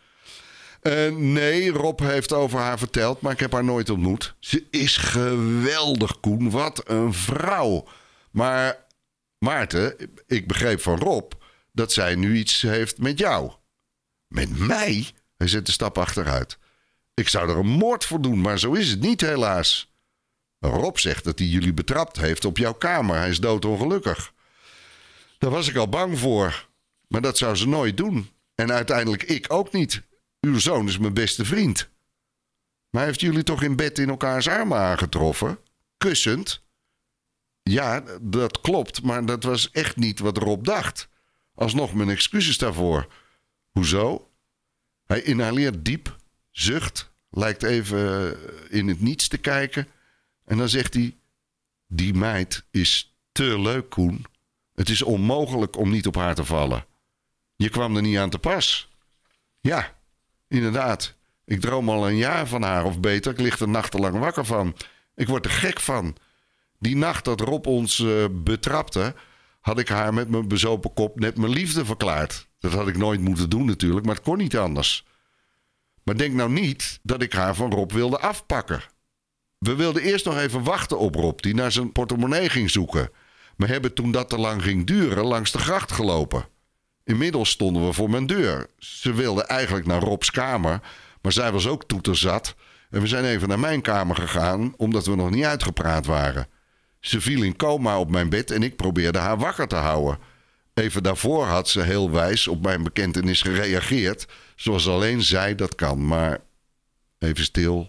Nee, Rob heeft over haar verteld, maar ik heb haar nooit ontmoet. Ze is geweldig, Koen. Wat een vrouw. Maar Maarten, ik begreep van Rob dat zij nu iets heeft met jou. Met mij? Hij zet de stap achteruit. Ik zou er een moord voor doen, maar zo is het niet helaas. Rob zegt dat hij jullie betrapt heeft op jouw kamer. Hij is doodongelukkig. Daar was ik al bang voor. Maar dat zou ze nooit doen. En uiteindelijk ik ook niet. Uw zoon is mijn beste vriend. Maar heeft jullie toch in bed in elkaars armen aangetroffen? Kussend? Ja, dat klopt. Maar dat was echt niet wat Rob dacht. Alsnog mijn excuses daarvoor. Hoezo? Hij inhaleert diep, zucht, lijkt even in het niets te kijken... En dan zegt hij, die meid is te leuk, Koen. Het is onmogelijk om niet op haar te vallen. Je kwam er niet aan te pas. Ja, inderdaad. Ik droom al een jaar van haar, of beter, ik lig er nachtenlang wakker van. Ik word er gek van. Die nacht dat Rob ons betrapte, had ik haar met mijn bezopen kop net mijn liefde verklaard. Dat had ik nooit moeten doen natuurlijk, maar het kon niet anders. Maar denk nou niet dat ik haar van Rob wilde afpakken. We wilden eerst nog even wachten op Rob, die naar zijn portemonnee ging zoeken. We hebben toen dat te lang ging duren langs de gracht gelopen. Inmiddels stonden we voor mijn deur. Ze wilde eigenlijk naar Robs kamer, maar zij was ook toeterzat. En we zijn even naar mijn kamer gegaan, omdat we nog niet uitgepraat waren. Ze viel in coma op mijn bed en ik probeerde haar wakker te houden. Even daarvoor had ze heel wijs op mijn bekentenis gereageerd, zoals alleen zij dat kan. Maar even stil...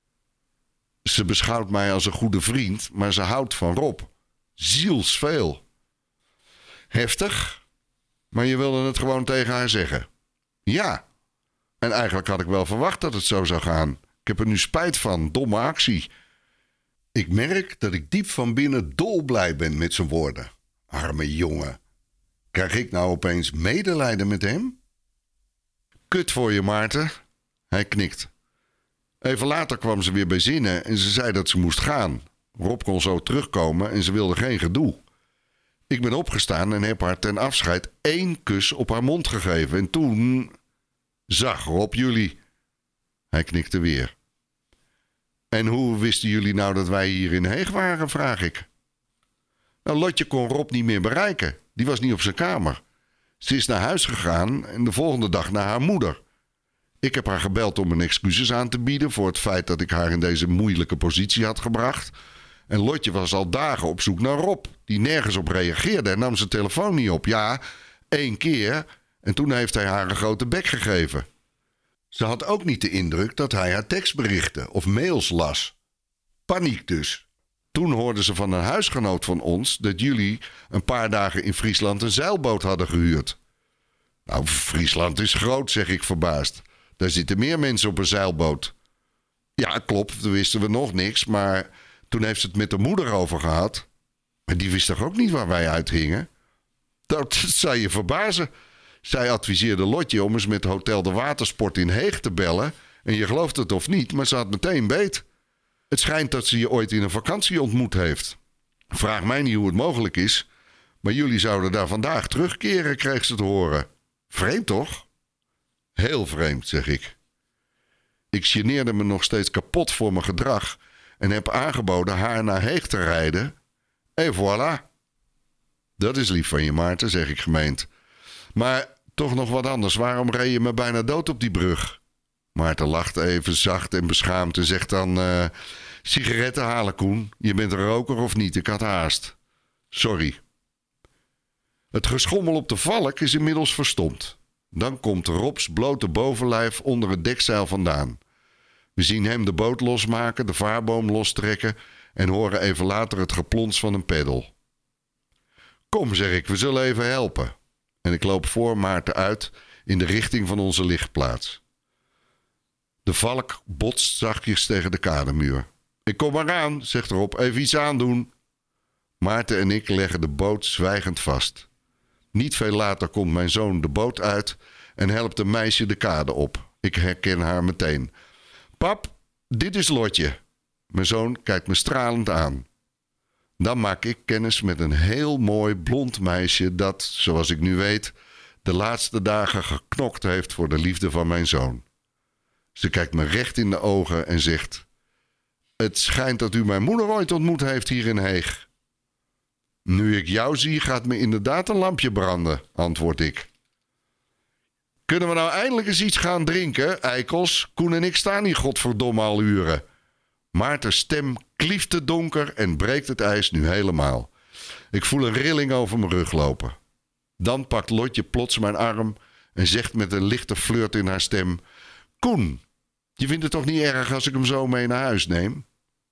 Ze beschouwt mij als een goede vriend, maar ze houdt van Rob. Zielsveel. Heftig, maar je wilde het gewoon tegen haar zeggen. Ja, en eigenlijk had ik wel verwacht dat het zo zou gaan. Ik heb er nu spijt van, domme actie. Ik merk dat ik diep van binnen dolblij ben met zijn woorden. Arme jongen. Krijg ik nou opeens medelijden met hem? Kut voor je, Maarten. Hij knikt. Even later kwam ze weer bij zinnen en ze zei dat ze moest gaan. Rob kon zo terugkomen en ze wilde geen gedoe. Ik ben opgestaan en heb haar ten afscheid 1 kus op haar mond gegeven. En toen zag Rob jullie. Hij knikte weer. En hoe wisten jullie nou dat wij hier in Heeg waren, vraag ik. Nou, Lotje kon Rob niet meer bereiken. Die was niet op zijn kamer. Ze is naar huis gegaan en de volgende dag naar haar moeder. Ik heb haar gebeld om mijn excuses aan te bieden voor het feit dat ik haar in deze moeilijke positie had gebracht. En Lotje was al dagen op zoek naar Rob, die nergens op reageerde en nam zijn telefoon niet op. Ja, 1 keer en toen heeft hij haar een grote bek gegeven. Ze had ook niet de indruk dat hij haar tekstberichten of mails las. Paniek dus. Toen hoorden ze van een huisgenoot van ons dat jullie een paar dagen in Friesland een zeilboot hadden gehuurd. Nou, Friesland is groot, zeg ik verbaasd. Daar zitten meer mensen op een zeilboot. Ja, klopt, toen wisten we nog niks, maar toen heeft ze het met de moeder over gehad. Maar die wist toch ook niet waar wij uithingen? Dat zou je verbazen. Zij adviseerde Lotje om eens met Hotel de Watersport in Heeg te bellen. En je gelooft het of niet, maar ze had meteen beet. Het schijnt dat ze je ooit in een vakantie ontmoet heeft. Vraag mij niet hoe het mogelijk is, maar jullie zouden daar vandaag terugkeren, kreeg ze te horen. Vreemd toch? Heel vreemd, zeg ik. Ik geneerde me nog steeds kapot voor mijn gedrag en heb aangeboden haar naar Heeg te rijden. En voilà. Dat is lief van je, Maarten, zeg ik gemeend. Maar toch nog wat anders. Waarom reed je me bijna dood op die brug? Maarten lacht even zacht en beschaamd en zegt dan... sigaretten halen, Koen. Je bent een roker of niet? Ik had haast. Sorry. Het geschommel op de valk is inmiddels verstomd. Dan komt Robs blote bovenlijf onder het dekzeil vandaan. We zien hem de boot losmaken, de vaarboom lostrekken... en horen even later het geplons van een peddel. Kom, zeg ik, we zullen even helpen. En ik loop voor Maarten uit in de richting van onze ligplaats. De valk botst zachtjes tegen de kademuur. Ik kom eraan, zegt Rob, even iets aandoen. Maarten en ik leggen de boot zwijgend vast. Niet veel later komt mijn zoon de boot uit en helpt een meisje de kade op. Ik herken haar meteen. Pap, dit is Lotje. Mijn zoon kijkt me stralend aan. Dan maak ik kennis met een heel mooi blond meisje dat, zoals ik nu weet, de laatste dagen geknokt heeft voor de liefde van mijn zoon. Ze kijkt me recht in de ogen en zegt... Het schijnt dat u mijn moeder ooit ontmoet heeft hier in Heeg. Nu ik jou zie, gaat me inderdaad een lampje branden, antwoord ik. Kunnen we nou eindelijk eens iets gaan drinken, eikels? Koen en ik staan hier godverdomme al uren. Maartens stem klieft te donker en breekt het ijs nu helemaal. Ik voel een rilling over mijn rug lopen. Dan pakt Lotje plots mijn arm en zegt met een lichte flirt in haar stem... Koen, je vindt het toch niet erg als ik hem zo mee naar huis neem?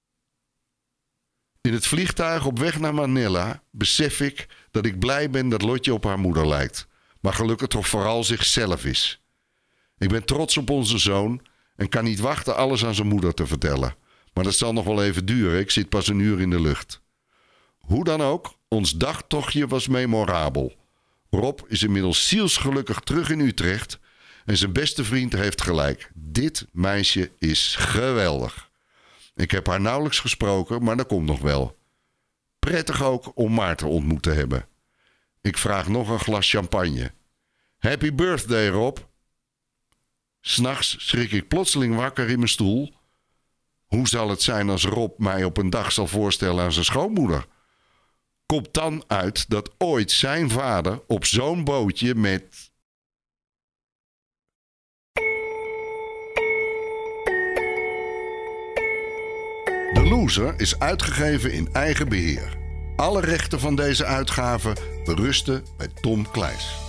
In het vliegtuig op weg naar Manila besef ik dat ik blij ben dat Lotje op haar moeder lijkt. Maar gelukkig toch vooral zichzelf is. Ik ben trots op onze zoon en kan niet wachten alles aan zijn moeder te vertellen. Maar dat zal nog wel even duren, ik zit pas 1 uur in de lucht. Hoe dan ook, ons dagtochtje was memorabel. Rob is inmiddels zielsgelukkig terug in Utrecht... en zijn beste vriend heeft gelijk. Dit meisje is geweldig. Ik heb haar nauwelijks gesproken, maar dat komt nog wel. Prettig ook om Maarten ontmoet te hebben. Ik vraag nog een glas champagne. Happy birthday, Rob. 'S'nachts schrik ik plotseling wakker in mijn stoel. Hoe zal het zijn als Rob mij op een dag zal voorstellen aan zijn schoonmoeder? Komt dan uit dat ooit zijn vader op zo'n bootje met... De Loser is uitgegeven in eigen beheer. Alle rechten van deze uitgave berusten bij Tom Kleijs.